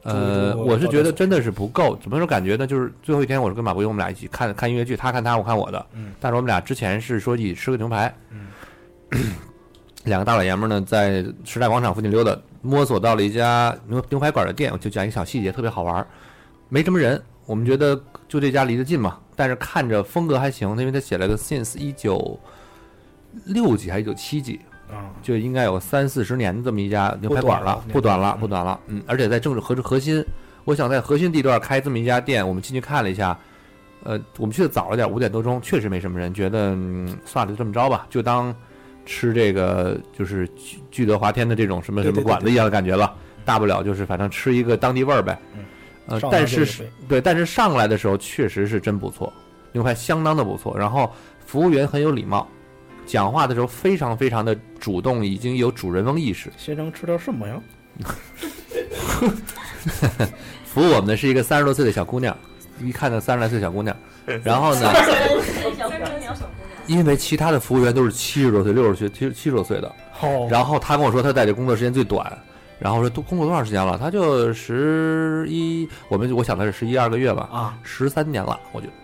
我是觉得真的是不够。怎么说感觉呢？就是最后一天，我是跟马伯庸我们俩一起看音乐剧，他看他，我看我的。但是我们俩之前是说一起吃个牛排。两个大老爷们呢，在时代广场附近溜达，摸索到了一家牛排馆的店。我就讲一个小细节，特别好玩，没什么人。我们觉得就这家离得近嘛，但是看着风格还行，因为他写了个 since 1960几还是1970几。就应该有30-40年的这么一家牛排馆了，不短了。而且在政治核心，我想在核心地段开这么一家店，我们进去看了一下，我们去的早了点，5点多钟，确实没什么人，觉得算了，就这么着吧，就当吃这个就是聚德华天的这种什么馆子一样的感觉了，大不了就是反正吃一个当地味儿呗。但是上来的时候确实是真不错，牛排相当的不错，然后服务员很有礼貌。讲话的时候非常非常的主动，已经有主人翁意识。 先生吃到什么呀？ 服务我们的是一个30多岁的小姑娘，一看到30来岁小姑娘，然后呢，因为其他的服务员都是70多岁、60岁、70多岁的，然后他跟我说他在这工作时间最短，然后说都工作多长时间了？他就我想的是11、12个月吧，13年了，我觉得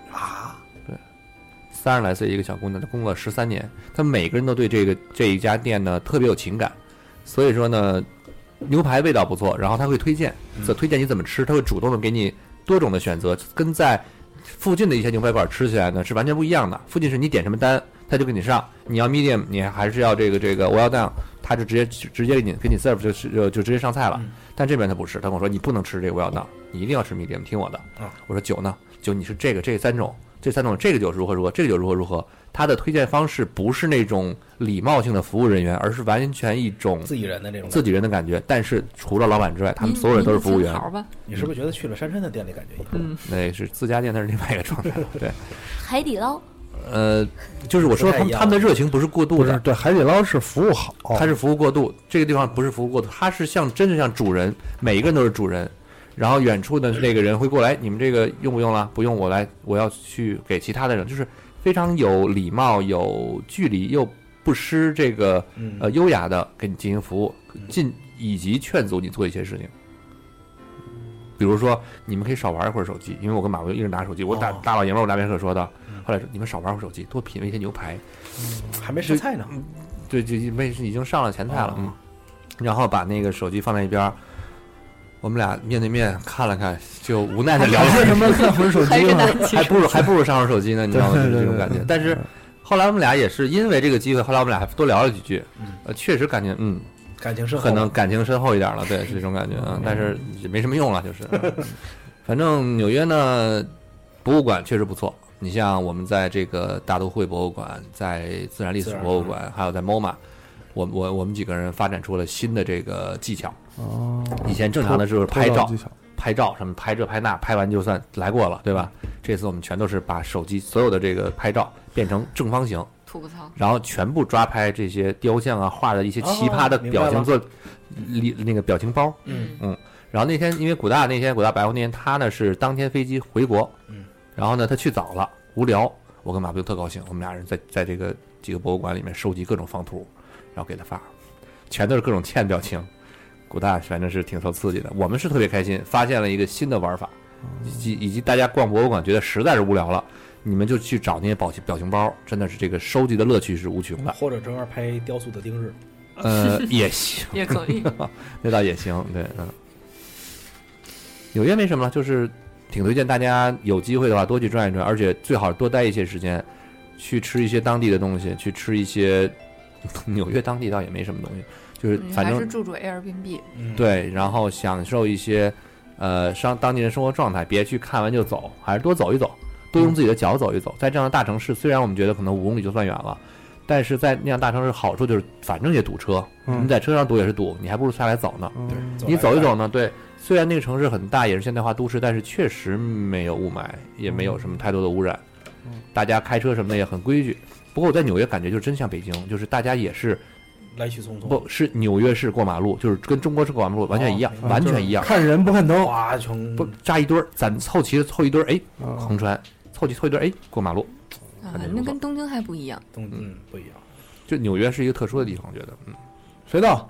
30来岁一个小姑娘，她工作13年，她每个人都对这一家店呢特别有情感，所以说呢，牛排味道不错，然后她会推荐你怎么吃，她会主动的给你多种的选择，跟在附近的一些牛排馆吃起来呢是完全不一样的。附近是你点什么单，他就给你上，你要 medium， 你还是要这个 well done， 他就直接给你 serve 就直接上菜了。但这边他不是，他跟我说你不能吃这个 well done， 你一定要吃 medium， 听我的。我说酒呢？酒你是这3种。这个酒是如何，这个酒如何，他的推荐方式不是那种礼貌性的服务人员，而是完全一种自己人的这种自己人的感觉。但是除了老板之外，他们所有人都是服务员。 你是不是觉得去了珊珊的店里感觉一样？ 那是自家店，那是另外一个状态。对， 海底捞。 就是我说他们的热情不是过度的， 对，海底捞是服务好， 他是服务过度。这个地方不是服务过度，他是真是像主人，每一个人都是主人。然后远处的那个人会过来，你们这个用不用了？不用，我要去给其他的人，就是非常有礼貌、有距离又不失这个优雅的给你进行服务，以及劝阻你做一些事情。比如说，你们可以少玩一会儿手机，因为我跟马伯一人拿手机，我大老爷们儿我拿边客说的。后来说你们少玩会儿手机，多品味一些牛排。 还没上菜呢。 对，就因为已经上了前菜了，然后把那个手机放在一边。我们俩面对面看了看，就无奈的聊为什么看会儿手机呢？ 还不如上会儿手机呢，你知道吗？这种感觉。但是后来我们俩也是因为这个机会，后来我们俩还多聊了几句，确实感觉感情深厚， 可能感情深厚一点了，对，是这种感觉啊。但是也没什么用了，就是。反正纽约呢，博物馆确实不错。你像我们在这个大都会博物馆，在自然历史博物馆，还有在 MoMA。我们几个人发展出了新的这个技巧。以前正常的就是拍照什么拍这拍那，拍完就算来过了，对吧？这次我们全都是把手机所有的这个拍照变成正方形，然后全部抓拍这些雕像啊，画的一些奇葩的表情，做那个表情包。然后那天因为古大白活那天他呢是当天飞机回国，然后呢他去早了，无聊，我跟马彪特高兴，我们俩人在这个几个博物馆里面收集各种放图。然后给他发，全都是各种欠表情，古大反正是挺受刺激的。我们是特别开心，发现了一个新的玩法，以及大家逛博物馆觉得实在是无聊了，你们就去找那些表情包，真的是这个收集的乐趣是无穷的。 或者正好拍雕塑的丁日， 也行， 也可以， 那倒也行，对，纽约没什么了，就是挺推荐大家有机会的话多去转一转，而且最好多待一些时间，去吃一些当地的东西，去吃一些。纽约当地倒也没什么东西，就是反正还是住 Airbnb， 对，然后享受一些当地人生活状态，别去看完就走，还是多走一走，多用自己的脚走一走。在这样的大城市，虽然我们觉得可能5公里就算远了，但是在那样大城市好处就是反正也堵车，你在车上堵也是堵，你还不如下来走呢。你走一走呢，对，虽然那个城市很大，也是现代化都市，但是确实没有雾霾，也没有什么太多的污染，大家开车什么的也很规矩。不过我在纽约感觉就真像北京，就是大家也是来去匆匆， 不是纽约市过马路，就是跟中国式过马路完全一样，完全一样。 看人不看灯， 哇， 不扎一堆儿，咱凑齐了凑一堆儿，哎，横穿，凑一堆儿，哎，过马路。 那跟东京还不一样。 不一样。 就纽约是一个特殊的地方，我觉得， 谁到？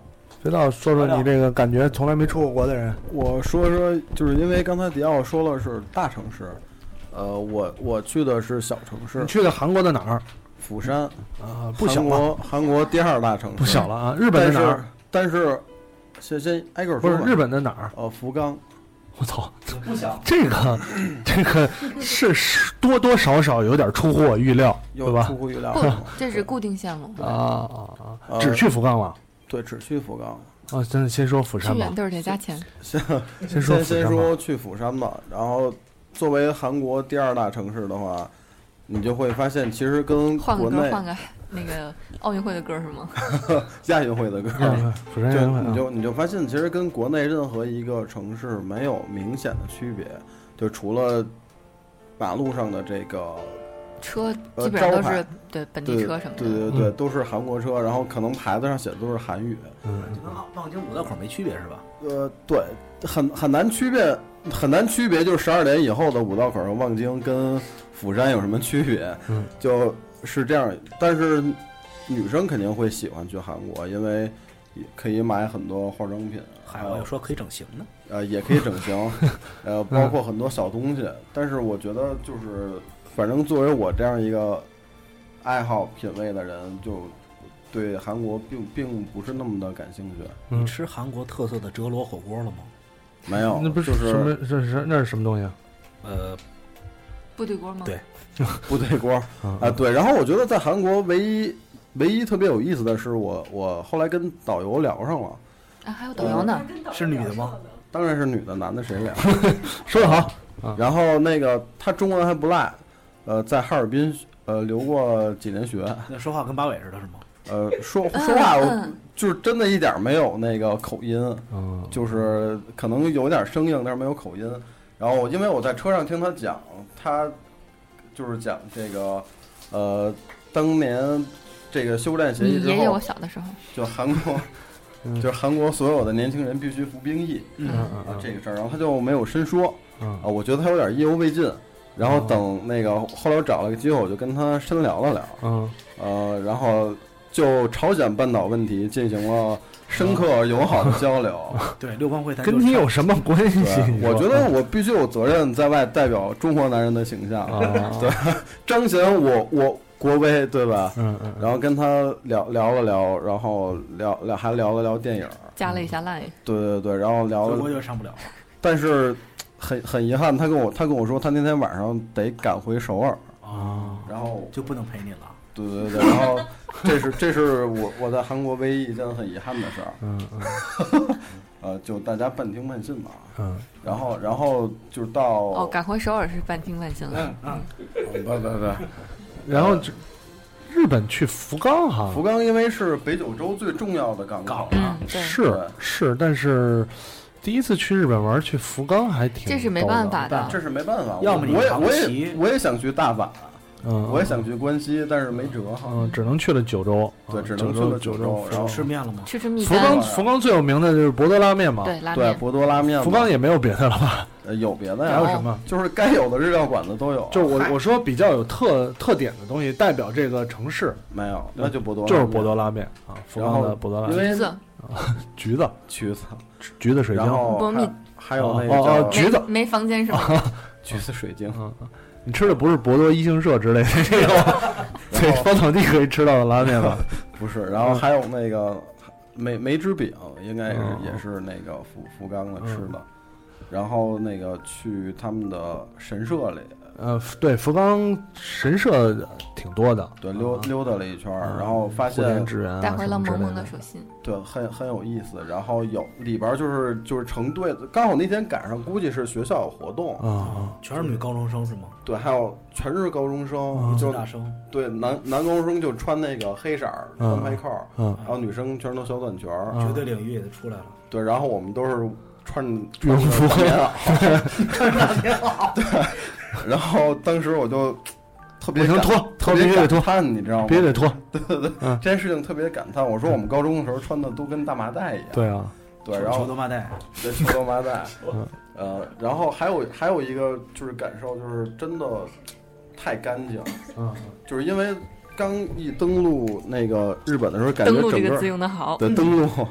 肥皂说说你这个感觉，从来没出过国的人。 我说说，就是因为刚才迪奥说了是大城市，我去的是小城市。 你去的韩国的哪儿？ 釜山啊，不小了。 韩国第2大城市， 不小了啊。日本的哪儿？ 但是先挨个说吧。 不是日本的哪儿？ 福冈。 我操， 不小。 这个是多多少少有点出乎我预料，对吧？ 出乎预料。 这是固定线路啊！只去福冈了。 对，只去福冈。 哦，真的，先说釜山吧。 去远地儿得加钱。 先说去釜山吧。然后，作为韩国第2大城市的话，你就会发现，其实跟国内换个那个奥运会的歌是吗？ 亚运会的歌。 釜山亚运会。 你就发现，其实跟国内任何一个城市没有明显的区别，就除了马路上的这个。 车基本上都是对本地车什么的， 对，都是韩国车，然后可能牌子上写的都是韩语。 就跟望京五道口没区别是吧？ 对，很难区别，就是12点以后的五道口和望京跟釜山有什么区别？就是这样。但是女生肯定会喜欢去韩国，因为可以买很多化妆品， 还有说可以整形呢。 也可以整形，包括很多小东西。但是我觉得就是。反正作为我这样一个爱好品味的人，就对韩国并不是那么的感兴趣。 你吃韩国特色的哲罗火锅了吗？ 没有， 那不是什么？那是什么东西啊？ 部队锅吗？ 对， 部队锅啊，对。然后我觉得在韩国唯一特别有意思的是，我后来跟导游聊上了。 啊，还有导游呢？ 是女的吗？ 当然是女的，男的谁聊？ 说得好。 然后那个他中文还不赖。在哈尔滨留过几年学。 那说话跟八尾似的是吗？ 说话就是真的一点没有那个口音，就是可能有点生硬，但是没有口音。然后因为我在车上听他讲，他就是讲这个当年这个休战协议之后， 爷爷我小的时候， 就韩国。就是韩国所有的年轻人必须服兵役，这个事儿，然后他就没有深说，我觉得他有点意犹未尽。然后等那个后来我找了个机会，我就跟他深聊了聊，然后就朝鲜半岛问题进行了深刻友好的交流。 对，六邦会谈跟你有什么关系？ 我觉得我必须有责任在外代表中国男人的形象，对，彰显我国威，对吧？然后跟他聊了聊，然后还聊了聊电影， 加了一下 line。 对，然后聊了， 我就上不了了，但是。很遗憾，他跟我说，他那天晚上得赶回首尔啊， 然后就不能陪你了。 对，然后这是我在韩国唯一一件很遗憾的事儿。就大家半听半信嘛。然后就到赶回首尔是半听半信了。 不， 然后日本去福冈哈， 福冈因为是北九州最重要的港口， 是，但是。第一次去日本玩，去福冈还挺， 这是没办法的， 这是没办法。 要么我也想去大阪，我也想去关西，但是没辙哈。 只能去了九州。 对，只能去了九州。然后吃面了吗？ 吃米饭。福冈最有名的就是博多拉面嘛。 对，博多拉面。 福冈也没有别的了吧？ 有别的呀？ 还有什么？ 就是该有的日料馆子都有。 就是我说比较有特点的东西，代表这个城市没有，那就博多， 就是博多拉面啊。福冈的博多拉面。橘子水晶， 还有那个橘子没房间是吧？ 橘子水晶， 你吃的不是博多一星社之类的这种在芳草地可以吃到的拉面吧？ 不是，然后还有那个梅汁饼，应该也是那个福冈的吃的，然后那个去他们的神社里。 对，福冈神社挺多的， 对，溜达了一圈，然后发现带回了萌萌的手信， 对，很有意思。然后有里边就是成队的，刚好那天赶上，估计是学校有活动全是女高中生是吗？ 对，还有全是高中生，就是大生， 对，男高中生就穿那个黑色单排扣，然后女生全都小短裙， 绝对领域也出来了。 对，然后我们都是穿羽服棉袄，穿棉袄，对。然后当时我就特别特别感叹，你知道吗？ 别得脱， 对，这件事情特别感叹。我说我们高中的时候穿的都跟大麻袋一样。 对啊， 对，然后球多麻袋， 对，球多麻袋。然后还有一个就是感受，就是真的太干净。就是因为刚一登陆那个日本的时候，感觉整个登陆这个字用的好， 对，登陆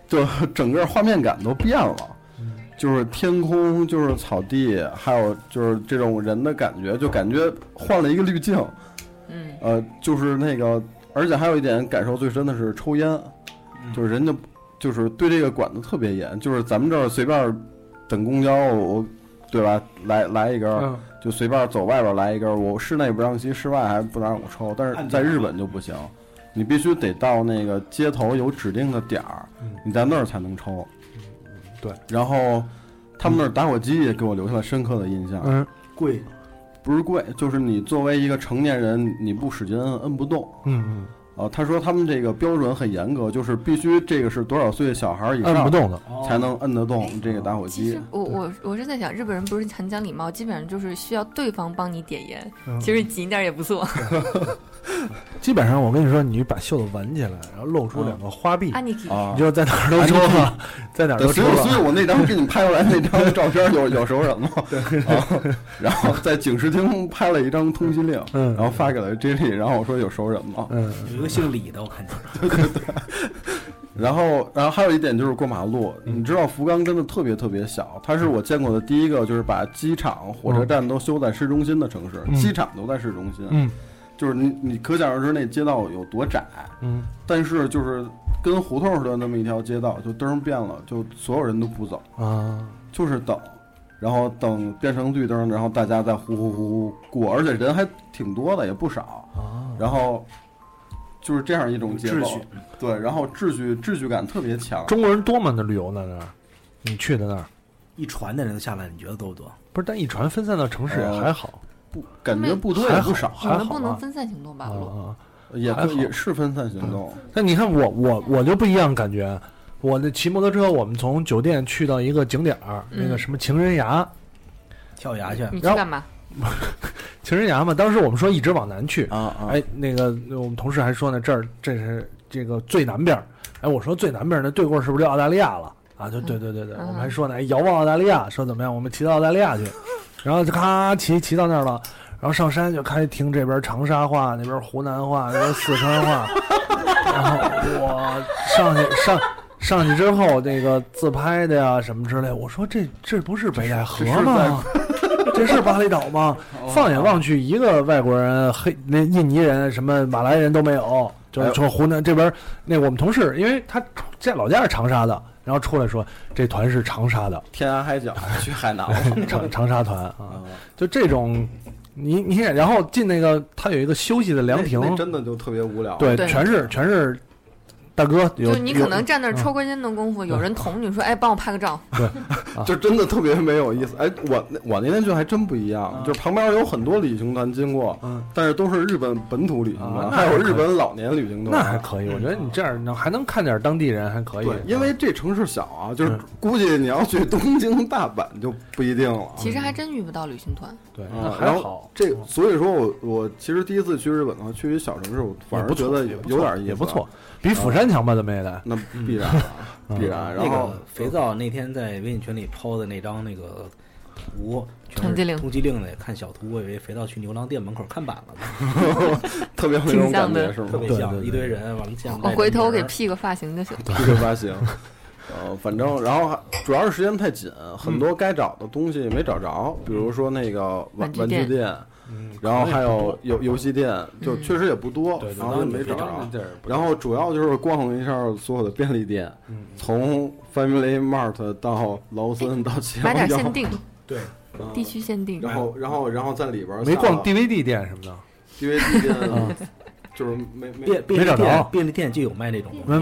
就整个画面感都变了。就是天空，就是草地，还有就是这种人的感觉，就感觉换了一个滤镜。就是那个，而且还有一点感受最深的是抽烟，就是人家就是对这个管得特别严，就是咱们这儿随便等公交，我对吧，来一根，就随便走外边来一根，我室内不让吸，室外还不让我抽，但是在日本就不行，你必须得到那个街头有指定的点儿，你在那儿才能抽。 对， 然后他们那儿打火机也给我留下了深刻的印象。 贵， 不是贵，就是你作为一个成年人，你不使劲摁不动。他说他们这个标准很严格，就是必须这个是多少岁小孩以上摁不动的才能摁得动这个打火机。 我是在想，日本人不是很讲礼貌，基本上就是需要对方帮你点烟，其实紧一点也不错。 基本上我跟你说，你把袖子挽起来，然后露出2个花臂，你就在哪儿都抽了，在哪儿都抽了。 所以我那张给你拍过来那张照片有熟人吗？对。然后在警视厅拍了一张通缉令，然后发给了 J 莉，然后我说有熟人吗？ 有一个姓李的，我看见。 对。然后还有一点就是过马路，你知道福冈真的特别特别小，它是我见过的第一个就是把机场、火车站都修在市中心的城市，机场都在市中心。就是你可想而知那街道有多窄，但是就是跟胡同似的那么一条街道，就灯变了，就所有人都不走就是等，然后等变成绿灯，然后大家再呼呼呼过，而且人还挺多的，也不少然后就是这样一种节奏，对，然后秩序感特别强。 中国人多吗？那旅游那儿，你去的那儿， 一船的人下来，你觉得多不多？ 不是，但一船分散到城市也还好。 感觉不多也不少， 你们不能分散行动吧？ 也是分散行动。 那你看我就不一样，感觉我那骑摩托车，我们从酒店去到一个景点那个什么情人崖， 跳崖去。 你去干嘛？ 情人崖嘛，当时我们说一直往南去那个我们同事还说呢，这是这个最南边。我说最南边的对过是不是就澳大利亚了啊？就对，我们还说呢，遥望澳大利亚，说怎么样？我们骑到澳大利亚去。然后就咔骑到那儿了，然后上山就开始听这边长沙话，那边湖南话，那边四川话，然后我上去之后，那个自拍的呀什么之类，我说这不是北戴河吗？这是巴厘岛吗？放眼望去，一个外国人、那印尼人、什么马来人都没有，就是说湖南这边那我们同事，因为他老家是长沙的。然后出来说，这团是长沙的， 天涯海角去海南长沙团啊，就这种，你然后进那个，他有一个休息的凉亭， 那真的就特别无聊， 对，全是大哥， 就你可能站那儿抽根烟的功夫，有人捅你说，哎，帮我拍个照， 对， 就真的特别没有意思。哎，我那天去还真不一样，就是旁边有很多旅行团经过，但是都是日本本土旅行团，还有日本老年旅行团， 那还可以。我觉得你这样还能看点当地人，还可以。 对，因为这城市小啊，就是估计你要去东京、大阪就不一定了。 其实还真遇不到旅行团， 对，还好。 所以说我其实第一次去日本的话，去一小城市，我反而觉得有点意思， 也不错。比釜山强吧？怎么也得， 那必然必然。然后肥皂那天在微信群里抛的那张那个图， 通缉令的，看小图，我以为肥皂去牛郎店门口看板了呢， 特别有那种感觉，是吗？ 特别像一堆人完了见。 我回头给 P 个发型就行。 P 个发型，反正然后主要是时间太紧，很多该找的东西没找着，比如说那个玩具店。然后还有游戏店，就确实也不多，然后也没找着。然后主要就是逛了一下所有的便利店，从 Family Mart 到劳森到七幺幺， 买点限定， 对， 地区限定。 然后在里边没逛 DVD 店什么的 ，DVD 店。就是没找着， 便利店就有卖那种， 没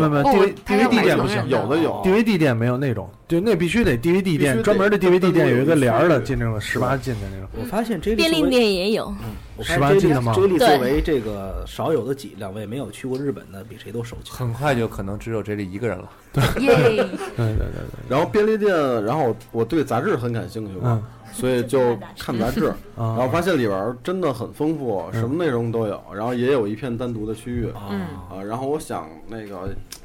DVD 店不行， 有的有 DVD 店没有那种，就那必须得 DVD 店，专门的 DVD 店有一个帘儿的，进那种18禁的那种。 我发现这便利店也有 ，18禁的吗？ 这里作为这个少有的两位没有去过日本的，比谁都熟悉。 很快就可能只有这里一个人了。 对， 对。 然后便利店，然后我对杂志很感兴趣嘛。所以就看杂志，然后发现里边真的很丰富，什么内容都有，然后也有一片单独的区域，然后我想那个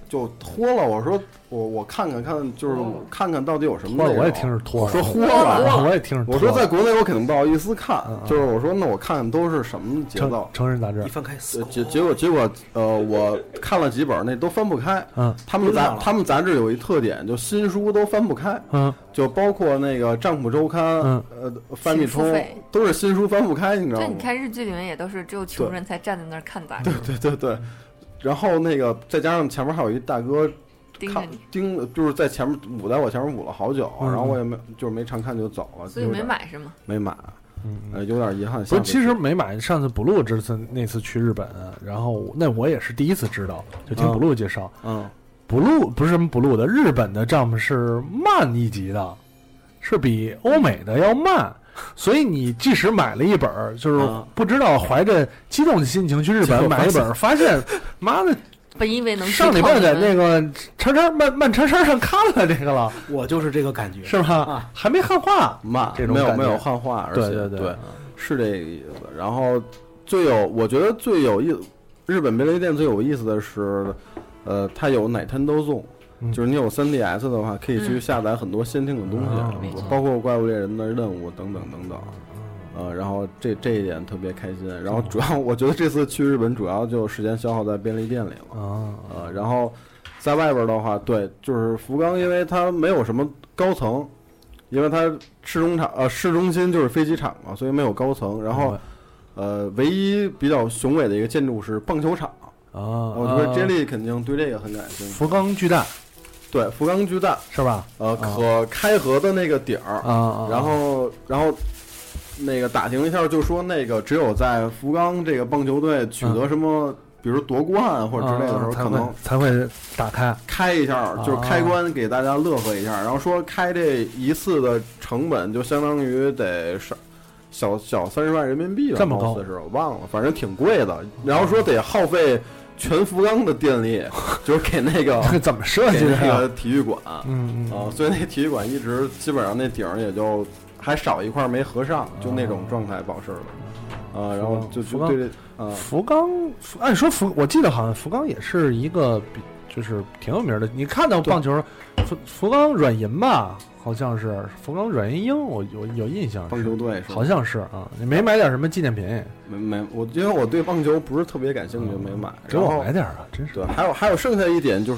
就脱了，我说我看看，就是看看到底有什么内容。 我也听着脱了， 说脱了， 我也听着脱了。 我说在国内我肯定不好意思看，就是我说那我看看都是什么节奏。 成人杂志一翻开， 结果我看了几本，那都翻不开。他们杂志有一特点，就新书都翻不开。就包括那个丈夫周刊，翻译冲都是新书翻不开，你知道吗？ 对，你看日剧里面也都是只有穷人才站在那儿看杂志。 对。然后那个再加上前面还有一大哥盯，就是在前面捂在我前面捂了好久，然后我也没常看就走了。 所以没买是吗？ 没买，有点遗憾。 不是，其实没买。上次 blue 那次去日本，然后那我也是第一次知道，就听 blue 介绍。blue 不是什么 blue 的，日本的账目是慢一级的，是比欧美的要慢。所以你即使买了一本，就是不知道怀着激动的心情去日本买一本，发现妈的， 本以为能上礼拜在那个慢叉上看了这个了， 我就是这个感觉， 是吧？还没汉化， 慢， 这种没有汉化，而且对， 是这个意思。然后我觉得最有意思，日本便利店最有意思的是，它有奶摊都送。就是你有 3DS 的话，可以去下载很多先听的东西，包括怪物猎人的任务等等。然后这一点特别开心。然后主要我觉得这次去日本主要就时间消耗在便利店里了。然后在外边的话，对，就是福冈，因为它没有什么高层，因为它市中心就是飞机场嘛，所以没有高层。然后唯一比较雄伟的一个建筑是棒球场。我觉得 Jelly 肯定对这个很感兴趣。 福冈巨蛋。 对，福冈巨蛋是吧？ 可开合的那个顶儿然后那个打听一下，就说那个只有在福冈这个棒球队取得什么，比如夺冠或者之类的时候，可能才会打开一下，就是开关给大家乐呵一下。然后说开这一次的成本就相当于得小30万人民币了， 这么高我忘了，反正挺贵的。然后说得耗费全福冈的电力，就是给那个怎么设计的那个体育馆，所以那体育馆一直基本上那顶也就还少一块没合上，就那种状态保持的，然后就对福冈，按说我记得好像福冈也是一个就是挺有名的，你看到棒球，福冈软银吧，好像是福冈软银鹰，我有印象， 棒球队好像是你没买点什么纪念品？ 没，因为我对棒球不是特别感兴趣，没买。 给我买点啊，真是。 对，还有剩下一点就是，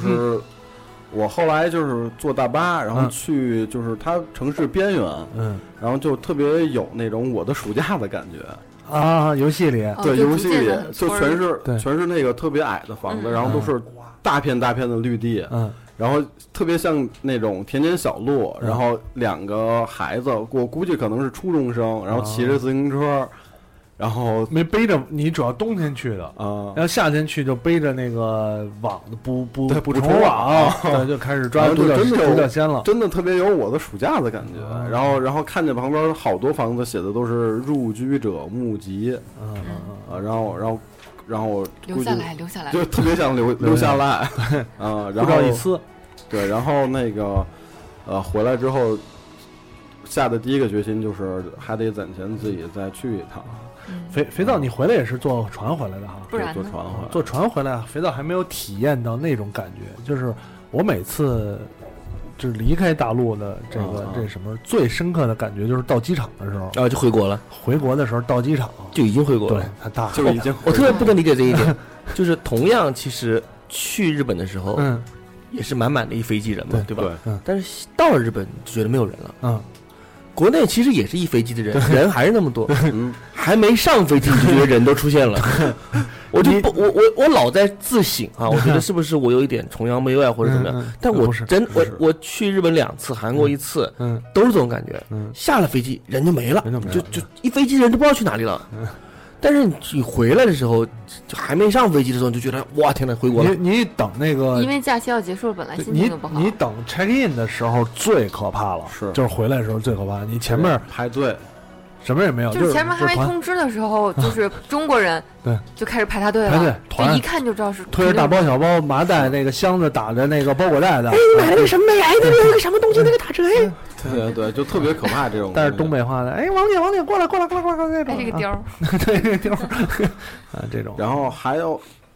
我后来就是坐大巴，然后去就是它城市边缘，然后就特别有那种我的暑假的感觉啊，游戏里， 对，游戏里就全是那个特别矮的房子，然后都是大片大片的绿地，然后特别像那种田间小路，然后两个孩子，我估计可能是初中生，然后骑着自行车，然后没背着，你主要冬天去的然后夏天去就背着那个网的捕虫网，对，就开始抓独角仙了， 真的特别有我的暑假的感觉。然后看见旁边好多房子写的都是入居者募集，然后我留下来， 就特别想留下来，然后一丝， 对，然后那个回来之后下的第一个决心就是还得攒钱自己再去一趟。 肥皂，你回来也是坐船回来的哈？ 不然坐船回来，肥皂还没有体验到那种感觉。就是我每次就是离开大陆的这什么最深刻的感觉，就是到机场的时候就回国了。 回国的时候到机场就已经回国了， 对，太大了， 就已经。 我特别不能理解这一点，就是同样其实去日本的时候，也是满满的一飞机人嘛，对吧？但是到了日本就觉得没有人了，国内其实也是一飞机的人，人还是那么多，还没上飞机就觉得人都出现了，我老在自省啊，我觉得是不是我有一点崇洋媚外或者怎么样？但我我去日本2次，韩国1次，都是这种感觉，下了飞机人就没了，就一飞机人都不知道去哪里了。但是你回来的时候，就还没上飞机的时候，就觉得哇天哪，回国了！ 你等那个， 因为假期要结束了，本来心情就不好。 你等 check in 的时候最可怕了，就是回来的时候最可怕。你前面排队， 什么也没有， 就是前面还没通知的时候，就是中国人对就开始排他队了， 团一看就知道是推着大包小包麻袋，那个箱子打着那个包裹袋的。 哎，你买了个什么？哎，那个什么东西？那个打折哎。 对，就特别可怕这种。 但是东北话的，哎，王姐过来那种。 这个貂， 对，这个貂这种。 然后还有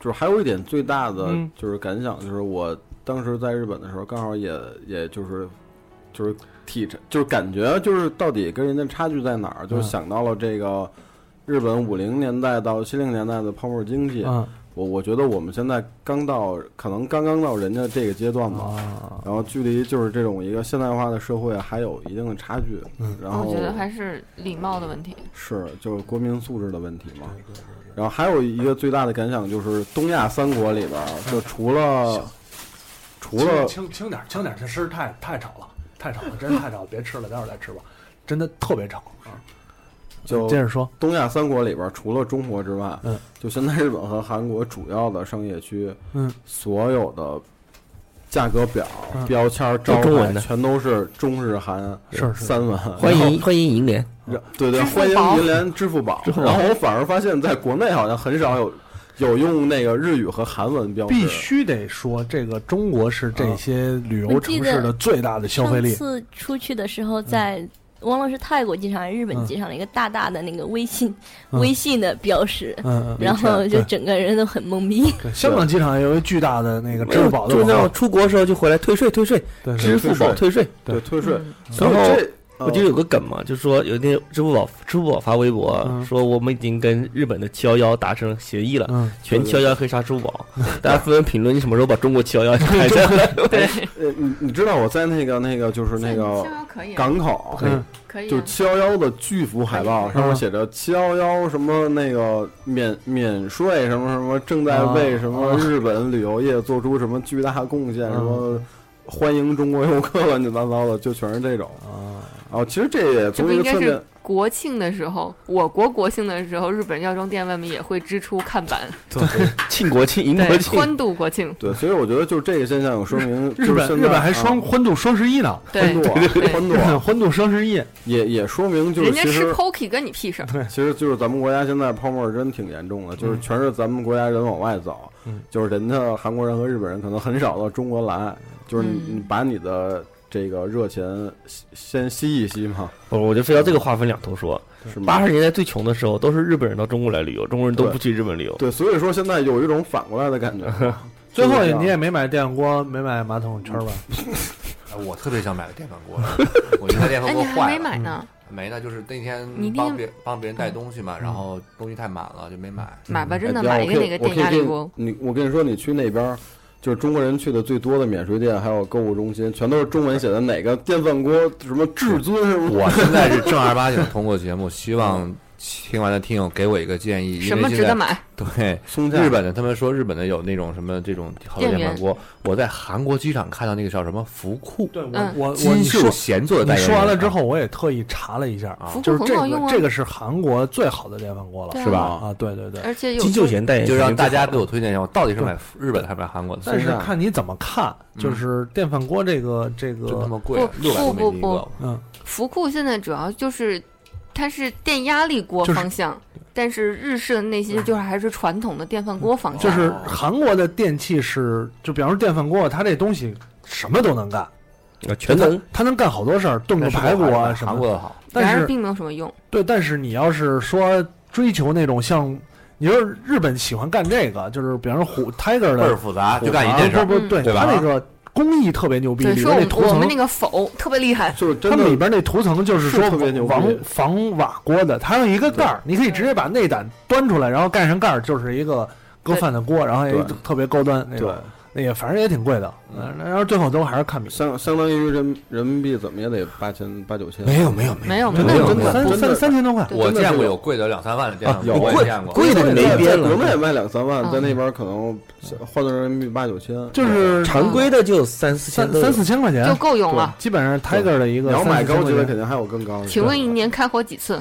就是还有一点最大的就是感想，就是我当时在日本的时候，刚好也就是就是感觉就是到底跟人家差距在哪儿，就是想到了这个日本50年代到70年代的泡沫经济。我觉得我们现在可能刚刚到人家这个阶段吧，然后距离就是这种一个现代化的社会还有一定的差距。然后我觉得还是礼貌的问题，是就是国民素质的问题嘛。然后还有一个最大的感想就是东亚三国里边，就除了轻点，这声太吵了，真的太吵了，别吃了，待会儿再吃吧，真的特别吵啊。 就接着说， 东亚三国里边除了中国之外，就现在日本和韩国主要的商业区，所有的价格表、标签、招牌全都是中日韩3文。 欢迎银联， 对，欢迎银联、支付宝。然后我反而发现，在国内好像很少有用那个日语和韩文标志。 必须得说，这个中国是这些旅游城市的最大的消费力。 上次出去的时候在。忘了是泰国机场还是日本机场的一个大大的那个微信的标识，然后就整个人都很懵逼。 香港机场有一个巨大的那个支付宝的， 就那样出国的时候就回来退税，支付宝退税， 对退税。 然后我记得有个梗嘛，就是说有一天支付宝发微博说我们已经跟日本的711达成协议了，全711可以刷支付宝。大家纷纷评论你什么时候把中国711开下来？ 对， 你知道我在那个就是那个港口， 可以， 就711的巨幅海报上面写着711什么那个免税什么正在为什么日本旅游业做出什么巨大贡献，什么欢迎中国游客，乱七八糟的，就全是这种然后其实这也从一个侧面， 国庆的时候，我国国庆的时候，日本药妆店外面也会支出看板， 庆国庆、迎国庆、 欢度国庆。 对，所以我觉得就这个现象有说明， 日本还欢度双11呢，欢度双11， 也说明就是人家吃 Pocky 跟你屁事。 对，其实就是咱们国家现在泡沫真挺严重的，就是全是咱们国家人往外走，就是人家韩国人和日本人可能很少到中国来，就是你把你的。这个热钱先吸一吸嘛？ 我就非要这个划分两头说。80年代最穷的时候，都是日本人到中国来旅游，中国人都不去日本旅游。 对，所以说现在有一种反过来的感觉。 最后你也没买电饭锅，没买马桶圈吧？ 我特别想买个电饭锅，我觉得电饭锅坏了。 你还没买呢？ 没呢，就是那天帮别人带东西嘛，然后东西太满了就没买。 买吧，真的买一个那个电压力锅。 我跟你说，你去那边。就是中国人去的最多的免税店，还有购物中心，全都是中文写的，哪个电饭锅什么至尊什么。 我现在是正儿八经通过节目，希望听完的听友给我一个建议， 什么值得买？ 对，日本的他们说日本的有那种什么这种好的电饭锅，我在韩国机场看到那个叫什么福库， 对我金秀贤做的代言人。 你说完了之后，我也特意查了一下啊，就是这个是韩国最好的电饭锅了， 是吧？ 啊，对， 而且有金秀贤代言， 就让大家给我推荐一下，我到底是买日本还是买韩国的？ 但是看你怎么看，就是电饭锅这个真他妈贵，600多美金一个。 福库现在主要就是它是电压力锅方向。但是日式的那些就是还是传统的电饭锅方向， 就是韩国的电器是，就比方说电饭锅，它这东西什么都能干， 全能， 它能干好多事儿，炖个排骨啊什么的好。 但是并没有什么用。 对，但是你要是说追求那种像，你说日本喜欢干这个，就是比方说Tiger 的倍儿复杂，就干一件事， 对，他那个。工艺特别牛逼，里边那涂层， 我们那个否特别厉害， 就是它里边那涂层就是说防瓦锅的，它有一个盖儿，你可以直接把内胆端出来，然后盖上盖儿，就是一个搁饭的锅，然后也特别高端那种。那也反正也挺贵的，然后最后都还是看米， 相当于人民币怎么也得8,000、8、9千。 没有， 真的 3000多块。 我见过有贵的2、3万的电饭锅，我见过贵的没边了。 国内也卖2、3万，在那边可能换算人民币8、9千。 就是常规的就3、4千块钱就够用了。 基本上 Tiger 的一个， 你要买高级的肯定还有更高的。 请问一年开火几次？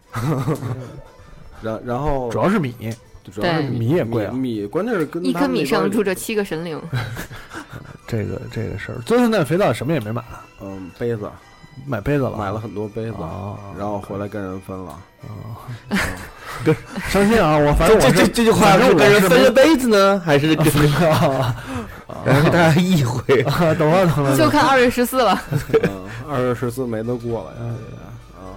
然后主要是米。主要是米也贵啊， 米关键是跟一颗米上住着7个神灵。 这个事儿，最后那肥皂什么也没买， 杯子， 买杯子了， 买了很多杯子，然后回来跟人分了。 伤心啊！我反正这句话是跟人分了杯子呢，还是跟然后大家意会？ 懂了。 就看2月14了。 2月14没得过了呀。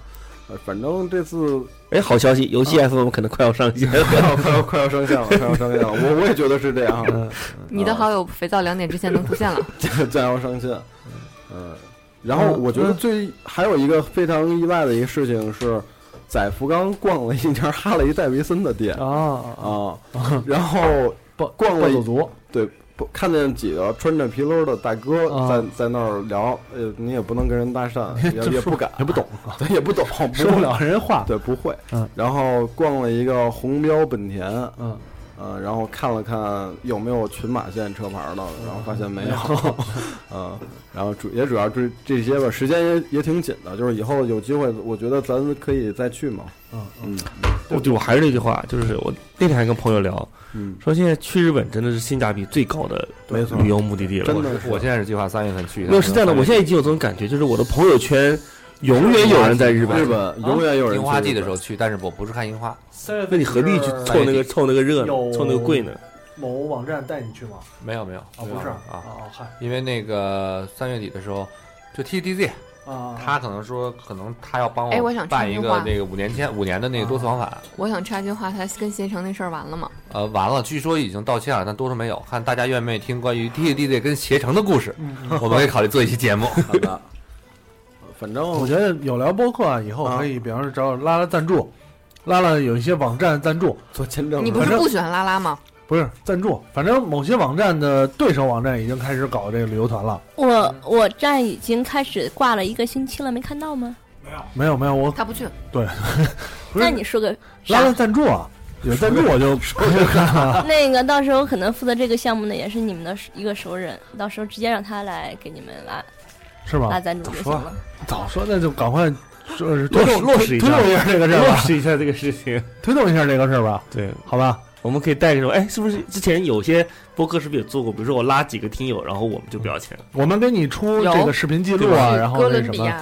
反正这次好消息，游戏 FM 可能快要上线了， 快要上线了，快要上线了。我也觉得是这样。 你的好友肥皂2点之前能出现了， 将要上线。然后我觉得还有一个非常意外的一个事情是，在福冈逛了一家哈雷戴维森的店然后逛了对。看见几个穿着皮褛的大哥在那儿聊，你也不能跟人搭讪，也不敢， 也不懂， 对，也不懂， 说不了人话， 对，不会。然后逛了一个红标本田，然后看了看有没有群马线车牌的，然后发现没有，然后主要这些吧，时间也挺紧的，就是以后有机会，我觉得咱可以再去嘛。 我还是那句话，就是我那天还跟朋友聊。说现在去日本真的是性价比最高的旅游目的地了。 真的，我现在是计划3月份去的。 没有是这样的，我现在已经有这种感觉，就是我的朋友圈永远有人在日本， 永远有人。 樱花季的时候去，但是我不是看樱花。 那你何必去凑那个热闹，凑那个贵呢？ 某网站带你去吗？ 没有， 不是嗨， 因为那个3月底的时候就 TDZ。他可能他要帮我办一个那个5年的那个多次往返。 我想插句话，他跟携程那事儿完了吗？ 完了，据说已经到期了，但多数没有。看大家愿不愿意听关于 TDZ 跟携程的故事，我们可以考虑做一期节目。 好的，反正我觉得有聊播客啊，以后可以，比方说找拉拉赞助，拉拉有一些网站赞助做签证。 你不是不喜欢拉拉吗？ 不是赞助，反正某些网站的对手网站已经开始搞这个旅游团了。 我站已经开始挂了1个星期了，没看到吗？ 没有， 他不去。 对， 那你说个拉拉赞助啊，有赞助我就说那个到时候可能负责这个项目的也是你们的一个熟人，到时候直接让他来给你们拉， 是吧？ 拉赞助就行了。 早说，那就赶快落实一下这个事儿， 落实一下这个事情， 推动一下这个事儿吧。 对， 好吧。 我们可以带着说，是不是之前有些播客是不是也做过？比如说我拉几个听友，然后我们就不要钱， 我们给你出这个视频记录啊，然后那什么，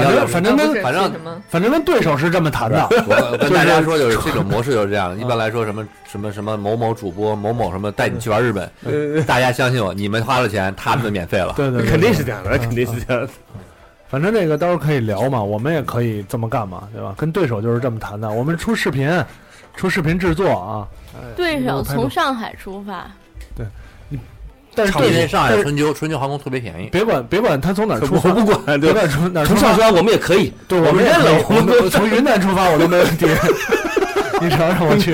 反正跟对手是这么谈的。 我跟大家说，就是这种模式就是这样的。一般来说，什么某某主播某某什么带你去玩日本，大家相信我，你们花了钱，他们就免费了。 对， 肯定是这样的，肯定是这样的。 反正这个到时候可以聊嘛，我们也可以这么干嘛，对吧？跟对手就是这么谈的。我们出视频制作啊。 对手从上海出发， 对，但是今天上海春秋航空特别便宜， 别管他从哪儿出发， 不管对吧？从上出发我们也可以， 对，我们认了，我们从云南出发我都没问题，你只要让我去，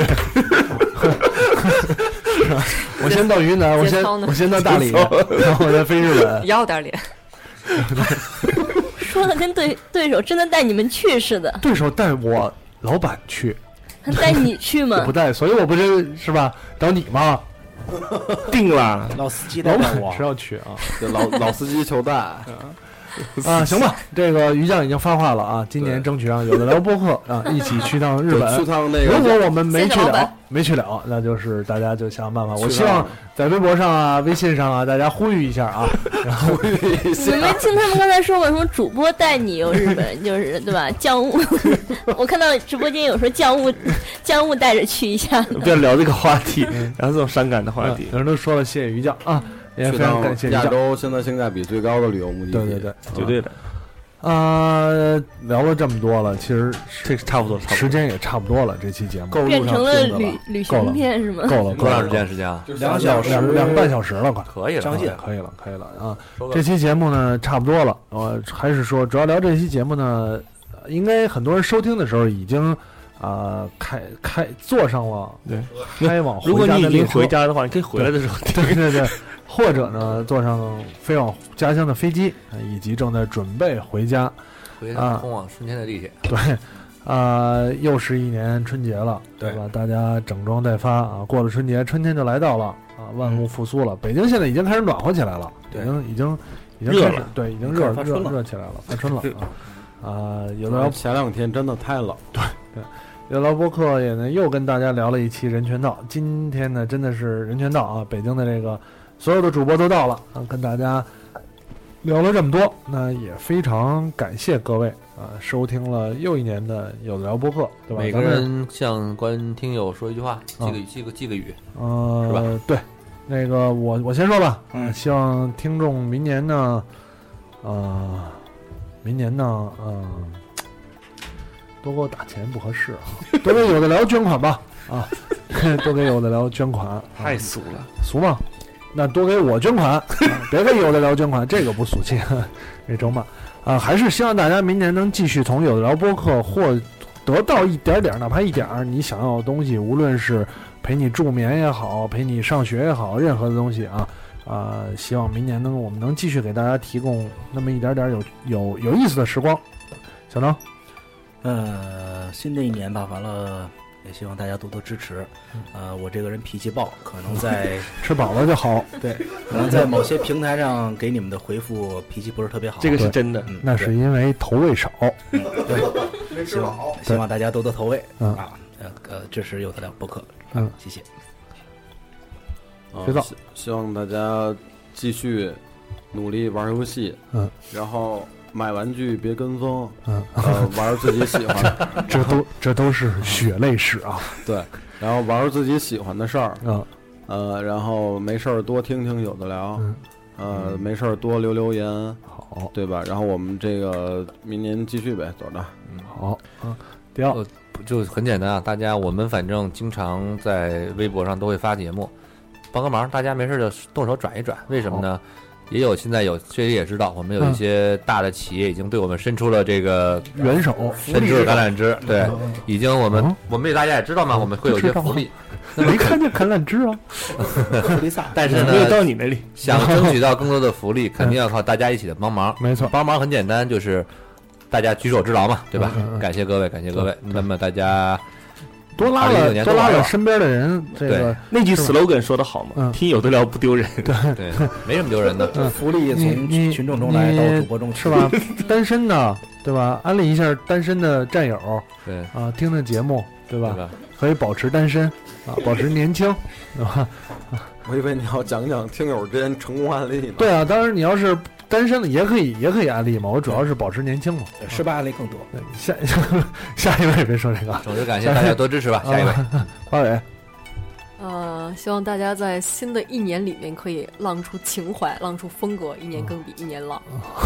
我先到云南，我先到大理，然后我再飞日本， 要点脸。 说的跟对手真的带你们去似的， 对手带我老板去。 他带你去吗？ 不带，所以我不是吧？找你吗？ 定了， 老司机带我是要去啊， 老司机求带行吧，这个于酱已经发话了啊，今年争取让有的聊播客啊一起去趟日本。 去趟那个， 如果我们没去了，那就是大家就想办法。我希望在微博上啊、微信上啊，大家呼吁一下啊，呼吁一下。 你没听他们刚才说过什么主播带你游日本，就是对吧？酱务，我看到直播间有说酱务带着去一下。 不要聊这个话题，然后这种伤感的话题。 有人都说了，谢谢于酱啊。也非常感谢亚洲现在性价比最高的旅游目的地， 对， 绝对的。 聊了这么多了，其实这差不多， 时间也差不多了。这期节目变成了旅行片是吗？ 够了， 多长时间啊 ？2小时 ，2个半小时了，快可以了， 将近可以了啊！这期节目呢，差不多了。还是说，主要聊这期节目呢，应该很多人收听的时候已经开坐上了开往如果你已经回家的话，你可以回来的时候对，或者呢坐上飞往家乡的飞机，以及正在准备回家通往春天的地铁。 对，又是一年春节了，对吧？大家整装待发啊，过了春节，春天就来到了啊，万物复苏了。北京现在已经开始暖和起来了，已经热了， 对，已经热起来了，发春了啊！有的前2天真的太冷， 对。有聊播客也呢，又跟大家聊了一期人权道。今天呢，真的是人权道啊！北京的这个所有的主播都到了啊，跟大家聊了这么多，那也非常感谢各位啊，收听了又一年的有聊播客，对吧？ 每个人向观听友说一句话，寄个语，是吧？ 对，那个我先说吧，希望听众明年呢， 多给我打钱不合适啊，多给有的聊捐款吧啊，多给有的聊捐款， 太俗了， 俗吗？那多给我捐款，别给有的聊捐款，这个不俗气，这周嘛啊，还是希望大家明年能继续从有的聊播客或得到一点点，哪怕一点你想要的东西，无论是陪你助眠也好，陪你上学也好，任何的东西啊。希望明年我们能继续给大家提供那么一点点有意思的时光。小张， 新的一年吧，完了也希望大家多多支持。我这个人脾气暴，可能在吃饱了就好。 对，可能在某些平台上给你们的回复脾气不是特别好， 这个是真的。 那是因为投喂少。 对，希望大家多多投喂支持有的聊播客。谢谢。 希望大家继续努力玩游戏，然后买玩具别跟风，玩自己喜欢的， 这都是血泪史啊。 对，然后玩自己喜欢的事儿，然后没事儿多听听有的聊，没事儿多留言， 好， 对吧？然后我们这个明年继续呗，走着。 好，第二就很简单啊，大家我们反正经常在微博上都会发节目。帮个忙，大家没事就动手转一转。为什么呢？现在有，这也知道，我们有一些大的企业已经对我们伸出了这个援手， 伸出了橄榄枝。对，已经我们大家也知道嘛，我们会有一些福利。 没看见橄榄枝啊， 福利萨。 但是呢， 没有到你那里， 想争取到更多的福利，肯定要靠大家一起的帮忙。 没错， 帮忙很简单，就是大家举手之劳嘛，对吧？感谢各位，感谢各位。那么大家。 多拉了身边的人，这个那句 slogan 说得好嘛，听有的聊不丢人， 对，没什么丢人的。 福利从群众中来到主播中是吧？单身的，对吧？安利一下单身的战友， 对啊，听听节目，对吧？可以保持单身啊，保持年轻，对吧？ 我以为你要讲讲听友之间成功案例呢。 对啊，当然你要是单身的也可以安利嘛，我主要是保持年轻嘛， 失败案例更多。 下一位别说这个， 总之感谢大家多支持吧。下一位， 花伟， 希望大家在新的一年里面可以浪出情怀，浪出风格，一年更比一年浪。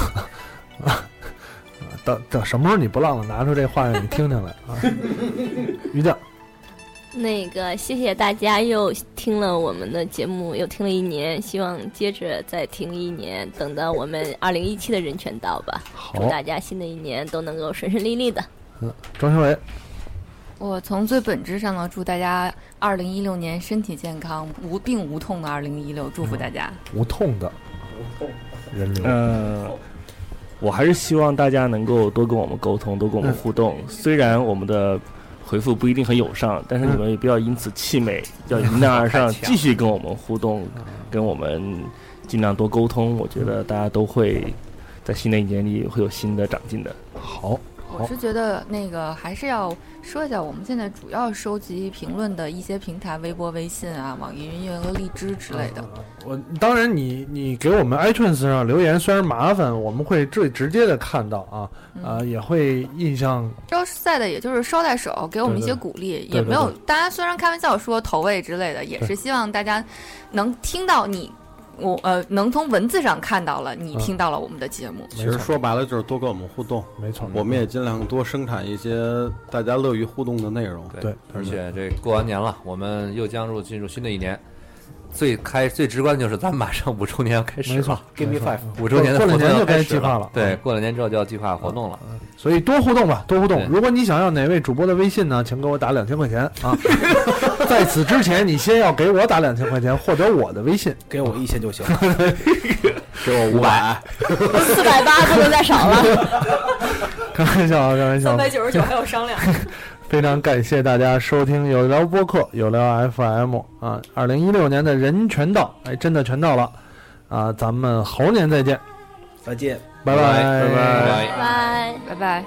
等什么时候你不浪了，拿出这话让你听听来啊。于酱。 谢谢大家又听了我们的节目，又听了一年，希望接着再听一年，等到我们2017的人权到吧。祝大家新的一年都能够顺顺利利的。 庄小伟， 我从最本质上呢，祝大家2016年身体健康，无病无痛的2016，祝福大家。 无痛的人流。我还是希望大家能够多跟我们沟通，多跟我们互动。虽然我们的回复不一定很友善，但是你们也不要因此气馁，要迎难而上，继续跟我们互动，跟我们尽量多沟通。我觉得大家都会在新的一年里会有新的长进的。 好， 我是觉得还是要说一下，我们现在主要收集评论的一些平台，微博、微信啊、网易云音乐和荔枝之类的。 当然你给我们 iTunes 上留言虽然麻烦，我们会最直接的看到啊，也会印象。 说实在的，也就是捎带手给我们一些鼓励，也没有。大家虽然开玩笑说投喂之类的，也是希望大家能听到能从文字上看到了你听到了我们的节目。 其实说白了就是多跟我们互动， 没错。 我们也尽量多生产一些大家乐于互动的内容。 对，而且这过完年了，我们又进入新的一年。最直观的就是咱们马上5周年要开始了， 没错 ，Give me 5， 5周年的活动就开始计划了。 对，过了年之后就要计划活动了， 所以多互动吧，多互动。如果你想要哪位主播的微信呢，请给我打2000块钱啊！在此之前，你先要给我打2000块钱，获得我的微信， 给我1000就行， 给我 500，480不能再少了。 开玩笑啊，开玩笑。 399还有商量。 非常感谢大家收听有聊播客有聊 FM 啊，2016年的人全到，真的全到了啊！咱们猴年再见， 再见， 拜拜拜拜拜拜。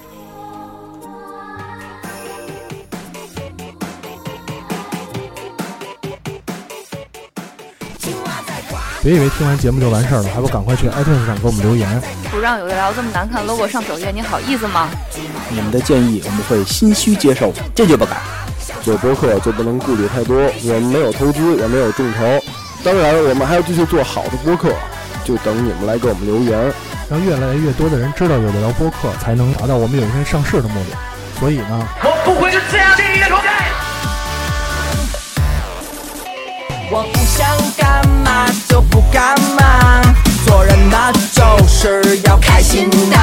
别以为听完节目就完事儿了，还不赶快去 iTunes 上给我们留言。 不让有的聊这么难看 logo 上首页，你好意思吗？ 你们的建议我们会心虚接受，坚决不改。 做播客就不能顾虑太多，我们没有投资，也没有众筹。当然，我们还要继续做好的播客，就等你们来给我们留言， 让越来越多的人知道有的聊播客，才能达到我们有一天上市的目的。 所以呢， 我不会就这样轻易的脱开。我不想干嘛就不干嘛，做人嘛就是要开心的。